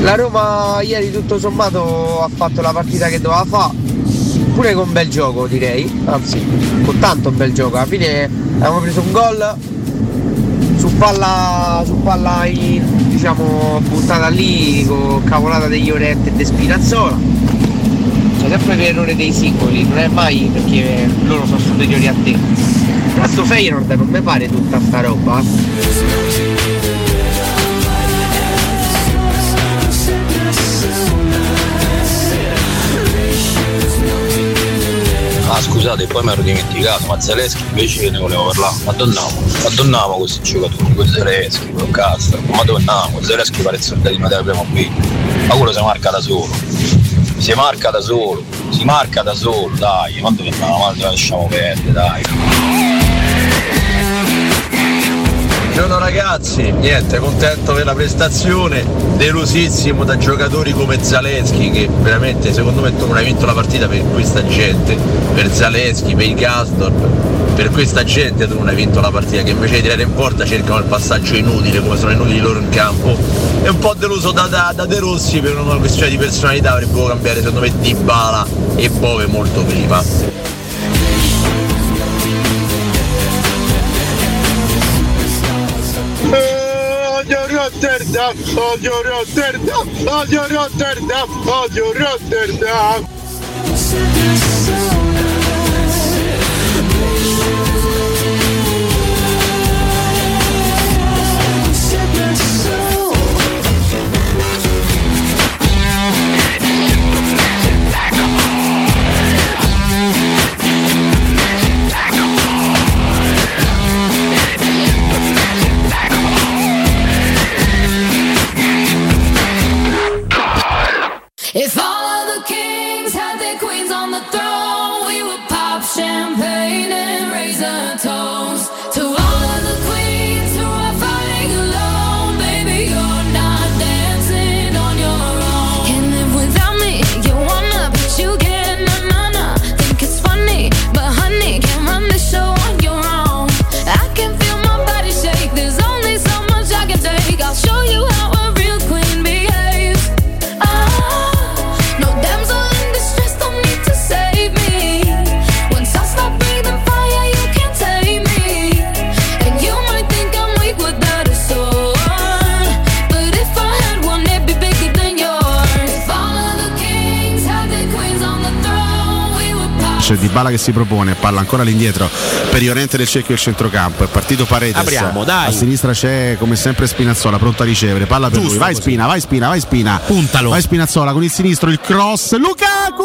La Roma ieri tutto sommato ha fatto la partita che doveva fare, pure con bel gioco direi, anzi con tanto bel gioco. Alla fine abbiamo preso un gol su palla diciamo buttata lì con cavolata degli Llorente e De Spinazzola. C'è sempre l'errore dei singoli, non è mai perché loro sono superiori a te. Questo Feyenoord non mi pare tutta sta roba. Ah scusate, poi mi ero dimenticato, ma Zaleschi invece ne volevo parlare. Madonnamo questi giocatori, quel Zaleschi, quel Castro, madonnamo, Zaleschi pare il soldatino della prima qui, ma quello si marca da solo, dai, quando che la lasciamo perdere, dai. Buongiorno ragazzi, niente, contento per la prestazione, delusissimo da giocatori come Zaleschi che veramente secondo me tu non hai vinto la partita per questa gente, per Zaleschi, per i Gasdorp, per questa gente tu non hai vinto la partita, che invece di tirare in porta cercano il passaggio inutile come sono inutili loro in campo. È un po' deluso da De Rossi per una questione di personalità, avrebbe potuto cambiare secondo me Dybala e Bove molto prima. Rotterdam. If all of the kings had their queens on the throne, we would pop champagne and raise a toast to all of the queens who are fighting alone. Baby, you're not dancing on your own. Can't live without me, you wanna, but you can't, na-na-na. Think it's funny, but honey, can't run the show on your own. I can feel my body shake, there's only so much I can take. I'll show you how a real queen behaves. C'è Dybala che si propone, palla ancora all'indietro per Llorente del cerchio del centrocampo, è partito Paredes. Apriamo, dai. A sinistra c'è come sempre Spinazzola pronto a ricevere, palla per lui, vai Spina, puntalo, vai Spinazzola con il sinistro, il cross, Lukaku!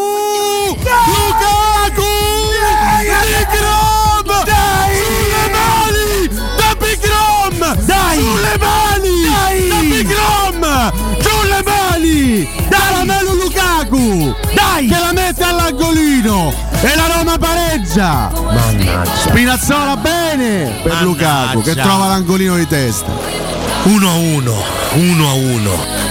Sulle mani! Dai Melu Lukaku! Dai! Che la mette all'angolino! E la Roma pareggia! Mannaggia. Spinazzola bene per Lukaku che trova l'angolino di testa. 1-1.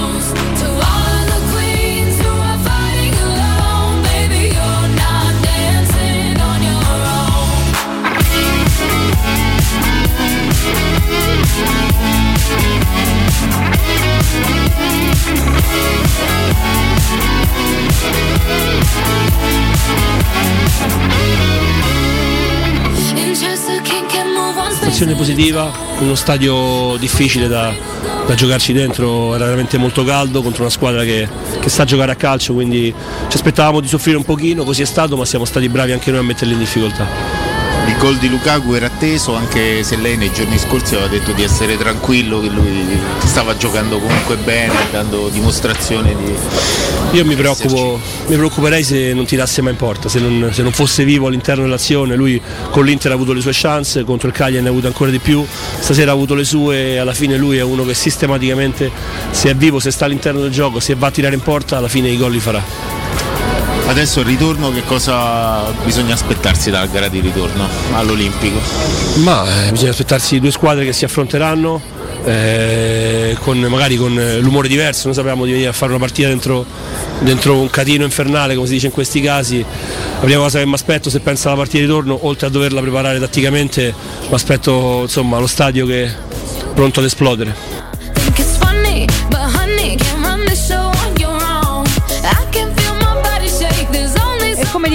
Situazione positiva, uno stadio difficile da giocarci dentro, era veramente molto caldo contro una squadra che sa giocare a calcio, quindi ci aspettavamo di soffrire un pochino, così è stato, ma siamo stati bravi anche noi a metterli in difficoltà. Il gol di Lukaku era atteso, anche se lei nei giorni scorsi aveva detto di essere tranquillo, che lui stava giocando comunque bene, dando dimostrazione di... Io mi preoccuperei se non tirasse mai in porta, se non fosse vivo all'interno dell'azione. Lui con l'Inter ha avuto le sue chance, contro il Cagliari ne ha avuto ancora di più, stasera ha avuto le sue, e alla fine lui è uno che sistematicamente, se è vivo, se sta all'interno del gioco, se va a tirare in porta, alla fine i gol li farà. Adesso il ritorno, che cosa bisogna aspettarsi dalla gara di ritorno all'Olimpico? Ma bisogna aspettarsi due squadre che si affronteranno magari con l'umore diverso. Noi sappiamo di venire a fare una partita dentro un catino infernale, come si dice in questi casi. La prima cosa che mi aspetto, se penso alla partita di ritorno, oltre a doverla preparare tatticamente, mi aspetto lo stadio che è pronto ad esplodere.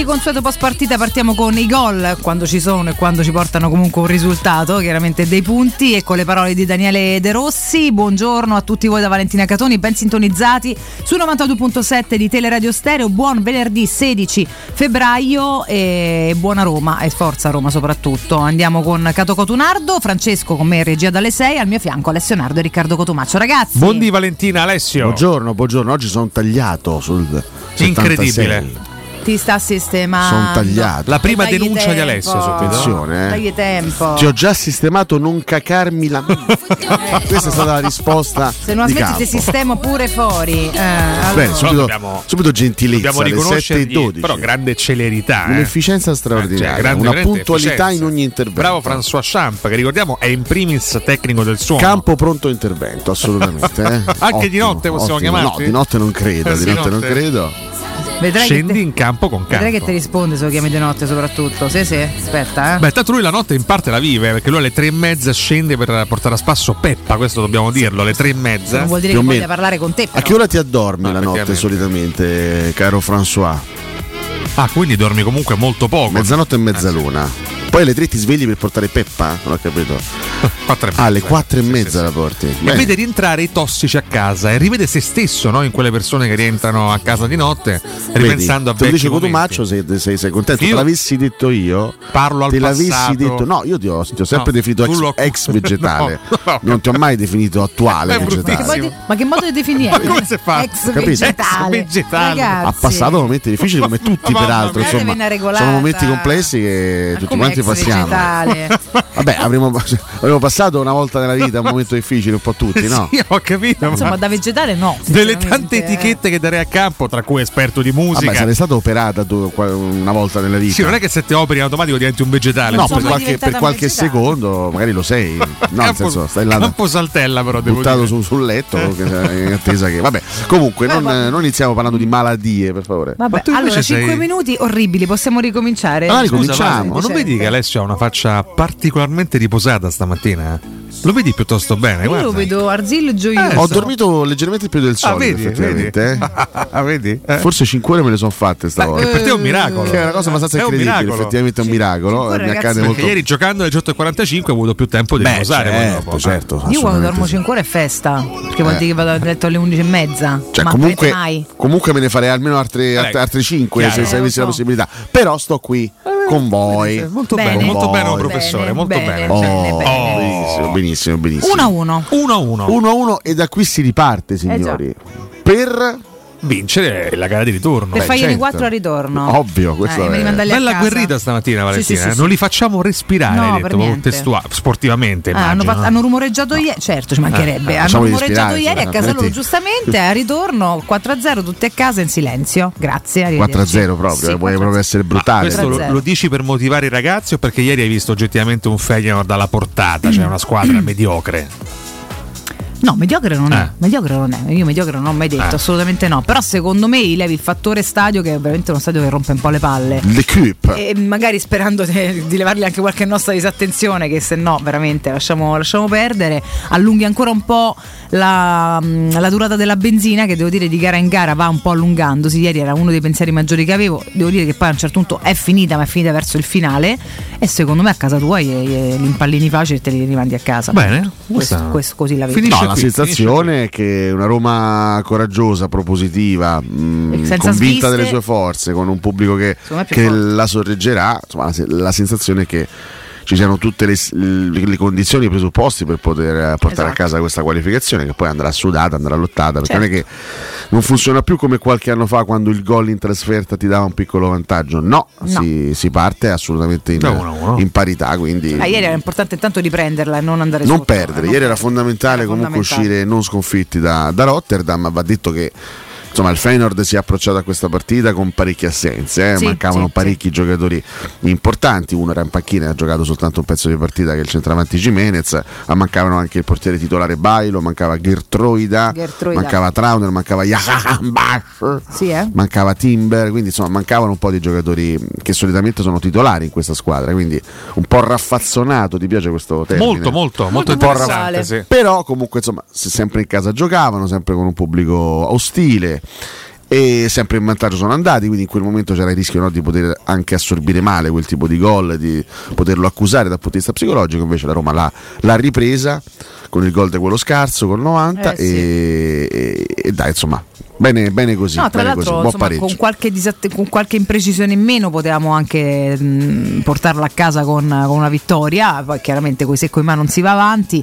consueto post partita partiamo con i gol, quando ci sono e quando ci portano comunque un risultato, chiaramente dei punti, e con le parole di Daniele De Rossi. Buongiorno a tutti voi da Valentina Catoni, ben sintonizzati su 92.7 di Teleradio Stereo. Buon venerdì 16 febbraio e buona Roma e forza Roma soprattutto. Andiamo con Cato Cotunardo, Francesco con me in regia dalle 6, al mio fianco Alessio Nardo e Riccardo Cotumaccio. Ragazzi, buondì Valentina, Alessio. Buongiorno, oggi sono tagliato sul 76. Incredibile. Ti sta sistemando. Sono tagliato. La prima Dagli denuncia di tempo. Alessio subito. Attenzione, Dagli tempo. Ti ho già sistemato non cacarmi la questa è stata la risposta. Se non di smetti ti campo. sistemo pure fuori. Allora. Bene, subito gentilezza Dobbiamo alle 7:12. però grande celerità. Un'efficienza straordinaria, una puntualità efficienza. in ogni intervento. Bravo François Champ, che ricordiamo è in primis tecnico del suono. Campo pronto intervento, assolutamente. Anche Ottimo, di notte possiamo ottimo. chiamarti? No, di notte non credo, di Di notte non notte. credo. Vedrai Scendi che te, in campo con campo. vedrai che ti risponde se lo chiami di notte soprattutto. Sì, aspetta, Beh, tanto lui la notte in parte la vive, perché lui alle 3:30 scende per portare a spasso Peppa, questo dobbiamo dirlo, alle 3:30. Non vuol dire Più che o voglia meno. parlare con te, A però. che ora ti addormi No, la notte effettivamente. solitamente, caro François? Ah, quindi dormi comunque molto poco. Mezzanotte e mezzaluna. Poi alle 3 ti svegli per portare Peppa? Non ho capito. 4:30. Alle 4:30 Sì, la porti. E Bene. vede rientrare i tossici a casa e rivede se stesso, no? In quelle persone che rientrano a casa di notte, ripensando a te lo vecchi dice momenti. Cotumaccio, sei contento. Io Te l'avessi detto io, Parlo al te l'avessi passato. detto. No, io ti ho sempre No, definito tu lo- ex vegetale. No. Non ti ho mai definito attuale È vegetale. bruttissimo. Ma che modo di definire? Ma come si fa? Ex Capito? vegetale. Ex vegetale. Ragazzi. Ha passato momenti difficili come tutti, Mamma peraltro. mia. Insomma, Una regolata. sono momenti complessi che Ma tutti come quanti ex passiamo. vegetale? Vabbè, avremo passato una volta nella vita un momento difficile, un po' tutti, no? Sì, ho capito. Insomma, ma da vegetale no. delle sinceramente. tante etichette che darei a campo, tra cui esperto di musica. Vabbè, sarei stata operata tu una volta nella vita. Sì, non è che se ti operi in automatico diventi un vegetale. No, Non sono per mai qualche diventata vegetale. secondo magari lo sei. No, nel senso, stai là Campo saltella, però devo buttato dire. sul letto in attesa che. Vabbè, comunque non iniziamo parlando di malattie, per favore. Vabbè, Ma tu allora invece 5 sei- minuti orribili, possiamo ricominciare? Allora, Scusa, ricominciamo. ma non vedi che Alessio ha una faccia particolarmente riposata stamattina? Lo vedi piuttosto bene, Io guarda. lo vedo arzillo e gioioso. Ho dormito leggermente più del solito, vedi, effettivamente. vedi? Forse 5 ore me le sono fatte stavolta. Che per te è un miracolo. Che è una cosa abbastanza È un incredibile, miracolo. effettivamente è un miracolo. 5 ore, Mi ragazzi, accade Perché molto. ieri giocando alle 18:45 ho avuto più tempo di Beh, riposare. poi certo, dopo. certo. Io quando assolutamente dormo sì. 5 ore è festa, perché vuol dire che vado a letto alle 11:30. Cioè, ma comunque, mai. comunque me ne farei almeno altre 5 chiaro. se avessi la lo so. possibilità. Però sto qui con voi. Molto Bene. bene, molto bene, Bene, professore, molto bene. Oh, bene. benissimo. 1-1. 1-1. 1-1 e da qui si riparte, signori. Per Vincere la gara di ritorno. Per farglieli certo. 4 al ritorno. Ovvio, questo me li è. mandarli a Bella casa. guerrita stamattina, Valentina. Sì, sì, sì, Non sì. li facciamo respirare, No, hai per detto, proprio niente. sportivamente. Hanno, immagino. hanno rumoreggiato ieri, certo ci mancherebbe, hanno lasciamoli rumoreggiato respirare, ieri a casa loro altrimenti- giustamente, a ritorno 4-0 tutti a casa in silenzio, grazie, arrivederci. 4-0 proprio, Sì, vuoi 4-0. proprio essere Ma brutale. questo lo, 3-0. lo dici per motivare i ragazzi o perché ieri hai visto oggettivamente un Feyenoord alla portata, cioè una squadra mediocre? No, mediocre non è, mediocre non è, io mediocre non ho mai detto, assolutamente no, però secondo me levi il fattore stadio, che è veramente uno stadio che rompe un po' le palle. L'Equipe. E magari sperando di levargli anche qualche nostra disattenzione, che se no veramente lasciamo perdere, allunghi ancora un po' la durata della benzina, che devo dire di gara in gara va un po' allungandosi. Ieri era uno dei pensieri maggiori che avevo, devo dire che poi a un certo punto è finita, ma è finita verso il finale, e secondo me a casa tua li impallini facili e te li rimandi a casa. Bene, questo così la vedo. Finisce No, la qui, sensazione è che una Roma coraggiosa, propositiva, Senza convinta sviste. delle sue forze, con un pubblico che Secondo me è più che forte. la sorreggerà, insomma, la sensazione è che ci siano tutte le condizioni e i presupposti per poter portare a casa questa qualificazione, che poi andrà sudata, andrà lottata, perché non è che non funziona più come qualche anno fa, quando il gol in trasferta ti dava un piccolo vantaggio. No. Si parte assolutamente in parità, quindi Ieri era importante intanto riprenderla e non andare non sotto. perdere. Ieri era fondamentale comunque uscire non sconfitti da Rotterdam, ma va detto che insomma il Feyenoord si è approcciato a questa partita con parecchie assenze, mancavano parecchi giocatori importanti, uno era in panchina e ha giocato soltanto un pezzo di partita, che è il centravanti Jimenez, ma mancavano anche il portiere titolare Bailo, mancava Gertruida, mancava Trauner, mancava Jahanbach, mancava Timber, quindi insomma mancavano un po' di giocatori che solitamente sono titolari in questa squadra, quindi un po' raffazzonato, ti piace questo termine? Molto un po' interessante, sì. Però comunque insomma sempre in casa giocavano, sempre con un pubblico ostile, e sempre in vantaggio sono andati, quindi in quel momento c'era il rischio, no, di poter anche assorbire male quel tipo di gol, di poterlo accusare dal punto di vista psicologico. Invece la Roma l'ha ripresa con il gol di quello scarso col 90 e dai, insomma, bene così. No, tra bene l'altro così, insomma, con qualche imprecisione in meno potevamo anche portarla a casa con una vittoria. Poi chiaramente coi se coi ma non si va avanti.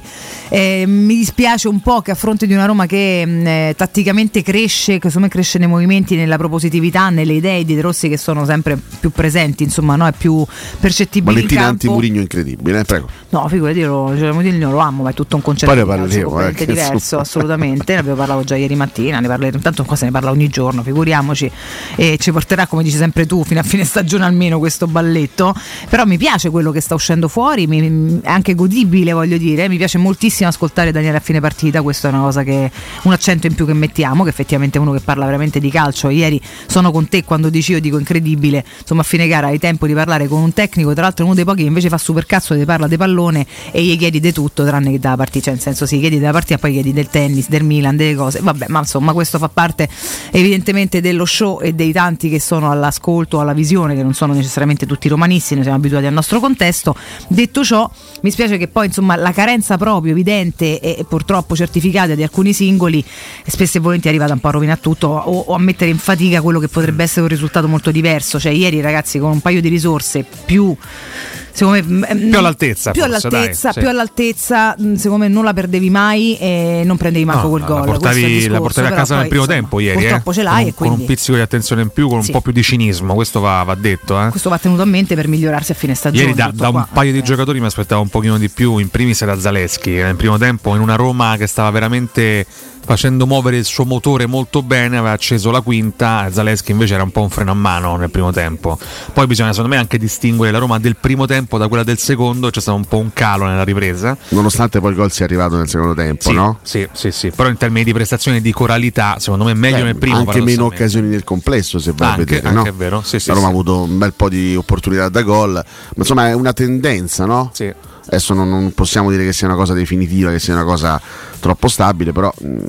Mi dispiace un po' che a fronte di una Roma che tatticamente cresce, che secondo me cresce nei movimenti, nella propositività, nelle idee di De Rossi che sono sempre più presenti, insomma, no? È più percettibile Valentina in campo. anti-Mourinho incredibile, prego. No, figurati, Mourinho lo amo, ma è tutto un concetto completamente diverso, assolutamente. Ne abbiamo parlato già ieri mattina, ne parleremo, tanto qua se ne parla ogni giorno, figuriamoci, e ci porterà, come dici sempre tu, fino a fine stagione almeno questo balletto. Però mi piace quello che sta uscendo fuori, è anche godibile, voglio dire, mi piace moltissimo ascoltare Daniele a fine partita, questo è una cosa un accento in più che mettiamo, che effettivamente è uno che parla veramente di calcio. Ieri sono con te quando dici, io dico incredibile, insomma a fine gara hai tempo di parlare con un tecnico, tra l'altro uno dei pochi che invece fa super cazzo, ti parla di pallone e gli chiedi di tutto tranne che della partita, cioè nel senso sì, chiedi della partita, poi chiedi del tennis, del Milan, delle cose, vabbè, ma insomma questo fa parte evidentemente dello show e dei tanti che sono all'ascolto, alla visione, che non sono necessariamente tutti romanisti, noi siamo abituati al nostro contesto. Detto ciò, mi spiace che poi insomma la carenza proprio evidente e purtroppo certificata di alcuni singoli spesso e volentieri vada un po' a rovinare tutto o a mettere in fatica quello che potrebbe essere un risultato molto diverso. Cioè ieri ragazzi con un paio di risorse più, secondo me, più all'altezza, più all'altezza, secondo me non la perdevi mai e non prendevi manco quel gol. La portavi a casa nel primo tempo ieri, purtroppo ce l'hai, e quindi con un pizzico di attenzione in più, con un po' più di cinismo, questo va detto. Questo va tenuto a mente per migliorarsi a fine stagione. Ieri da un paio di giocatori mi aspettavo un pochino di più, in primis era Zaleschi nel primo tempo, in una Roma che stava veramente facendo muovere il suo motore molto bene, aveva acceso la quinta. Zaleschi invece era un po' un freno a mano nel primo tempo. Poi bisogna secondo me anche distinguere la Roma del primo tempo da quella del secondo, c'è stato un po' un calo nella ripresa, nonostante poi il gol sia arrivato nel secondo tempo, sì, no? Sì, però in termini di prestazioni e di coralità secondo me meglio nel primo, anche meno occasioni nel complesso, se vai a vedere, no? È vero, sì, la Roma ha avuto un bel po' di opportunità da gol, ma insomma è una tendenza, no? Sì. Adesso non possiamo dire che sia una cosa definitiva, che sia una cosa troppo stabile, però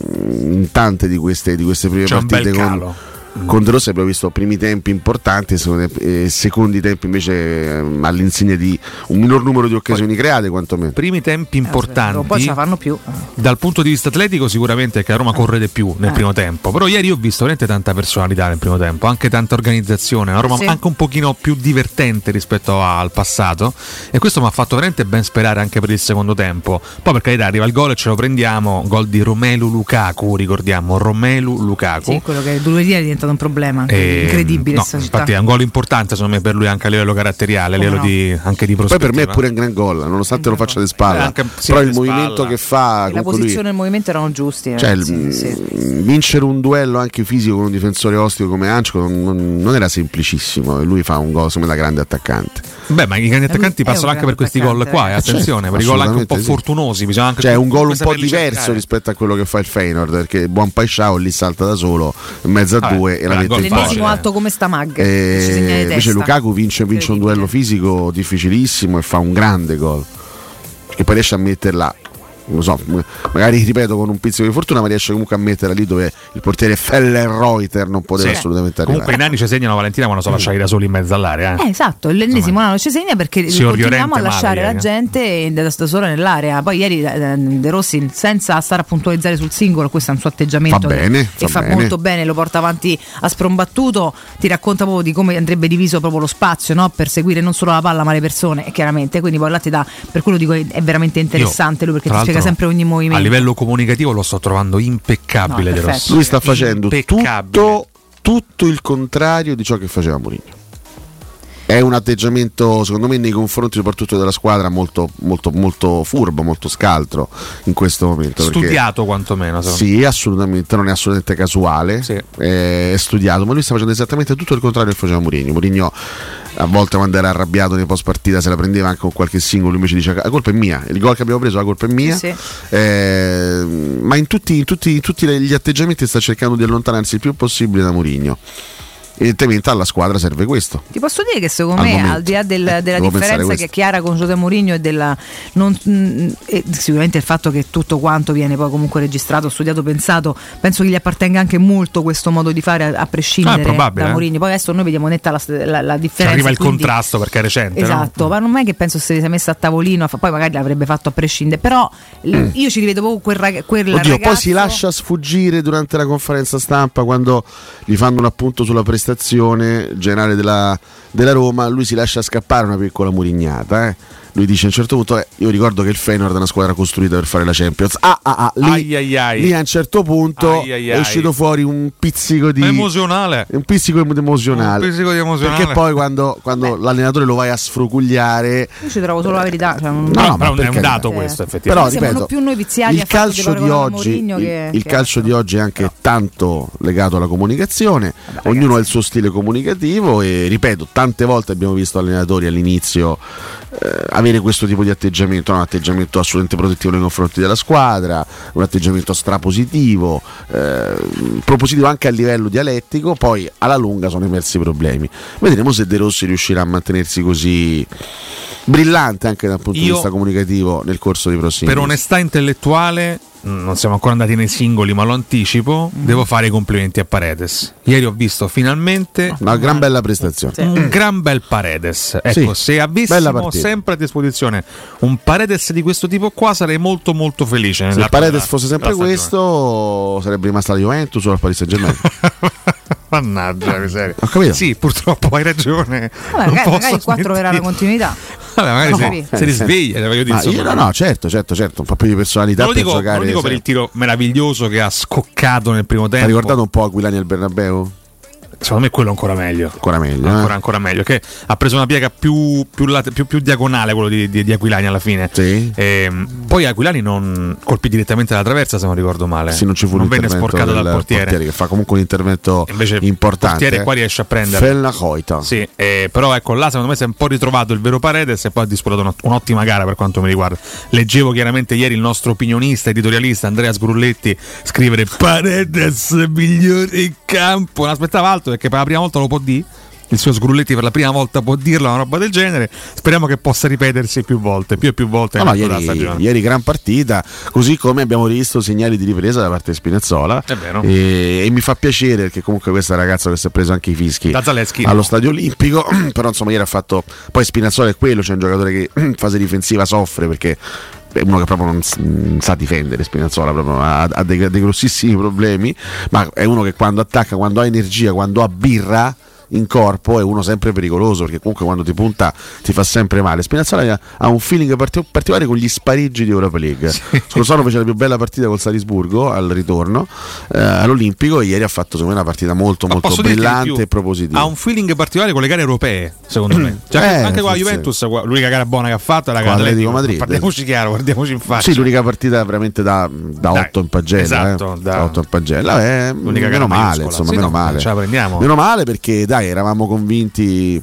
in tante di queste prime partite con De Rossi abbiamo visto primi tempi importanti e secondi tempi invece all'insegna di un minor numero di occasioni create, quantomeno. Primi tempi importanti, poi ce la fanno più. Dal punto di vista atletico sicuramente che la Roma corre di più nel primo tempo, però ieri ho visto veramente tanta personalità nel primo tempo, anche tanta organizzazione, una Roma anche un pochino più divertente rispetto al passato, e questo mi ha fatto veramente ben sperare anche per il secondo tempo. Poi per carità arriva il gol e ce lo prendiamo, gol di Romelu Lukaku, ricordiamo Romelu Lukaku. Sì, quello che lunedì è diventato un problema incredibile. No, infatti è un gol importante secondo me per lui anche a livello caratteriale, a livello anche di prospettiva. Poi per me è pure un gran gol, nonostante lo faccia di spalla, però il movimento che fa, la posizione e il movimento erano giusti, cioè vincere un duello anche fisico con un difensore ostico come Ancio non era semplicissimo, e lui fa un gol come da grande attaccante. Beh, ma i grandi attaccanti passano anche per questi gol qua, attenzione, per i gol anche un po' fortunosi, bisogna anche un gol un po' diverso rispetto a quello che fa il Feyenoord, perché buon Paisciao lì salta da solo in mezzo a due e la mette in l'ennesimo alto come sta Mag, invece Lukaku vince un duello fisico difficilissimo e fa un grande gol, perché poi riesce a metterla, non so, magari ripeto con un pizzico di fortuna, ma riesce comunque a metterla lì dove il portiere Fellenreuter non poteva assolutamente arrivare. Comunque i nani ci segnano Valentina quando sono lasciati da soli in mezzo all'area. Esatto, l'ennesimo nano ci segna perché continuiamo a lasciare la gente da sola nell'area. Poi ieri De Rossi, senza stare a puntualizzare sul singolo, questo è un suo atteggiamento che fa molto bene, lo porta avanti a sprombattuto, ti racconta proprio di come andrebbe diviso proprio lo spazio, no? Per seguire non solo la palla ma le persone, chiaramente, quindi poi là ti dà, per quello dico è veramente interessante lui, perché ti spiega sempre ogni movimento. A livello comunicativo lo sto trovando impeccabile, De Rossi. Lui sta facendo tutto il contrario di ciò che faceva Mourinho. È un atteggiamento, secondo me, nei confronti soprattutto della squadra molto, molto, molto furbo, molto scaltro in questo momento. Studiato quantomeno. Sì, assolutamente, non è assolutamente casuale, è studiato, ma lui sta facendo esattamente tutto il contrario che faceva Mourinho. Mourinho a volte quando era arrabbiato nei post partita se la prendeva anche con qualche singolo, invece dice la colpa è mia, il gol che abbiamo preso la colpa è mia, ma in tutti gli atteggiamenti sta cercando di allontanarsi il più possibile da Mourinho. evidentemente alla squadra serve questo. Ti posso dire che secondo me, al di là della differenza che è chiara con José Mourinho e sicuramente il fatto che tutto quanto viene poi comunque registrato, studiato, pensato, penso che gli appartenga anche molto questo modo di fare a prescindere da Mourinho. Poi adesso noi vediamo netta la differenza. Arriva il contrasto perché è recente. Esatto, ma non è che penso se si è messa a tavolino, poi magari l'avrebbe fatto a prescindere, però io ci rivedo proprio quel ragazzo. Poi si lascia sfuggire durante la conferenza stampa quando gli fanno un appunto sulla prestazione generale della Roma, lui si lascia scappare una piccola murignata. Lui dice a un certo punto io ricordo che il Feyenoord è una squadra costruita per fare la Champions. Lì a un certo punto è uscito fuori un pizzico di emozionale. Un pizzico di emozionale. Perché poi quando l'allenatore lo vai a sfrucugliare, io ci trovo solo la verità, cioè, però è un dato questo effettivamente. Però ripeto, più noi viziati il calcio di oggi il calcio di oggi è anche tanto legato alla comunicazione. Ognuno ha il suo stile comunicativo e ripeto, tante volte abbiamo visto allenatori all'inizio avere questo tipo di atteggiamento, un atteggiamento assolutamente protettivo nei confronti della squadra, un atteggiamento strapositivo, propositivo anche a livello dialettico, poi alla lunga sono emersi problemi. Vedremo se De Rossi riuscirà a mantenersi così brillante anche dal punto di vista comunicativo nel corso dei prossimi per mesi. Onestà intellettuale, non siamo ancora andati nei singoli, ma lo anticipo, devo fare i complimenti a Paredes. Ieri ho visto finalmente una gran bella prestazione, un gran bel Paredes. Ecco, se avessimo sempre a disposizione un Paredes di questo tipo qua, sarei molto molto felice. Se Paredes fosse sempre questo, sarebbe rimasta la Juventus o il Paris Saint-Germain. Mannaggia miseria. Ho capito. Sì, purtroppo hai ragione. Magari il 4 era la continuità. Vabbè, magari se risveglia, no, certo, un po' più di personalità per giocare. Non dico per il tiro meraviglioso che ha scoccato nel primo tempo. Ha ricordato un po' Aquilani al Bernabeu? Secondo me quello è ancora meglio. Ancora meglio. Che ha preso una piega più diagonale, quello di Aquilani alla fine. Sì. Poi Aquilani non colpì direttamente la traversa, se non ricordo male. Sì, non ci fu venne sporcato dal portiere che fa comunque un intervento invece importante. Il portiere qua riesce a prendere. Fellacoita. Sì, però ecco là secondo me si è un po' ritrovato il vero Paredes e poi ha disputato un'ottima gara per quanto mi riguarda. Leggevo chiaramente ieri il nostro opinionista, editorialista Andrea Sgrulletti scrivere Paredes migliore in campo. Non aspettava altro perché per la prima volta lo può dire. Il suo Sgrulletti per la prima volta può dirlo, una roba del genere. Speriamo che possa ripetersi più e più volte. Ieri gran partita, così come abbiamo visto segnali di ripresa da parte di Spinazzola. È vero. E mi fa piacere perché comunque questa ragazza che si è preso anche i fischi da Zaleschi allo Stadio Olimpico. Però insomma ieri ha fatto. Poi Spinazzola è quello, c'è un giocatore che in fase difensiva soffre perché è uno che proprio non sa difendere. Spinazzola proprio ha dei grossissimi problemi, ma è uno che quando attacca, quando ha energia, quando ha birra in corpo è uno sempre pericoloso, perché comunque quando ti punta ti fa sempre male. Spinazzola ha un feeling particolare con gli spareggi di Europa League. Scorso anno fece la più bella partita col Salisburgo al ritorno all'Olimpico e ieri ha fatto secondo me una partita molto brillante e propositiva. Ha un feeling particolare con le gare europee, secondo me. Anche con la Juventus l'unica gara buona che ha fatto è la gara Atletico Madrid. Guardiamoci chiaro, guardiamoci in faccia. Sì, l'unica partita veramente da 8 in pagella. Esatto, da 8 in pagella. Meno male, insomma, meno male. Ce la prendiamo. Meno male perché dai, eravamo convinti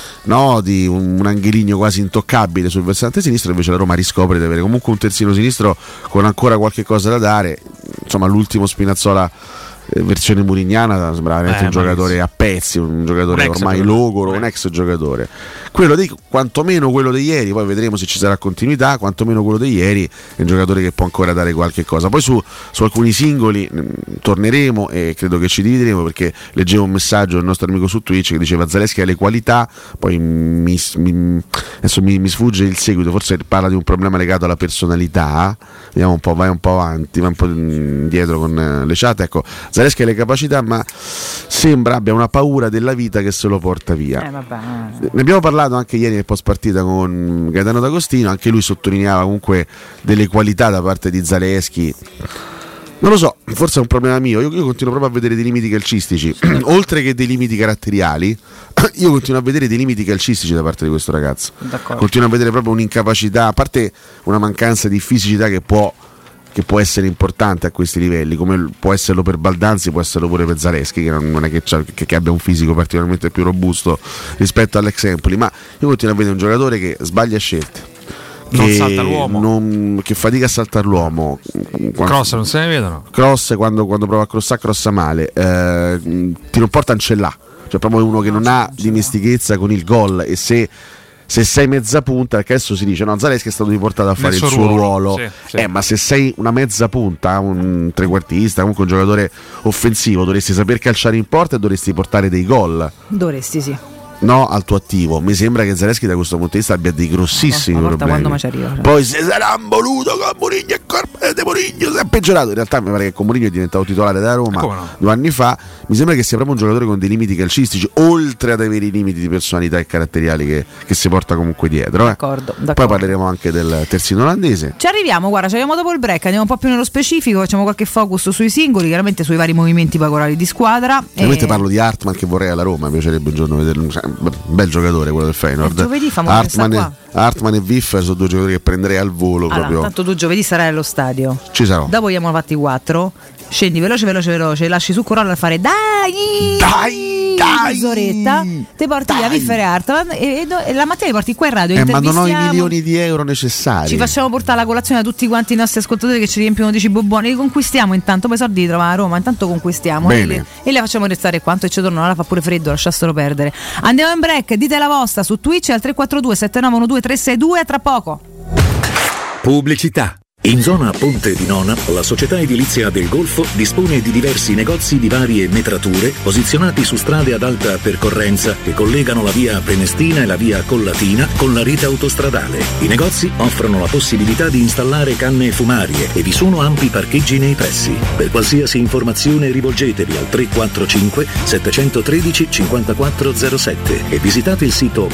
di un Angeligno quasi intoccabile sul versante sinistro, invece la Roma riscopre di avere comunque un terzino sinistro con ancora qualche cosa da dare. Insomma, l'ultimo Spinazzola versione murignana sembra veramente un giocatore a pezzi, un giocatore ormai logoro, un ex giocatore. Quantomeno quello di ieri, poi vedremo se ci sarà continuità, quantomeno quello di ieri è un giocatore che può ancora dare qualche cosa. Poi su alcuni singoli torneremo e credo che ci divideremo, perché leggevo un messaggio del nostro amico su Twitch che diceva Zaleschi ha le qualità, poi adesso mi sfugge il seguito, forse parla di un problema legato alla personalità. Vediamo un po', vai un po' avanti, vai un po' indietro con le chat. Ecco, Zaleschi ha le capacità, ma sembra abbia una paura della vita che se lo porta via. Ne abbiamo parlato anche ieri nel post partita con Gaetano D'Agostino, anche lui sottolineava comunque delle qualità da parte di Zaleschi. Non lo so, forse è un problema mio, io continuo proprio a vedere dei limiti calcistici, oltre che dei limiti caratteriali, io continuo a vedere dei limiti calcistici da parte di questo ragazzo. Continuo a vedere proprio un'incapacità, a parte una mancanza di fisicità che può essere importante a questi livelli, come può esserlo per Baldanzi, può esserlo pure per Zaleschi, che non è che abbia un fisico particolarmente più robusto rispetto all'ex Empoli, ma io continuo a vedere un giocatore che sbaglia scelte, non salta l'uomo, che fatica a saltare l'uomo, cross non se ne vedono, cross quando prova a crossare crossa male, ti non porta Ancellà. cioè proprio uno che non ha dimestichezza con il gol, e se sei mezza punta, perché adesso si dice no, Zalewski è stato riportato a fare il suo ruolo. Sì. Ma se sei una mezza punta, un trequartista, comunque un giocatore offensivo, dovresti saper calciare in porta e dovresti portare dei gol. Dovresti, sì. No, al tuo attivo. Mi sembra che Zalewski da questo punto di vista abbia dei grossissimi problemi. Poi se sarà voluto con Mourinho e colpa di Mourinho si è peggiorato. In realtà mi pare che con Mourinho è diventato titolare da Roma 2 anni fa. Mi sembra che sia proprio un giocatore con dei limiti calcistici, oltre ad avere i limiti di personalità e caratteriali che si porta comunque dietro. D'accordo. Poi parleremo anche del terzino olandese. Ci arriviamo dopo il break, andiamo un po' più nello specifico, facciamo qualche focus sui singoli, chiaramente sui vari movimenti corali di squadra. Ovviamente parlo di Hartmann, che vorrei alla Roma, mi piacerebbe un giorno vederlo. Bel giocatore quello del Feyenoord. Giovedì Hartmann e Wiffer sono 2 giocatori che prenderei al volo. Proprio. Tanto tu giovedì sarai allo stadio. Ci sarò. Dopo gli abbiamo fatti 4. Scendi veloce, lasci su Corolla a fare dai mezz'oretta, ti porti via Wiffer e Hartmann e la mattina ti porti qua in radio, ma non ho i milioni di euro necessari. Ci facciamo portare la colazione da tutti quanti i nostri ascoltatori che ci riempiono di cibo buono, li conquistiamo intanto, poi soldi li trova a Roma, intanto conquistiamo e le facciamo restare quanto e ci tornano, la fa pure freddo, lasciassero perdere. Andiamo in break, dite la vostra su Twitch al 342 7912 362, a tra poco. Pubblicità. In zona Ponte di Nona, la società edilizia del Golfo dispone di diversi negozi di varie metrature posizionati su strade ad alta percorrenza che collegano la via Prenestina e la via Collatina con la rete autostradale. I negozi offrono la possibilità di installare canne fumarie e vi sono ampi parcheggi nei pressi. Per qualsiasi informazione rivolgetevi al 345 713 5407 e visitate il sito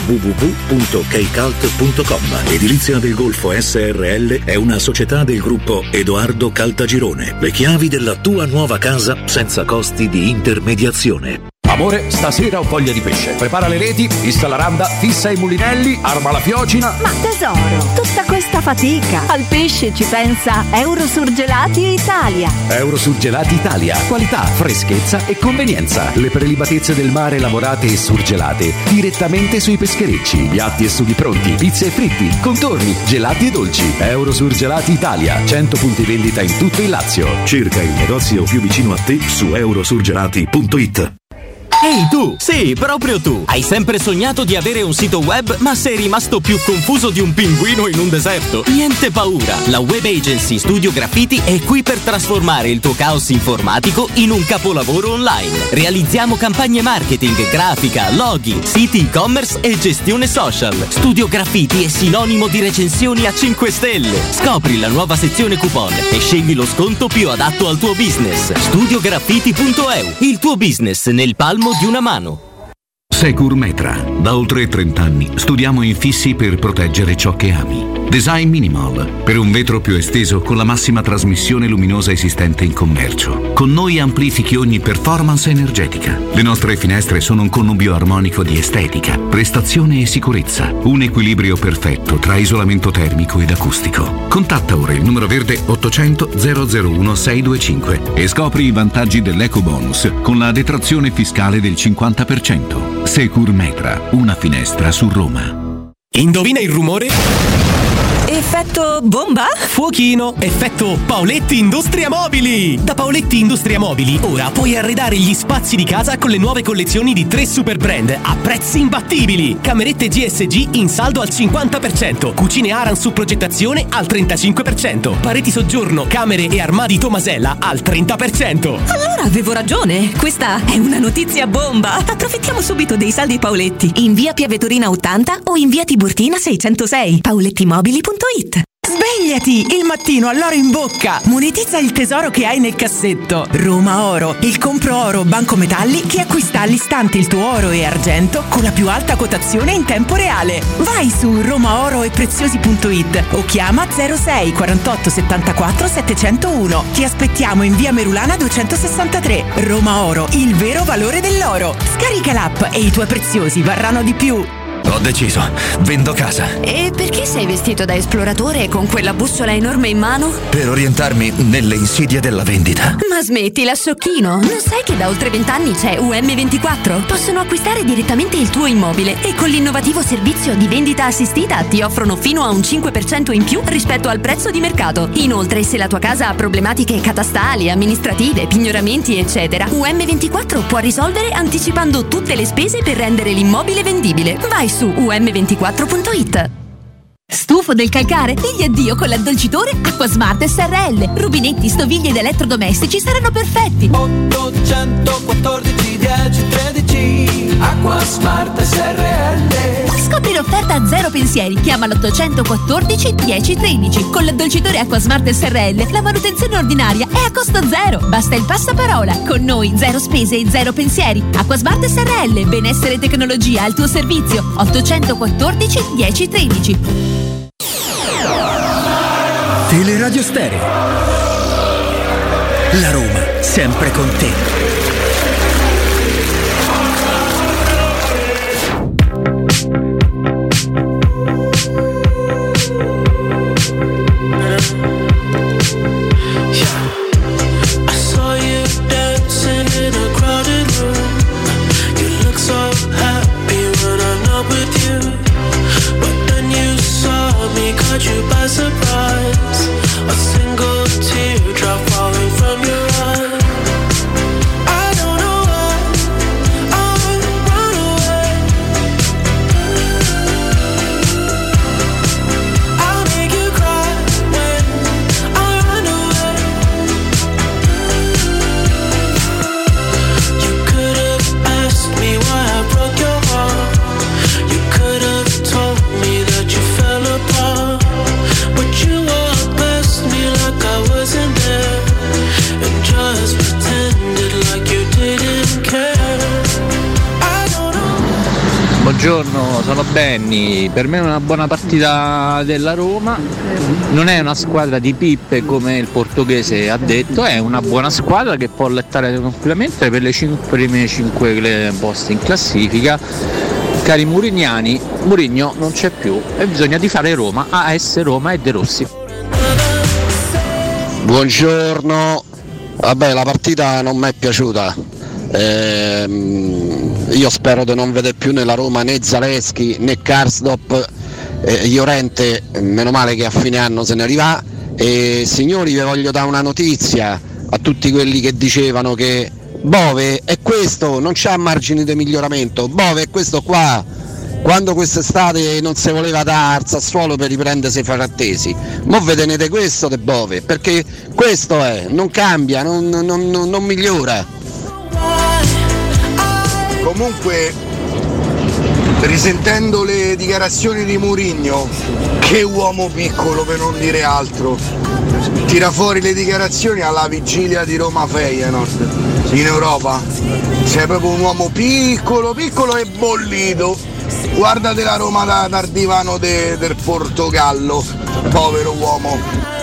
www.keicalt.com. Edilizia del Golfo SRL è una società del gruppo Edoardo Caltagirone. Le chiavi della tua nuova casa senza costi di intermediazione. Amore, stasera ho voglia di pesce. Prepara le reti, fissa la randa, fissa i mulinelli, arma la fiocina. Ma tesoro, tutta questa fatica. Al pesce ci pensa Eurosurgelati Italia. Eurosurgelati Italia. Qualità, freschezza e convenienza. Le prelibatezze del mare lavorate e surgelate direttamente sui pescherecci. Piatti e sughi pronti, pizze e fritti, contorni, gelati e dolci. Eurosurgelati Italia. 100 punti vendita in tutto il Lazio. Cerca il negozio più vicino a te su eurosurgelati.it. Ehi tu! Sì, proprio tu! Hai sempre sognato di avere un sito web, ma sei rimasto più confuso di un pinguino in un deserto? Niente paura! La web agency Studio Graffiti è qui per trasformare il tuo caos informatico in un capolavoro online. Realizziamo campagne marketing, grafica, loghi, siti e-commerce e gestione social. Studio Graffiti è sinonimo di recensioni a 5 stelle. Scopri la nuova sezione coupon e scegli lo sconto più adatto al tuo business. Studiograffiti.eu, il tuo business nel palmo di una mano. Securmetra. Da oltre 30 anni studiamo infissi per proteggere ciò che ami. Design minimal, per un vetro più esteso con la massima trasmissione luminosa esistente in commercio. Con noi amplifichi ogni performance energetica. Le nostre finestre sono un connubio armonico di estetica, prestazione e sicurezza. Un equilibrio perfetto tra isolamento termico ed acustico. Contatta ora il numero verde 800 001 625 e scopri i vantaggi dell'EcoBonus con la detrazione fiscale del 50%. Securmetra, una finestra su Roma. Indovina il rumore? Effetto bomba? Fuochino. Effetto Paoletti Industria Mobili. Da Paoletti Industria Mobili ora puoi arredare gli spazi di casa con le nuove collezioni di 3 super brand a prezzi imbattibili. Camerette GSG in saldo al 50%. Cucine Aran su progettazione al 35%. Pareti soggiorno, camere e armadi Tomasella al 30%. Allora avevo ragione. Questa è una notizia bomba. Approfittiamo subito dei saldi Paoletti. In via Piavetorina 80 o in via Tiburtina 606. paolettimobili.it. Svegliati il mattino all'oro in bocca. Monetizza il tesoro che hai nel cassetto. Roma Oro, il compro oro Banco Metalli che acquista all'istante il tuo oro e argento con la più alta quotazione in tempo reale. Vai su romaoroepreziosi.it o chiama 06 48 74 701. Ti aspettiamo in via Merulana 263. Roma Oro, il vero valore dell'oro. Scarica l'app e i tuoi preziosi varranno di più. Ho deciso, vendo casa. E perché sei vestito da esploratore con quella bussola enorme in mano? Per orientarmi nelle insidie della vendita. Ma smettila, sciocchino! Non sai che da oltre 20 anni c'è UM24? Possono acquistare direttamente il tuo immobile e con l'innovativo servizio di vendita assistita ti offrono fino a un 5% in più rispetto al prezzo di mercato. Inoltre, se la tua casa ha problematiche catastali, amministrative, pignoramenti, eccetera, UM24 può risolvere anticipando tutte le spese per rendere l'immobile vendibile. Vai su um24.it. Stufo del calcare? Digli addio con l'addolcitore Acquasmart SRL. Rubinetti, stoviglie ed elettrodomestici saranno perfetti. 814 10 13 Acquasmart SRL. Scopri l'offerta a zero pensieri. Chiama l'814 10 13. Con l'addolcitore Acquasmart SRL la manutenzione ordinaria è a costo zero. Basta il passaparola. Con noi zero spese e zero pensieri. Acquasmart SRL. Benessere e tecnologia al tuo servizio. 814 10 13. Teleradio Stereo. La Roma, sempre con te. Caught you by surprise, a single teardrop falling from your eye. I don't know why I run away. I'll make you cry when I run away. You could have asked me why I broke your heart. You could have told me that you fell apart. But you walked past me like I wasn't there, and just pretended like you didn't care. I don't know. Buongiorno, sono Benny. Per me è una buona partita della Roma. Non è una squadra di pippe come il portoghese ha detto, è una buona squadra che può lottare tranquillamente per le prime 5 posti in classifica. Cari murignani, Mourinho non c'è più e bisogna di fare Roma, AS Roma e De Rossi. Buongiorno, vabbè la partita non mi è piaciuta, io spero di non vedere più nella Roma né Zalewski né Karsdorp, Llorente meno male che a fine anno se ne arriva. E signori, vi voglio dare una notizia a tutti quelli che dicevano che Bove è questo, non c'ha margini di miglioramento, Bove è questo qua, quando quest'estate non si voleva dare al Sassuolo per riprendersi i frattesi. Mo ve tenete questo de Bove, perché questo è, non cambia, non migliora. Comunque, risentendo le dichiarazioni di Mourinho, che uomo piccolo per non dire altro, tira fuori le dichiarazioni alla vigilia di Roma Feyenoord in Europa. Sei proprio un uomo piccolo e bollito. Guardate la Roma dal divano del Portogallo, povero uomo.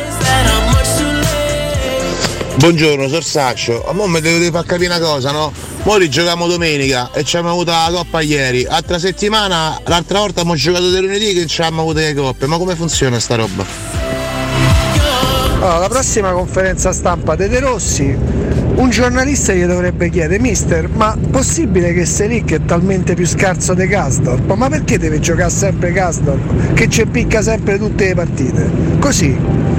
Buongiorno Sorsaccio, a mo' mi dovete far capire una cosa, no? Mo' rigiochiamo domenica e ci abbiamo avuto la coppa ieri. Altra settimana, l'altra volta abbiamo giocato del lunedì che ci abbiamo avuto le coppe. Ma come funziona sta roba? Allora, la prossima conferenza stampa di De Rossi, un giornalista gli dovrebbe chiedere: mister, ma possibile che Selic è talmente più scarso di Karsdorp? Ma perché deve giocare sempre Karsdorp, che ci picca sempre tutte le partite? Così.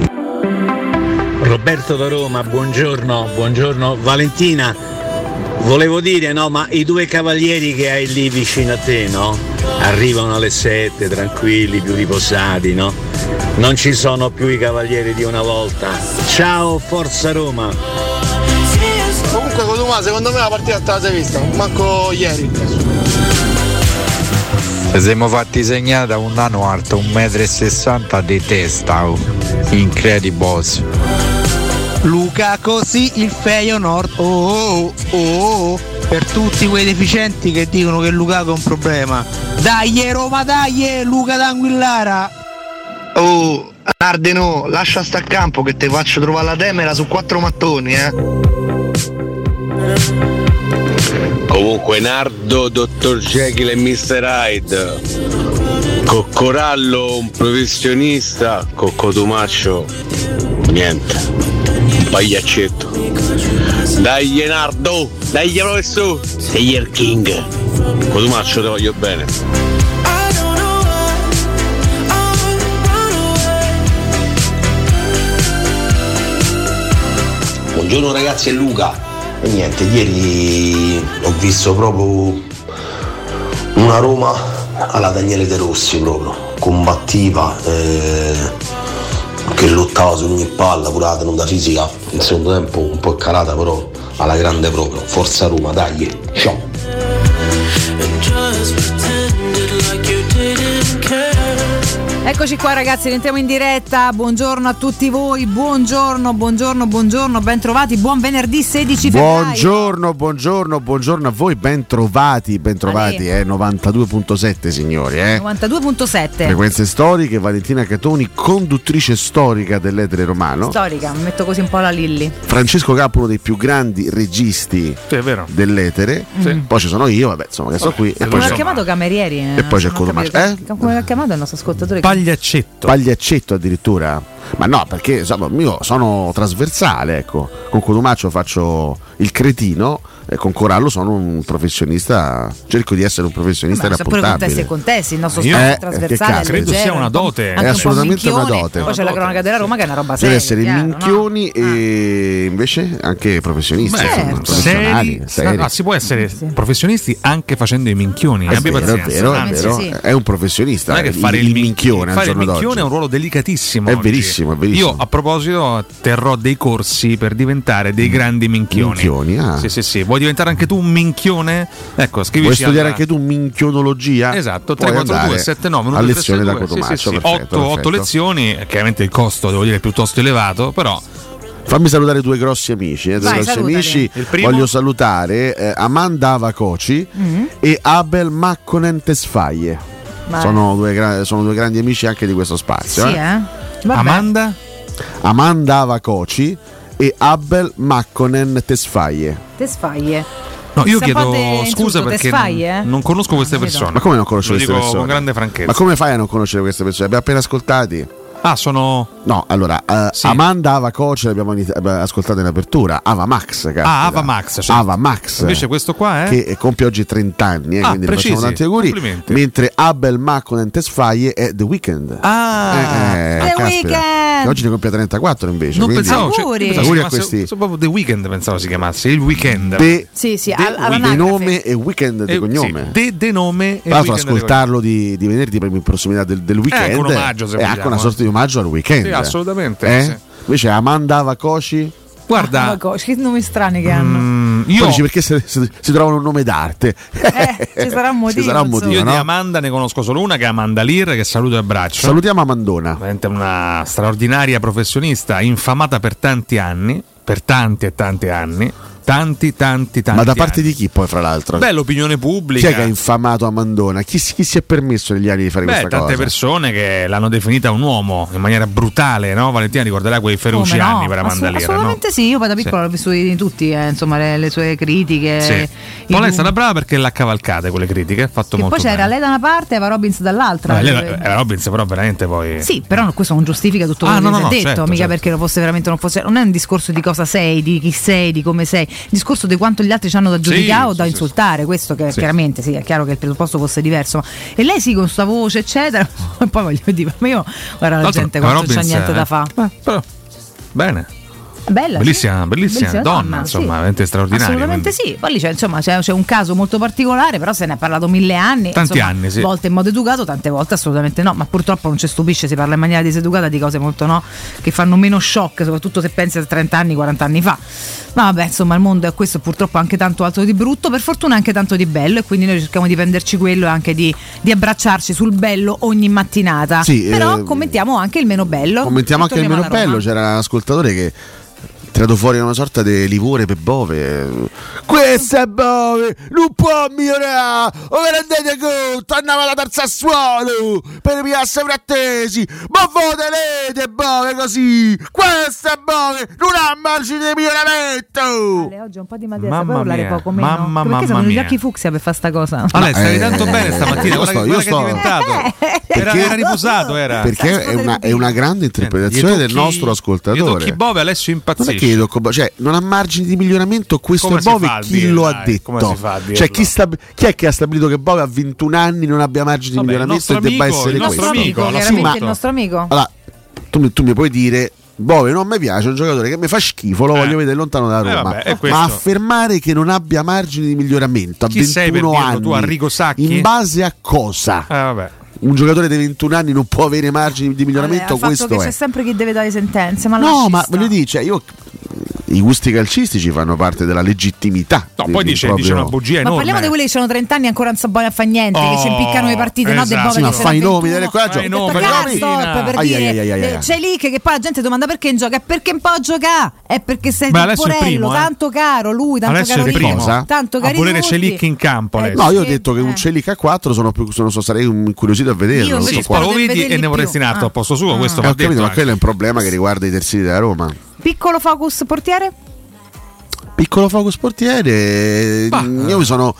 Roberto da Roma, buongiorno Valentina, volevo dire, no, ma i due cavalieri che hai lì vicino a te, no? Arrivano alle 7 tranquilli, più riposati, no? Non ci sono più i cavalieri di una volta. Ciao, forza Roma. Comunque Codumà, secondo me la partita te la sei vista, manco ieri. Siamo fatti segnare da un nano alto 1,60 m di testa, incredibile. Luca, così il Feyenoord, per tutti quei deficienti che dicono che Lukaku è un problema. Dai Roma, dai Luca d'Anguillara. Oh, Ardeno, lascia sta a campo che te faccio trovare la temera su 4 mattoni, Comunque Nardo, Dr. Jekyll e Mr. Hyde, Coccorallo un professionista, Coccotumaccio niente, un pagliaccetto. Dai Nardo, dai professore, sei il king. Cotumaccio te voglio bene. Buongiorno ragazzi, è Luca. E niente, ieri ho visto proprio una Roma alla Daniele De Rossi, proprio combattiva, che lottava su ogni palla, pure la tenuta fisica. Il secondo tempo un po' è calata, però alla grande proprio. Forza Roma, dai, ciao. Eccoci qua ragazzi, rientriamo in diretta. Buongiorno a tutti voi, buongiorno, ben trovati, buon venerdì 16 febbraio. Buongiorno a voi, ben trovati, 92.7 signori, 92.7 frequenze storiche. Valentina Catoni, conduttrice storica dell'Etere Romano. Storica, mi metto così un po' la Lilli. Francesco Cappo, uno dei più grandi registi dell'Etere. Poi ci sono io, vabbè, insomma, che sto qui. E come poi l'ha chiamato Camerieri? E poi c'è Cotumaccio. Come l'ha chiamato il nostro ascoltatore? Pagliaccetto addirittura. Ma no, perché insomma, io sono trasversale, ecco. Con Cotumaccio faccio il cretino e con Corallo sono un professionista, cerco di essere un professionista rapportabile. Con te, il nostro sport trasversale, credo sia una dote. È assolutamente una dote. Poi c'è la cronaca della Roma che è una roba seria. Deve essere minchioni, no? E invece anche professionisti, professionali. Si può essere professionisti anche facendo i minchioni. È vero. È un professionista. Non è che fare il minchione al giorno d'oggi è un ruolo delicatissimo. È verissimo. Io a proposito terrò dei corsi per diventare dei grandi minchioni. Sì. Vuoi diventare anche tu un minchione? Ecco, scrivici. Vuoi studiare anche tu minchionologia? Esatto, 342 79 a lezione da Cotumaccio. 8 lezioni, chiaramente il costo devo dire è piuttosto elevato, però fammi salutare due grossi amici. Voglio salutare Amanda Avacoci e Abel Makkonen Tesfaye. Sono due grandi amici anche di questo spazio. Sì, Amanda Avacoci e Abel Makkonen Tesfaye. No, io chiedo scusa perché non conosco queste persone. Ma come non conosco queste persone? Con grande franchezza. Ma come fai a non conoscere queste persone? Abbiamo appena ascoltati. Sono. No, allora, sì. Amanda Avacoci l'abbiamo ascoltato in apertura. Ava Max. Ava Max. Certo. Ava Max. Invece questo qua è. Che compie oggi 30 anni, quindi le facciamo tanti auguri. Mentre Abel Makkonen Tesfaye è The Weeknd. The Weeknd. Che oggi ne compie 34 invece. Non pensavo. Auguri a questi. Proprio The Weeknd pensavo si chiamasse. Il Weekend. Di nome e Weekend di cognome. De nome e Tra l'altro ascoltarlo di venerdì proprio in prossimità del weekend. È un omaggio, se anche una sorta di omaggio al weekend. Sì, assolutamente. Invece Amanda Avacoci. Guarda, che nomi strani che hanno. Io dici perché si trovano un nome d'arte. Ci sarà un motivo. Io di Amanda ne conosco solo una, che è Amanda Lear, che saluto e abbraccio. Salutiamo Amandona. Veramente una straordinaria professionista, infamata per tanti anni, per tanti e tanti anni. Tanti. Ma da parte di chi poi, fra l'altro? L'opinione pubblica. Chi è che ha infamato Amandona? Chi si è permesso negli anni di fare questa cosa? Tante persone che l'hanno definita un uomo in maniera brutale, no? Valentina ricorderà quei feroci anni per Amanda Lear. Assolutamente no? Sì, io poi da piccola l'ho vissuto di tutti, insomma, le sue critiche. Sì. Poi lei è stata brava perché l'ha cavalcate quelle critiche, ha fatto molto poi c'era bene. lei da una parte e Eva Robbins dall'altra. Eva Robbins però veramente poi. Sì, però questo non giustifica tutto quello che si è detto, certo, mica perché lo fosse veramente non è un discorso di cosa sei, di chi sei, di come sei, un discorso di quanto gli altri ci hanno da giudicare o da insultare, questo che chiaramente è chiaro che il presupposto fosse diverso, e lei con sta voce eccetera, e poi voglio dire, ma io guarda la gente quanto c'ha niente da fare, però bene. Bella, bellissima donna, insomma, veramente straordinaria. Assolutamente quindi. Sì. Poi lì c'è un caso molto particolare, però se ne è parlato 1000 anni. Tanti anni, sì. Volte in modo educato, tante volte assolutamente no. Ma purtroppo non ci stupisce, si parla in maniera diseducata di cose molto che fanno meno shock, soprattutto se pensi a 30 anni, 40 anni fa. Ma vabbè, insomma, il mondo è questo, purtroppo anche tanto altro di brutto, per fortuna anche tanto di bello, e quindi noi cerchiamo di prenderci quello e anche di abbracciarci sul bello ogni mattinata. Sì, però commentiamo anche il meno bello. Commentiamo anche il meno bello. C'era un ascoltatore che tirato fuori una sorta di livore per Bove. Questo è Bove, non può migliorare. O vi rendete conto? Andava da Sassuolo per pigliarsi frattesi. Ma voi tenete Bove così. Questo è Bove, non ha margine di miglioramento. Oggi un po' di Mattia, puoi urlare poco meno? Perché sono gli occhi fucsia per fare sta cosa? Allora, stavi tanto bene stamattina, io sto diventato. Era riposato, era. Perché è una grande interpretazione del nostro ascoltatore. Io tocchi Bove, Alessio impazzisce. Non è che io tocco, cioè, non ha margini di miglioramento. Questo è Bove, chi lo ha detto? Cioè, chi è che ha stabilito che Bove a 21 anni non abbia margini di miglioramento e debba essere questo? Il nostro amico. Allora, tu mi puoi dire Bove non mi piace, è un giocatore che mi fa schifo, lo voglio vedere lontano da Roma. Ma affermare che non abbia margini di miglioramento a 21 anni, tu, Arrigo Sacchi? In base a cosa? Un giocatore di 21 anni non può avere margini di miglioramento. Questo che è. C'è sempre chi deve dare sentenze. Ma no, ma voglio dire, i gusti calcistici fanno parte della legittimità. No, poi dice una bugia enorme. Ma parliamo di quelli che hanno 30 anni e ancora non so buoni a fare niente, che ci impiccano le partite, no? Sì, ma fai i nomi delle coraggio. Per dire c'è lì che poi la gente domanda perché in gioca, è perché un po' gioca, è perché sei temporello, tanto caro lui, tanto caro Rino, tanto caro. A volere Celic in campo. No, io ho detto che un Celic a 4 sarei incuriosito a vederlo. Sì, poi lo vedi e ne vorresti in alto a posto suo, questo va detto. Ma quello è un problema che riguarda i terzini della Roma. Piccolo focus portiere? Piccolo focus portiere. Io mi sono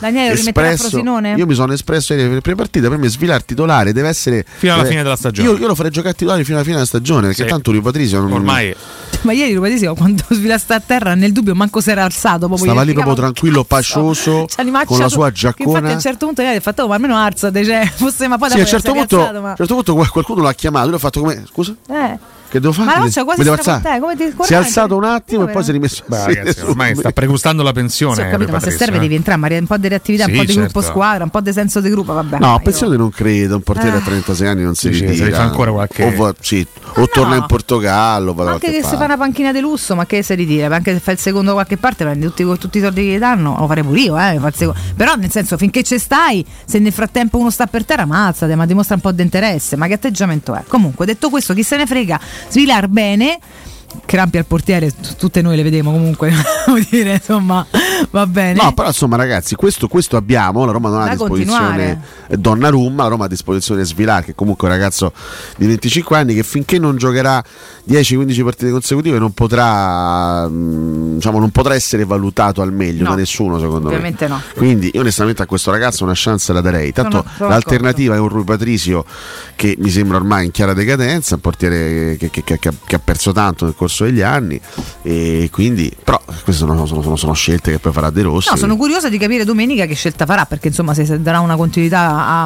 espresso nelle prime partite. Per me Svilar titolare deve essere fino alla fine della stagione. Io lo farei giocare titolare fino alla fine della stagione, perché tanto Rui Patrizio ormai. Ma ieri Rui Patrizio, quando Svilar sta a terra, nel dubbio manco si era alzato, stava lì proprio tranquillo, pacioso, con la sua giaccona. Infatti a un certo punto gli ha fatto ma almeno alzate, cioè, ma poi a un certo punto qualcuno l'ha chiamato, lui ha fatto come scusa? Che devo fare? Ma no, quasi si è alzato un attimo e poi si è rimesso. Ragazzi, ormai sta pregustando la pensione. Sì, ho capito, ma se serve devi entrare, ma un po' di reattività, un po' di gruppo squadra, un po' di senso di gruppo, vabbè. No, pensione non credo, un portiere a 36 anni non si ritira. Fa ancora qualche o torna in Portogallo, anche che se fa una panchina di lusso, ma che se ritira, anche se fa il secondo da qualche parte, prendi tutti i soldi che gli danno, lo farei pure io, però nel senso, finché ci stai, se nel frattempo uno sta per terra, ammazzate, ma dimostra un po' di interesse, ma che atteggiamento è? Comunque, detto questo, chi se ne frega, Svilar bene. Crampi al portiere, tutte noi le vediamo comunque, vuol dire, insomma, va bene. No, però insomma ragazzi, questo abbiamo, la Roma non ha a disposizione Donnarumma, la Roma ha a disposizione Svilar, che comunque è un ragazzo di 25 anni che finché non giocherà 10-15 partite consecutive non potrà essere valutato al meglio da nessuno, secondo ovviamente me. No. Quindi io onestamente a questo ragazzo una chance la darei. Tanto l'alternativa è un Rui Patrizio che mi sembra ormai in chiara decadenza, un portiere che ha perso tanto nel corso degli anni, e quindi però queste sono scelte che poi farà De Rossi. No, sono curiosa di capire domenica che scelta farà, perché insomma se darà una continuità a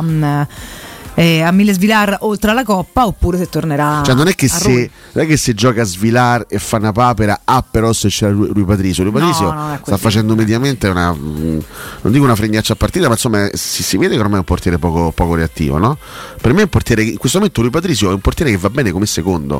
Miles Svilar oltre alla Coppa, oppure se tornerà, cioè non è che se gioca a Svilar e fa una papera, però se c'è Rui Patrizio sta facendo mediamente non dico una fregnaccia a partita, ma insomma si vede che ormai è un portiere poco reattivo, no? Per me è un portiere, in questo momento Rui Patrizio è un portiere che va bene come secondo,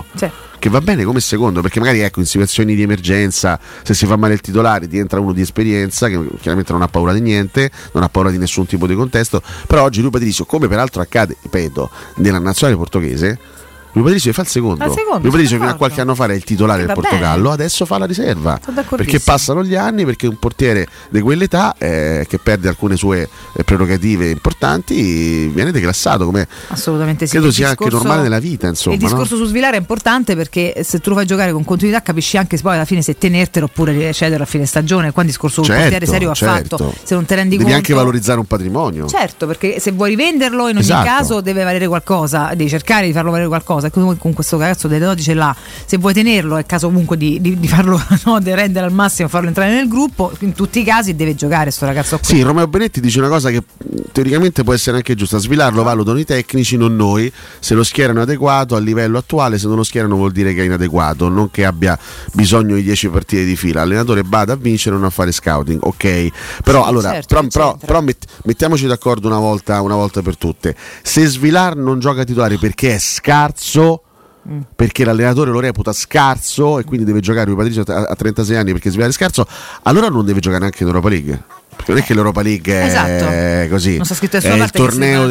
perché magari in situazioni di emergenza, se si fa male il titolare diventa uno di esperienza che chiaramente non ha paura di niente, non ha paura di nessun tipo di contesto. Però oggi Rui Patrizio, come peraltro accade, ripeto, nella nazionale portoghese, Rui Patrizio fa il secondo. Rui Patrizio fino a qualche anno fa era il titolare del Portogallo, adesso fa la riserva, perché passano gli anni, perché un portiere di quell'età che perde alcune sue prerogative importanti viene declassato, come assolutamente sì. Credo sia anche normale nella vita, insomma. Il discorso su Svilar è importante, perché se tu lo fai giocare con continuità capisci anche poi alla fine se tenertelo oppure cedere a fine stagione. Qua il discorso sul portiere serio va fatto, se non te rendi devi conto anche valorizzare un patrimonio, certo, perché se vuoi rivenderlo in ogni caso deve valere qualcosa, devi cercare di farlo valere qualcosa. Con questo ragazzo delle doti ce l'ha, se vuoi tenerlo è caso comunque di farlo, di rendere al massimo, farlo entrare nel gruppo. In tutti i casi deve giocare sto ragazzo qui. Sì, Romeo Benetti dice una cosa che teoricamente può essere anche giusta: Svilar lo valutano i tecnici, non noi. Se lo schierano adeguato al livello attuale, se non lo schierano vuol dire che è inadeguato, non che abbia bisogno di 10 partite di fila. L'allenatore bada a vincere, non a fare scouting, ok? Però sì, allora però mettiamoci d'accordo una volta per tutte: se Svilar non gioca titolare perché è scarso, perché l'allenatore lo reputa scarso e quindi deve giocare Rui Patrizio a 36 anni perché Svilar è scarso, allora non deve giocare neanche in Europa League. Perché non è che l'Europa League è così, non sta scritto è il torneo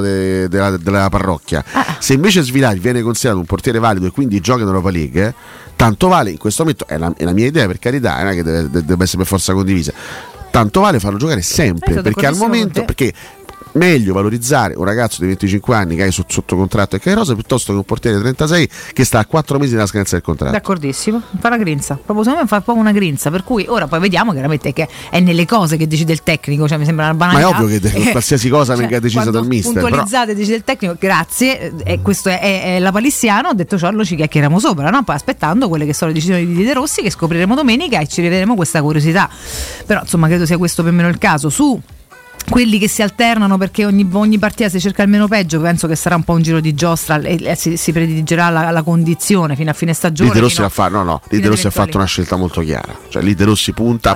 della parrocchia. Se invece Svilar viene considerato un portiere valido e quindi gioca in Europa League, tanto vale in questo momento, è la mia idea, per carità, non è che deve essere per forza condivisa, tanto vale farlo giocare sempre, perché al momento, perché meglio valorizzare un ragazzo di 25 anni che hai sotto contratto e che è rosa, piuttosto che un portiere di 36 che sta a 4 mesi dalla scadenza del contratto. D'accordissimo, fa la grinza, proprio secondo me fa proprio una grinza, per cui ora poi vediamo chiaramente che è nelle cose che decide il tecnico, cioè mi sembra una banalità. Ma è ovvio che qualsiasi cosa venga decisa dal mister, puntualizzate, decide il tecnico, grazie, questo è la palissiano. Detto ciò, ci chiacchieriamo sopra, no? Poi aspettando quelle che sono le decisioni di De Rossi, che scopriremo domenica, e ci rivedremo questa curiosità. Però insomma credo sia questo più o meno il caso. Su quelli che si alternano, perché ogni partita si cerca il meno peggio, penso che sarà un po' un giro di giostra e si prediligerà la condizione fino a fine stagione. Lì De Rossi ha fatto una scelta molto chiara, cioè lì De Rossi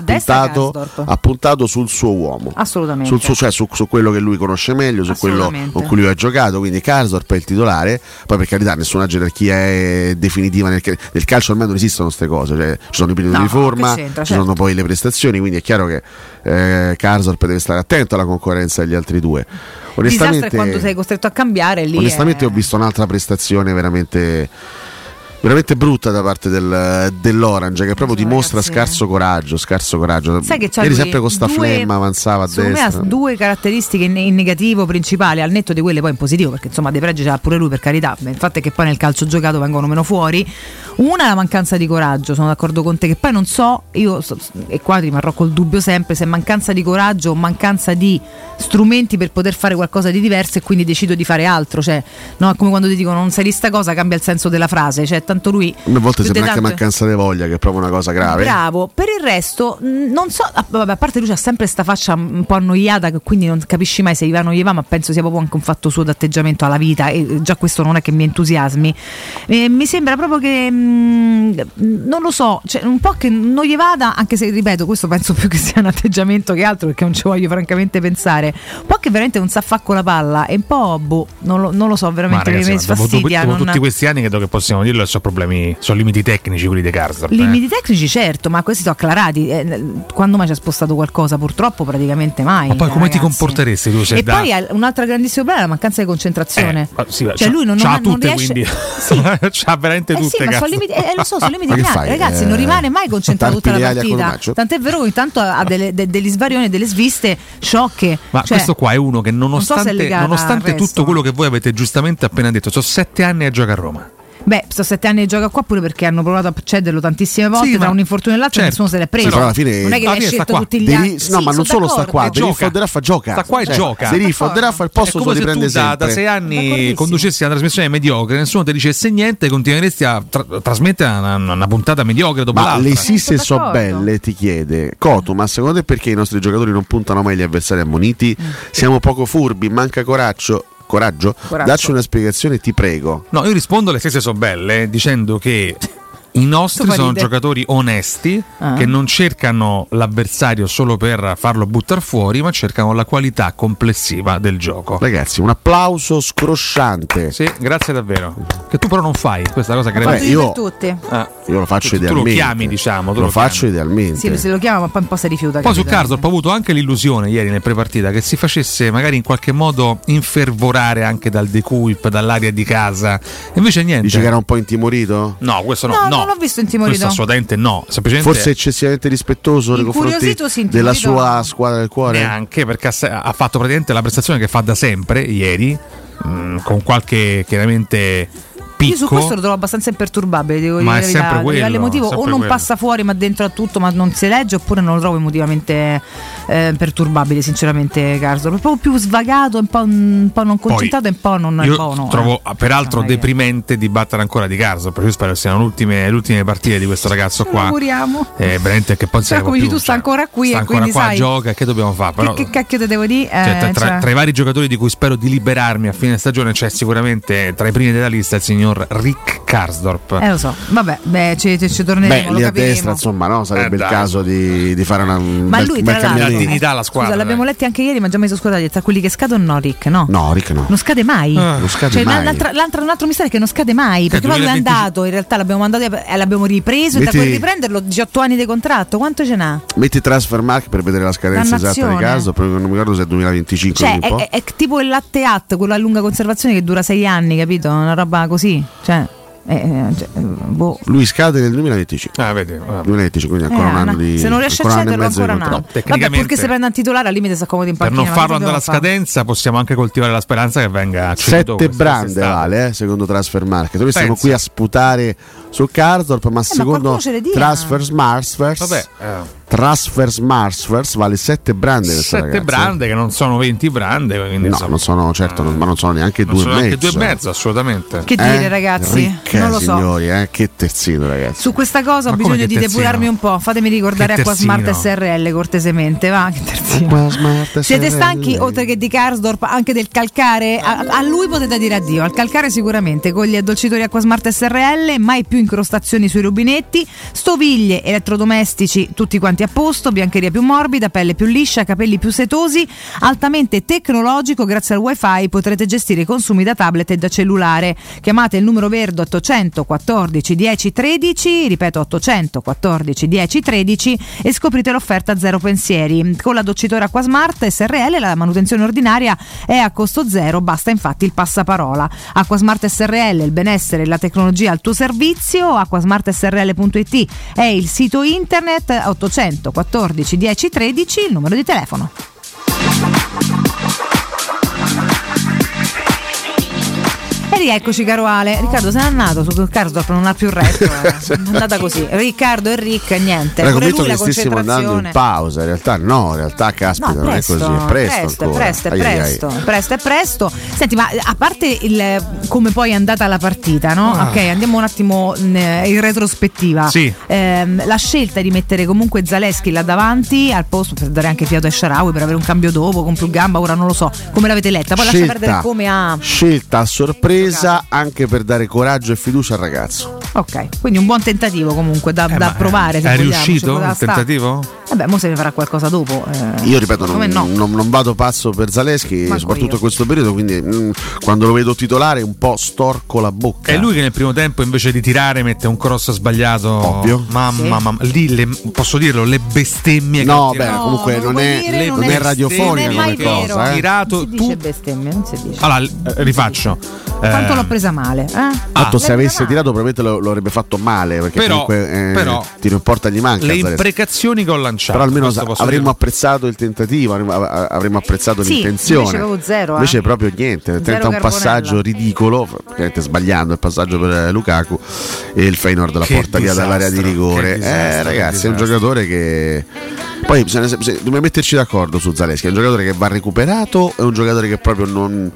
ha puntato sul suo uomo, assolutamente, su quello che lui conosce meglio, su quello con cui lui ha giocato, quindi Karsdorp è il titolare. Poi per carità nessuna gerarchia è definitiva nel calcio, ormai non esistono queste cose, cioè, ci sono i periodi di forma, ci sono poi le prestazioni, quindi è chiaro che Karsdorp deve stare attento alla concorrenza degli altri due. Onestamente, è quando sei costretto a cambiare lì. Onestamente ho visto un'altra prestazione veramente brutta da parte dell'Orange, che proprio dimostra scarso coraggio. Sai che eri sempre con sta flemma, avanzava a destra. Me ha due caratteristiche in negativo principali, al netto di quelle poi in positivo, perché insomma dei pregi ce l'ha pure lui, per carità. Il fatto è che poi nel calcio giocato vengono meno fuori. Una è la mancanza di coraggio, sono d'accordo con te, che poi non so, e qua rimarrò col dubbio sempre, se è mancanza di coraggio o mancanza di strumenti per poter fare qualcosa di diverso e quindi decido di fare altro, cioè no, come quando ti dicono non sai di sta cosa, cambia il senso della frase, cioè tanto lui a volte sembra anche mancanza di voglia, che è proprio una cosa grave. Bravo. Per il resto non so, vabbè, a parte lui c'ha sempre sta faccia un po' annoiata, che quindi non capisci mai se gli va o non gli va, ma penso sia proprio anche un fatto suo d'atteggiamento alla vita, e già questo non è che mi entusiasmi. Mi sembra proprio che non lo so, cioè, un po' che non gli vada, anche se ripeto, questo penso più che sia un atteggiamento che altro, perché non ci voglio francamente pensare, un po' che veramente non sa fare con la palla, e un po' non lo so, veramente mi fastidia. Dopo tutti questi anni credo che possiamo dirlo, sono problemi, sono limiti tecnici quelli di Karsdorp. Limiti tecnici, certo, ma questi sono acclarati. Quando mai ci ha spostato qualcosa? Purtroppo praticamente mai. Ma poi come ti comporteresti tu? E poi un'altra grandissima problema è la mancanza di concentrazione. Cioè lui non tutte, riesce, quindi c'ha veramente tutte. Sì, ma sono limiti, lo so, sono limiti finali. Ragazzi, non rimane mai concentrato tutta la partita. Tant'è vero che intanto ha degli svarioni, delle sviste sciocche. Ma questo qua è uno che nonostante tutto quello che voi avete giustamente appena detto, sono 7 anni a giocare a Roma. Beh, sono 7 anni di gioco qua, pure perché hanno provato a cederlo tantissime volte, tra un infortunio e l'altro, nessuno se l'è preso. Però alla fine, non è che l'hai scelto tutti gli anni. No, ma non solo sta qua, Derif Fodderaf gioca. Sta qua e gioca. Derif Fodderaf il posto suo li prende sempre. Da 6 anni conducessi una trasmissione mediocre, nessuno ti dicesse niente, continueresti a trasmettere una puntata mediocre dopo l'altra. Ma le sisse so belle, ti chiede Cotu, ma secondo te perché i nostri giocatori non puntano mai gli avversari ammoniti? Siamo poco furbi, manca coraggio. Dacci una spiegazione, ti prego. No, io rispondo alle stesse so belle dicendo che i nostri sono giocatori onesti che non cercano l'avversario solo per farlo buttare fuori, ma cercano la qualità complessiva del gioco. Ragazzi, un applauso scrosciante. Sì, grazie davvero. Che tu però non fai questa cosa che io lo faccio idealmente. Tu lo chiami, diciamo. Lo faccio idealmente. Sì, se lo chiama, ma poi un po' si rifiuta. Poi su Karsdorp ho avuto anche l'illusione ieri nel prepartita che si facesse magari in qualche modo infervorare anche dal decuip, dall'aria di casa. Invece niente. Dici che era un po' intimorito? No, questo no. Non l'ho visto intimorito. Questo assolutamente no. Semplicemente forse eccessivamente rispettoso nei confronti della sua squadra del cuore. Neanche, perché ha fatto praticamente la prestazione che fa da sempre ieri, con qualche chiaramente picco. Io su questo lo trovo abbastanza imperturbabile, dico, ma è sempre quello, a livello emotivo, o non passa fuori ma dentro a tutto, ma non si legge, oppure non lo trovo emotivamente perturbabile, sinceramente. Karsdorp è proprio più svagato, un po' non concentrato, e un po' non io trovo peraltro deprimente dibattere ancora di Karsdorp, perché io spero che siano le ultime partite di questo ragazzo qua. Auguriamo. Veramente che poi come dici tu, sta ancora qui, sta e ancora quindi qua, sai, gioca, che dobbiamo fare? Però, che cacchio te devo dire? Tra i vari giocatori di cui spero di liberarmi a fine stagione c'è sicuramente tra i primi della lista il signor Rick Karsdorp. Lo so, vabbè, ci torneremo. Lì a destra, insomma, no? Sarebbe il caso di fare una dignità alla squadra. Scusa, l'abbiamo letti anche ieri, ma già mi sono scordati. Tra quelli che scadono, no, Rick, no? No, Rick no. Non scade mai. Non scade mai. Un altro mistero è che non scade mai. Perché poi lui è andato, in realtà l'abbiamo mandato e l'abbiamo ripreso. E da quel riprenderlo 18 anni di contratto, quanto ce n'ha? Metti Transfermarkt per vedere la scadenza esatta di caso, proprio non mi ricordo se è 2025. Cioè, è tipo il latte at, quello a lunga conservazione che dura 6 anni, capito? Una roba così. Cioè. Lui scade nel 2025. Vedi. 2025, quindi ancora un anno di. Se non riesce a cederlo ancora un anno. Tecnicamente, purché se prenda un titolare al limite si accomodi in panchina. Per non farlo andare alla scadenza possiamo anche coltivare la speranza che venga ceduto. 7 brande vale, secondo Transfer Market. Noi stiamo qui a sputare su Karsdorp, ma secondo Transfermarkt vale 7 brande. 7 brande che non sono 20 brande. No, insomma, non sono certo, ma non sono neanche 2,5. Assolutamente. Che dire, ragazzi? Ricca, non lo so. Signori, che terzino, ragazzi. Su questa cosa ho bisogno di depurarmi un po'. Fatemi ricordare Acquasmart SRL cortesemente. Va, che terzino. Siete stanchi, oltre che di Karsdorp, anche del calcare? A lui potete dire addio. Al calcare sicuramente. Con gli addolcitori Acquasmart SRL, mai più incrostazioni sui rubinetti, stoviglie, elettrodomestici, tutti quanti a posto, biancheria più morbida, pelle più liscia, capelli più setosi, altamente tecnologico. Grazie al wifi potrete gestire i consumi da tablet e da cellulare. Chiamate il numero verde 814 10 13, ripeto 814 10 13, e scoprite l'offerta zero pensieri. Con l'addolcitore Acquasmart SRL la manutenzione ordinaria è a costo zero, basta infatti il passaparola. Acquasmart SRL, il benessere e la tecnologia al tuo servizio. Acquasmartsrl.it è il sito internet. 814 10 13 il numero di telefono. E rieccoci, caro Ale. Riccardo se n'è andato su Karsdorp, non ha più retto. È andata così. Riccardo e Rick, niente. Era convinto che stessimo andando in pausa. In realtà caspita, non è così. È presto. Senti, ma a parte come poi è andata la partita, no? Ok, andiamo un attimo in retrospettiva. Sì. La scelta di mettere comunque Zalewski là davanti al posto per dare anche fiato a Shaarawy, per avere un cambio dopo con più gamba, ora non lo so come l'avete letta. Poi lascia perdere come ha scelta a sorpresa, anche per dare coraggio e fiducia al ragazzo. Ok, quindi un buon tentativo comunque da provare. È riuscito il tentativo? Mo se ne farà qualcosa dopo. Io ripeto, non vado pazzo per Zalewski, soprattutto in questo periodo, quindi quando lo vedo titolare un po' storco la bocca. È lui che nel primo tempo invece di tirare mette un cross sbagliato. Ovvio. Mamma, lì posso dirlo, le bestemmie. Comunque non è radiofonica come cosa. Tirato non si dice bestemmie, non si dice. Allora, rifaccio. Quanto l'ho presa male? Se avesse tirato probabilmente lo avrebbe fatto male, perché comunque tiro in porta gli manca. Le imprecazioni che ho lanciato. Però almeno avremmo apprezzato il tentativo, avremmo apprezzato l'intenzione. Invece proprio niente. Tenta un passaggio ridicolo, praticamente sbagliando il passaggio per Lukaku, e il Feyenoord la porta via dall'area di rigore. Ragazzi, è un giocatore che poi dobbiamo metterci d'accordo su Zalewski. È un giocatore che va recuperato, è un giocatore che proprio non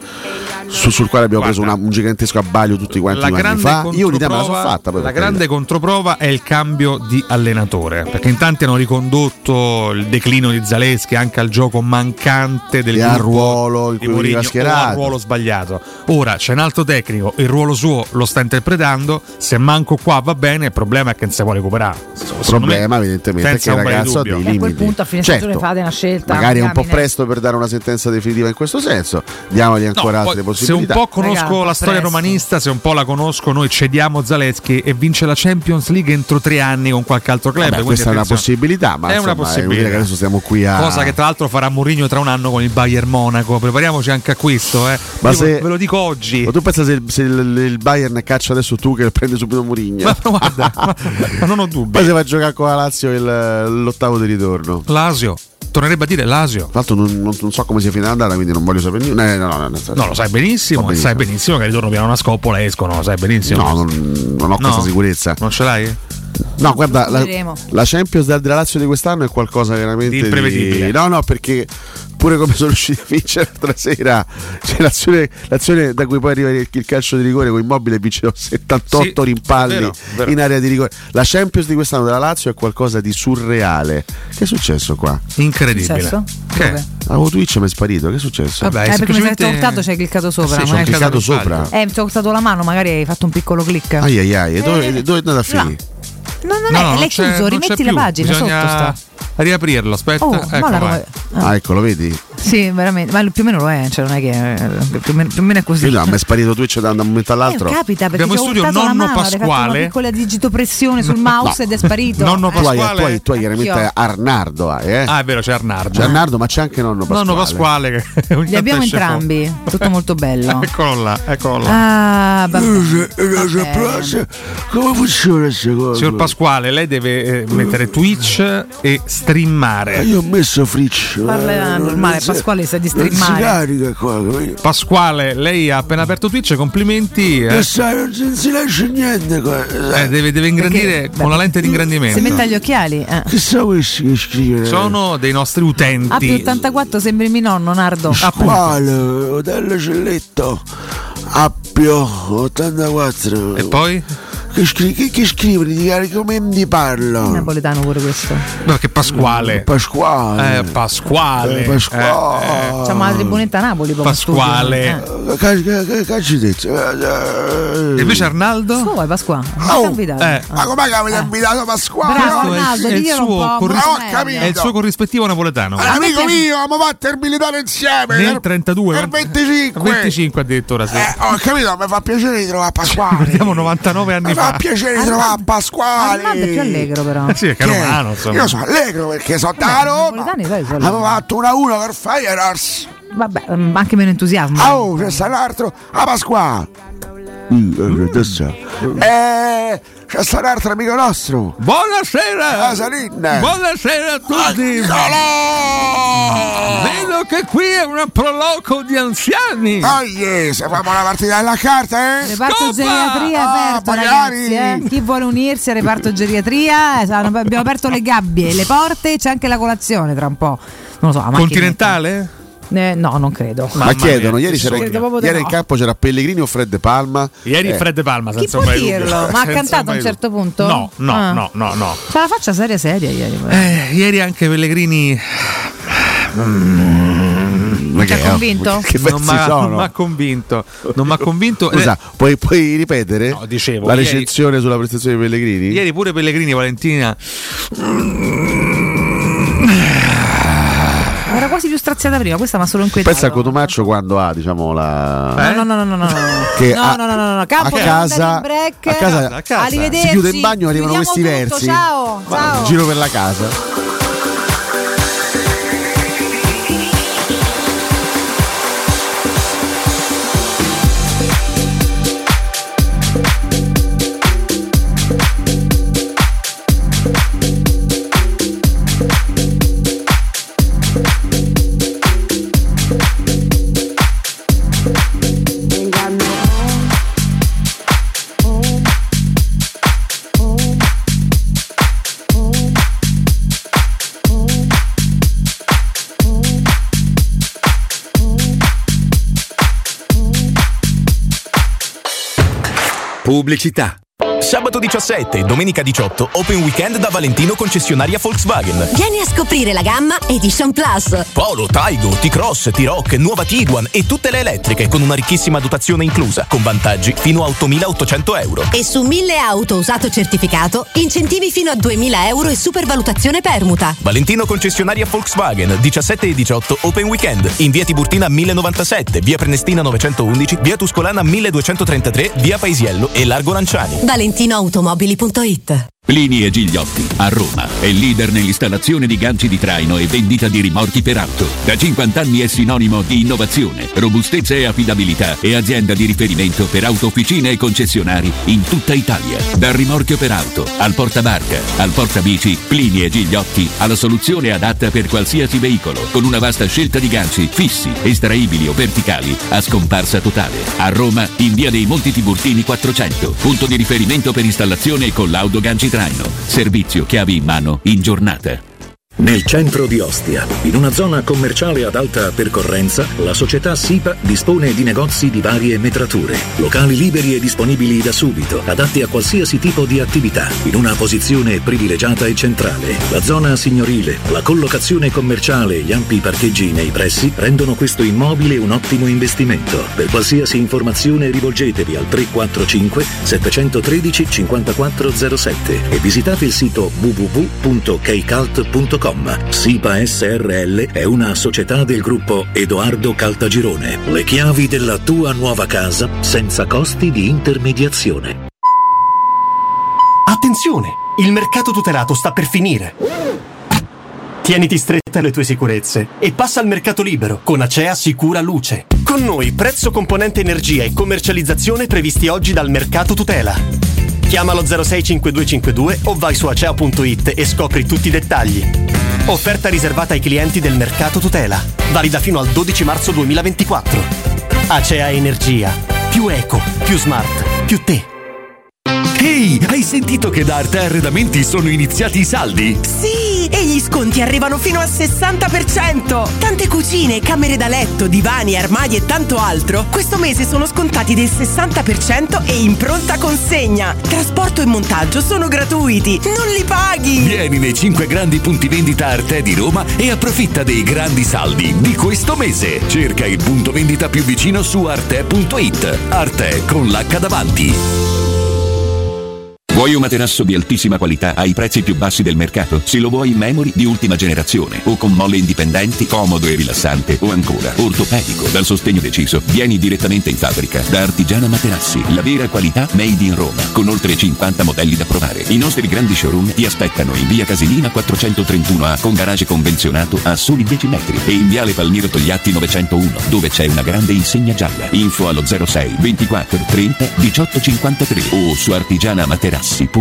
sul quale abbiamo preso un gigantesco abbaglio tutti quanti anni fa. Io un'idea me la sono fatta. La grande controprova è il cambio di allenatore, perché in tanti hanno ricondotto il declino di Zalewski anche al gioco mancante del al ruolo in cui veniva schierato, al ruolo sbagliato. Ora c'è un altro tecnico, il ruolo suo lo sta interpretando, se manco qua va bene, il problema è che non si può recuperare. Il problema evidentemente è che il ragazzo ha dei limiti. A quel punto a fine stagione fate una scelta. Magari è un po' presto per dare una sentenza definitiva in questo senso, diamogli ancora altre possibilità. Se un po' conosco la storia romanista, se un po' la conosco, noi cediamo Zalewski e vince la Champions League entro 3 anni con qualche altro club. Questa è una possibilità, ma è una possibilità. Che adesso stiamo qui a cosa che tra l'altro farà Mourinho tra un anno con il Bayern Monaco. Prepariamoci anche a questo, Ma ve lo dico oggi. Ma tu pensa se il Bayern caccia adesso Tuchel, prende subito Mourinho? Ma guarda, ma non ho dubbi. Poi si va a giocare con la Lazio l'ottavo di ritorno. Lazio. Tornerebbe a dire Lazio. Tra l'altro non so come sia finita l'andata, quindi non voglio sapere niente. No, lo sai benissimo. Sai benissimo che il ritorno piano una scoppola escono, sai benissimo. No, non ho questa sicurezza. Non ce l'hai? No, guarda, la Champions della Lazio di quest'anno è qualcosa veramente di imprevedibile. No, perché pure come sono riusciti a vincere l'altra sera, c'è l'azione da cui poi arriva il calcio di rigore con Immobile, vince 78 rimpalli vero. In area di rigore. La Champions di quest'anno della Lazio è qualcosa di surreale. Che è successo qua? Incredibile. Che? Twitch mi è sparito, che è successo? Vabbè, perché mi hai tortato, ci hai cliccato sopra. Sì, ci ho cliccato sopra. Mi hai toccato la mano, magari hai fatto un piccolo click. Ai. Dove è andata a finire? No, l'hai chiuso, rimetti la pagina, bisogna sotto sta. Riaprirlo, aspetta. Eccolo, vedi? Sì, veramente, ma più o meno lo è, cioè non è che più o meno è così. No, mi è sparito Twitch da un momento all'altro. Capita, perché abbiamo in studio nonno Pasquale, una piccola digitopressione sul mouse ed è sparito. Nonno Pasquale, tu hai chiaramente Arnardo, Ah, è vero, c'è Arnardo. C'è Arnardo, ma c'è anche nonno Pasquale. Nonno Pasquale che li abbiamo entrambi, tutto molto bello. Eccolo là. Ah, come funziona questa cosa? Signor Pasquale, lei deve mettere Twitch e streamare. Io ho messo Fritz. Parla normale, Pasquale sa di streamare. Si carica qua, Pasquale, lei ha appena aperto Twitch, complimenti. Non si lascia niente qua. Deve ingrandire con la lente di ingrandimento. Si metta gli occhiali. Che sa questi che scrivono? Sono dei nostri utenti. A+84 sembri mio nonno, Nardo. Quale? Hotel Celletto. A+84. E poi? Che scrivono? Di come mi parlo? È napoletano pure questo. No, che Pasquale. Pasquale. C'è una tribunetta a Napoli. Pasquale. Che ci detto? E invece Arnaldo? Tu vuoi Pasquale? Ma com'è che avete invitato Pasquale? Bravo Arnaldo, è il suo corrispettivo napoletano. Amico mio, abbiamo fatto il militare insieme. Nel 32. Nel 25. 25 addirittura, sì. Ho capito, mi fa piacere di trovare Pasquale. Ricordiamo 99 anni fa. Mi fa piacere di trovare Pasquale. Arnaldo è più allegro però. Sì, è che è romano, insomma. Io sono allegro perché sono da Roma. Avevo fatto 1-1 per Feyenoord. Vabbè, anche meno entusiasmo. C'è sta l'altro. Pasquale. C'è sta un altro amico nostro. Buonasera. Salinne. Buonasera a tutti. Vedo che qui è un proloco di anziani. Se famo una partita della carta, Reparto geriatria aperto, ragazzi, Chi vuole unirsi al reparto geriatria? Abbiamo aperto le gabbie, le porte, c'è anche la colazione tra un po'. Non lo so. Continentale? No, non credo. Ma chiedono, ieri in campo c'era Pellegrini o Fred Palma? Ieri Fred Palma, chi può dirlo? Ma ha cantato a un certo punto? No. C'ha la faccia seria ieri. Ieri anche Pellegrini. Non ti ha convinto? Non mi ha convinto. Scusa, puoi ripetere? No, dicevo, la recensione sulla prestazione di Pellegrini? Ieri pure Pellegrini, Valentina. Era quasi più straziata prima, questa ma solo inquietata. Pensa a Cotumaccio quando ha, diciamo, la. No. Che Campo a casa, break. A casa Arrivederci. Si chiude in bagno, arrivano questi tutto. versi. Ciao. Giro per la casa. Pubblicità. Sabato 17 e domenica 18 Open Weekend da Valentino concessionaria Volkswagen. Vieni a scoprire la gamma Edition Plus. Polo, Taigo, T-Cross, T-Rock, nuova Tiguan e tutte le elettriche con una ricchissima dotazione inclusa, con vantaggi fino a 8.800 euro. E su 1000 auto usato certificato, incentivi fino a 2.000 euro e supervalutazione permuta. Valentino concessionaria Volkswagen, 17 e 18 Open Weekend. In via Tiburtina 1097, via Prenestina 911, via Tuscolana 1233, via Paisiello e Largo Lanciani. ValentinoAutomobili.it. Plini e Gigliotti, a Roma, è leader nell'installazione di ganci di traino e vendita di rimorchi per auto. Da 50 anni è sinonimo di innovazione, robustezza e affidabilità e azienda di riferimento per autofficine e concessionari in tutta Italia. Dal rimorchio per auto, al portabarca, al portabici, Plini e Gigliotti ha la soluzione adatta per qualsiasi veicolo, con una vasta scelta di ganci fissi, estraibili o verticali, a scomparsa totale. A Roma, in via dei Monti Tiburtini 400, punto di riferimento per installazione e collaudo ganci traino. Servizio chiavi in mano in giornata. Nel centro di Ostia, in una zona commerciale ad alta percorrenza, la società SIPA dispone di negozi di varie metrature, locali liberi e disponibili da subito, adatti a qualsiasi tipo di attività, in una posizione privilegiata e centrale. La zona signorile, la collocazione commerciale e gli ampi parcheggi nei pressi rendono questo immobile un ottimo investimento. Per qualsiasi informazione rivolgetevi al 345 713 5407 e visitate il sito www.kcult.com. SIPA.com. SIPA SRL è una società del gruppo Edoardo Caltagirone. Le chiavi della tua nuova casa senza costi di intermediazione. Attenzione! Il mercato tutelato sta per finire. Tieniti stretta alle tue sicurezze e passa al mercato libero con Acea Sicura Luce. Con noi prezzo, componente energia e commercializzazione previsti oggi dal mercato tutela. Chiamalo 065252 o vai su acea.it e scopri tutti i dettagli. Offerta riservata ai clienti del mercato tutela. Valida fino al 12 marzo 2024. Acea Energia. Più eco, più smart, più te. Ehi, hai sentito che da Arte Arredamenti sono iniziati i saldi? Sì, e gli sconti arrivano fino al 60%. Tante cucine, camere da letto, divani, armadi e tanto altro questo mese sono scontati del 60% e in pronta consegna. Trasporto e montaggio sono gratuiti, non li paghi. Vieni nei 5 grandi punti vendita Arte di Roma e approfitta dei grandi saldi di questo mese. Cerca il punto vendita più vicino su arte.it. Arte con l'H davanti. Vuoi un materasso di altissima qualità ai prezzi più bassi del mercato? Se lo vuoi in memory di ultima generazione o con molle indipendenti, comodo e rilassante o ancora ortopedico dal sostegno deciso, vieni direttamente in fabbrica da Artigiana Materassi, la vera qualità made in Roma, con oltre 50 modelli da provare. I nostri grandi showroom ti aspettano in via Casilina 431A con garage convenzionato a soli 10 metri e in viale Palmiro Togliatti 901 dove c'è una grande insegna gialla. Info allo 06 24 30 18 53 o su artigianamaterassi.com.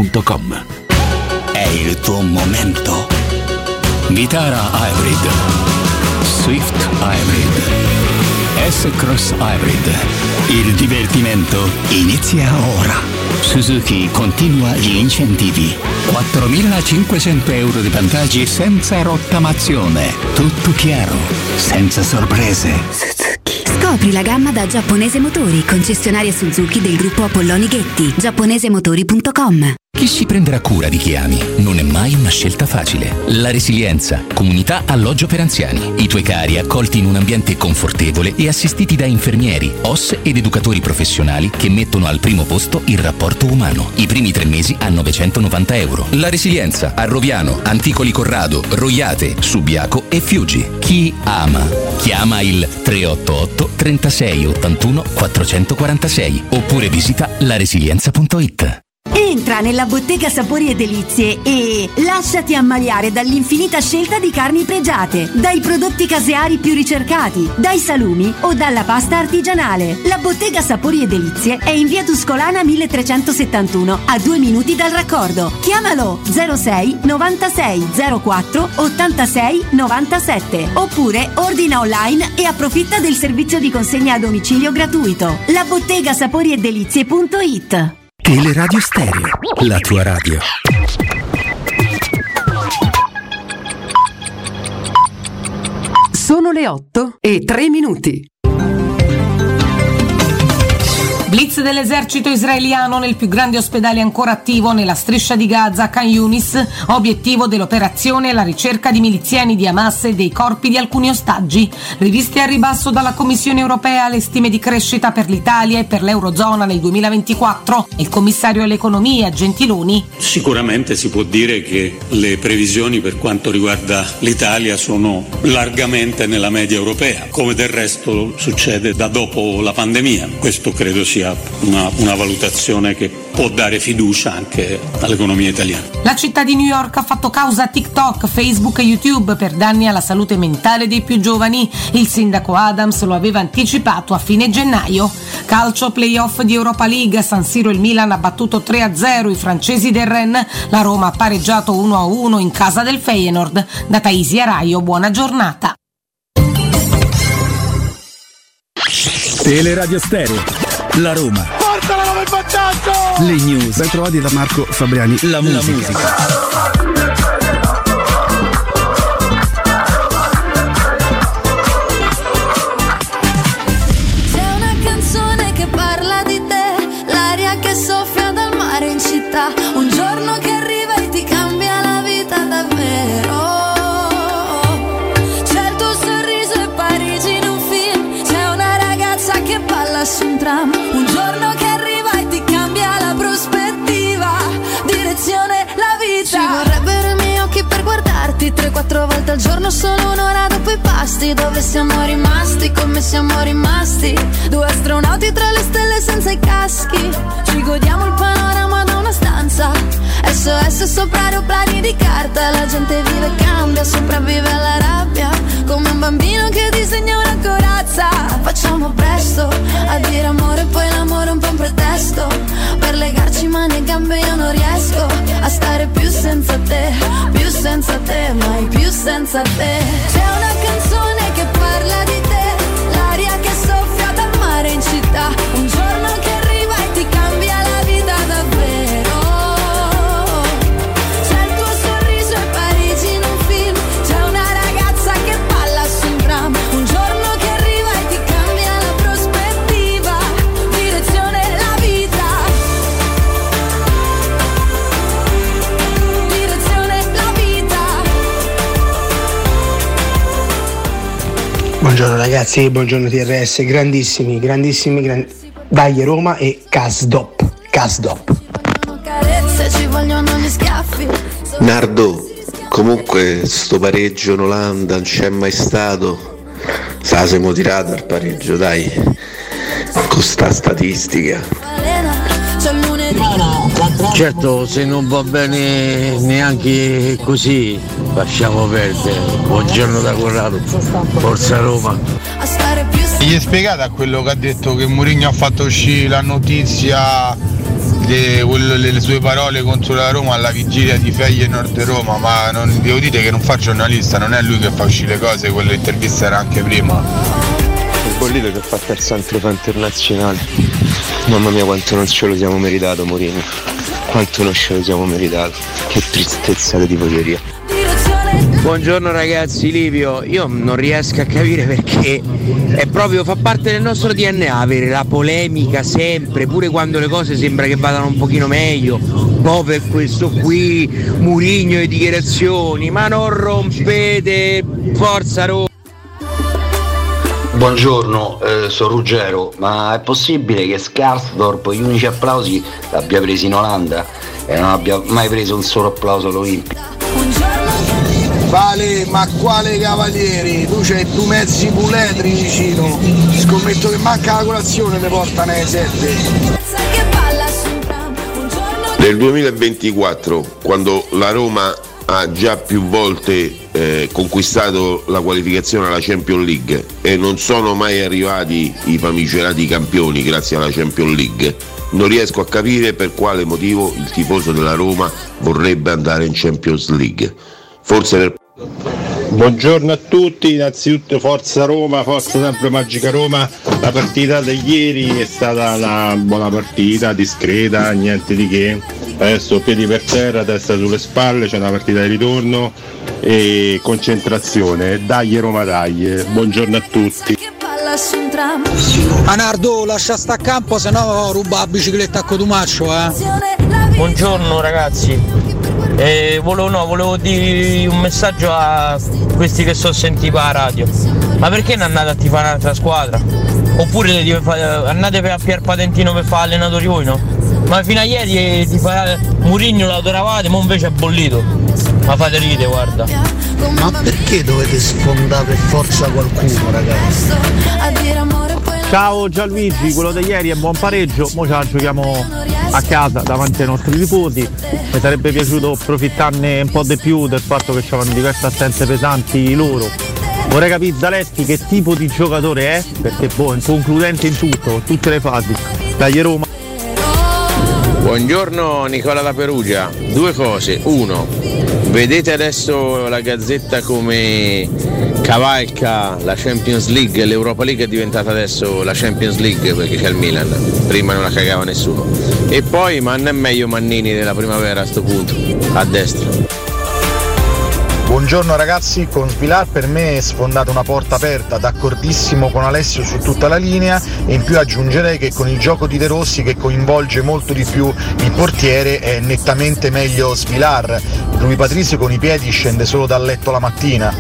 È il tuo momento. Vitara Hybrid, Swift Hybrid, S-Cross Hybrid. Il divertimento inizia ora. Suzuki continua gli incentivi. 4.500 euro di vantaggi senza rottamazione. Tutto chiaro, senza sorprese. Scopri la gamma da Giapponese Motori, concessionaria Suzuki del gruppo Apolloni Ghetti. giapponesemotori.com. Chi si prenderà cura di chi ami non è mai una scelta facile. La Resilienza, comunità alloggio per anziani. I tuoi cari accolti in un ambiente confortevole e assistiti da infermieri, OS ed educatori professionali che mettono al primo posto il rapporto umano. I primi 3 mesi a 990 euro. La Resilienza a Roviano, Anticoli Corrado, Roiate, Subiaco e Fiuggi. Chi ama? Chiama il 388 36 81 446 oppure visita laresilienza.it. Entra nella Bottega Sapori e Delizie e lasciati ammaliare dall'infinita scelta di carni pregiate, dai prodotti caseari più ricercati, dai salumi o dalla pasta artigianale. La Bottega Sapori e Delizie è in via Tuscolana 1371, a 2 minuti dal raccordo. Chiamalo 06 96 04 86 97 oppure ordina online e approfitta del servizio di consegna a domicilio gratuito. La Bottega Sapori e Delizie.it. Teleradio Stereo, la tua radio. Sono le 8:03. Blitz dell'esercito israeliano nel più grande ospedale ancora attivo nella striscia di Gaza, Khan Yunis. Obiettivo dell'operazione la ricerca di miliziani di Hamas e dei corpi di alcuni ostaggi. Riviste a ribasso dalla Commissione europea le stime di crescita per l'Italia e per l'Eurozona nel 2024. Il commissario all'economia Gentiloni. Sicuramente si può dire che le previsioni per quanto riguarda l'Italia sono largamente nella media europea, come del resto succede da dopo la pandemia. Questo credo sia una valutazione che può dare fiducia anche all'economia italiana. La città di New York ha fatto causa a TikTok, Facebook e YouTube per danni alla salute mentale dei più giovani. Il sindaco Adams lo aveva anticipato a fine gennaio. Calcio, playoff di Europa League. A San Siro il Milan ha battuto 3-0 i francesi del Rennes. La Roma ha pareggiato 1-1 in casa del Feyenoord. Da Taisi Araio, buona giornata. Teleradio Stereo. La Roma. Porta la Roma in vantaggio! Le news. Ben trovati da Marco Fabriani. La musica. Un giorno che arriva e ti cambia la vita davvero. C'è il tuo sorriso e Parigi in un film. C'è una ragazza che balla su un tram. Un giorno che arriva e ti cambia la prospettiva. Direzione la vita. Ci vorrebbero i miei occhi per guardarti 3-4 volte al giorno solo un'ora dopo i pasti. Dove siamo rimasti, come siamo rimasti? 2 astronauti tra le stelle senza i caschi. Ci godiamo il panorama da una stanza. SOS sopra aeroplani di carta. La gente vive e cambia, sopravvive alla rabbia, come un bambino che disegna una corazza. Facciamo presto a dire amore, poi l'amore è un po' un pretesto per legarci mani e gambe. Io non riesco a stare più senza te, mai più senza te. C'è una canzone che parla di te, l'aria che soffia dal mare in città. Un giorno che arriva e ti cambia la vita davvero. C'è il tuo sorriso e Parigi in un film. C'è una ragazza che balla su un tram. Un giorno che arriva e ti cambia la prospettiva. Direzione la vita. Buongiorno ragazzi, buongiorno TRS, grandissimi. Dai Roma e Casdop. Carezze, ci vogliono gli schiaffi. Nardo, comunque sto pareggio in Olanda non c'è mai stato. Siamo tirati al pareggio, dai, con sta statistica. Certo, se non va bene neanche così, lasciamo perdere. Buongiorno da Corrado, forza Roma. Gli spiegate a quello che ha detto che Mourinho ha fatto uscire la notizia, le sue parole contro la Roma alla vigilia di Feyenoord Roma, ma non devo dire che non fa giornalista, non è lui che fa uscire le cose, quelle interviste era anche prima. Il bollito che fa per centro internazionale. Mamma mia quanto non ce lo siamo meritato Mourinho, quanto non ce lo siamo meritato, che tristezza di tifoseria. Buongiorno ragazzi, Livio, io non riesco a capire perché è proprio, fa parte del nostro DNA avere la polemica sempre, pure quando le cose sembra che vadano un pochino meglio. Per questo qui, Mourinho e dichiarazioni, ma non rompete, forza Roma. Buongiorno, sono Ruggero, ma è possibile che Skarsdorp gli unici applausi l'abbia presi in Olanda e non abbia mai preso un solo applauso all'Olimpia? Vale, ma quale cavalieri? Tu c'hai 2 mezzi puledri vicino, scommetto che manca la colazione ne portano ai 7. Nel 2024, quando la Roma ha già più volte conquistato la qualificazione alla Champions League e non sono mai arrivati i famigerati campioni grazie alla Champions League, non riesco a capire per quale motivo il tifoso della Roma vorrebbe andare in Champions League. Forse per... Buongiorno a tutti, innanzitutto forza Roma, forza sempre Magica Roma. La partita di ieri è stata una buona partita, discreta, niente di che. Adesso piedi per terra, testa sulle spalle, c'è una partita di ritorno e concentrazione. Dai Roma dai, buongiorno a tutti. Anardo, lascia sta a campo, se no ruba la bicicletta a Cotumaccio, Buongiorno ragazzi. Volevo dire un messaggio a questi che sono sentiti per la radio. Ma perché non andate a tifare un'altra squadra? Oppure andate a Pier Patentino per fare allenatori voi, no? Ma fino a ieri Mourinho lo adoravate, ma invece è bollito. Ma fate ridere, guarda. Ma perché dovete sfondare per forza qualcuno, ragazzi? Ciao Gianluigi, quello di ieri è buon pareggio, mo ce la giochiamo a casa davanti ai nostri nipoti. Mi sarebbe piaciuto approfittarne un po' di più del fatto che c'erano diverse assenze pesanti loro. Vorrei capire Zaleschi che tipo di giocatore è, perché è concludente in tutto, tutte le fasi. Dai Roma. Buongiorno Nicola da Perugia, 2 cose. 1, vedete adesso la Gazzetta come cavalca la Champions League, l'Europa League è diventata adesso la Champions League perché c'è il Milan, prima non la cagava nessuno. E poi ma non è meglio Mannini della primavera a sto punto, a destra. Buongiorno ragazzi, con Svilar per me è sfondata una porta aperta, d'accordissimo con Alessio su tutta la linea e in più aggiungerei che con il gioco di De Rossi che coinvolge molto di più il portiere è nettamente meglio Svilar. Rui Patricio con i piedi scende solo dal letto la mattina.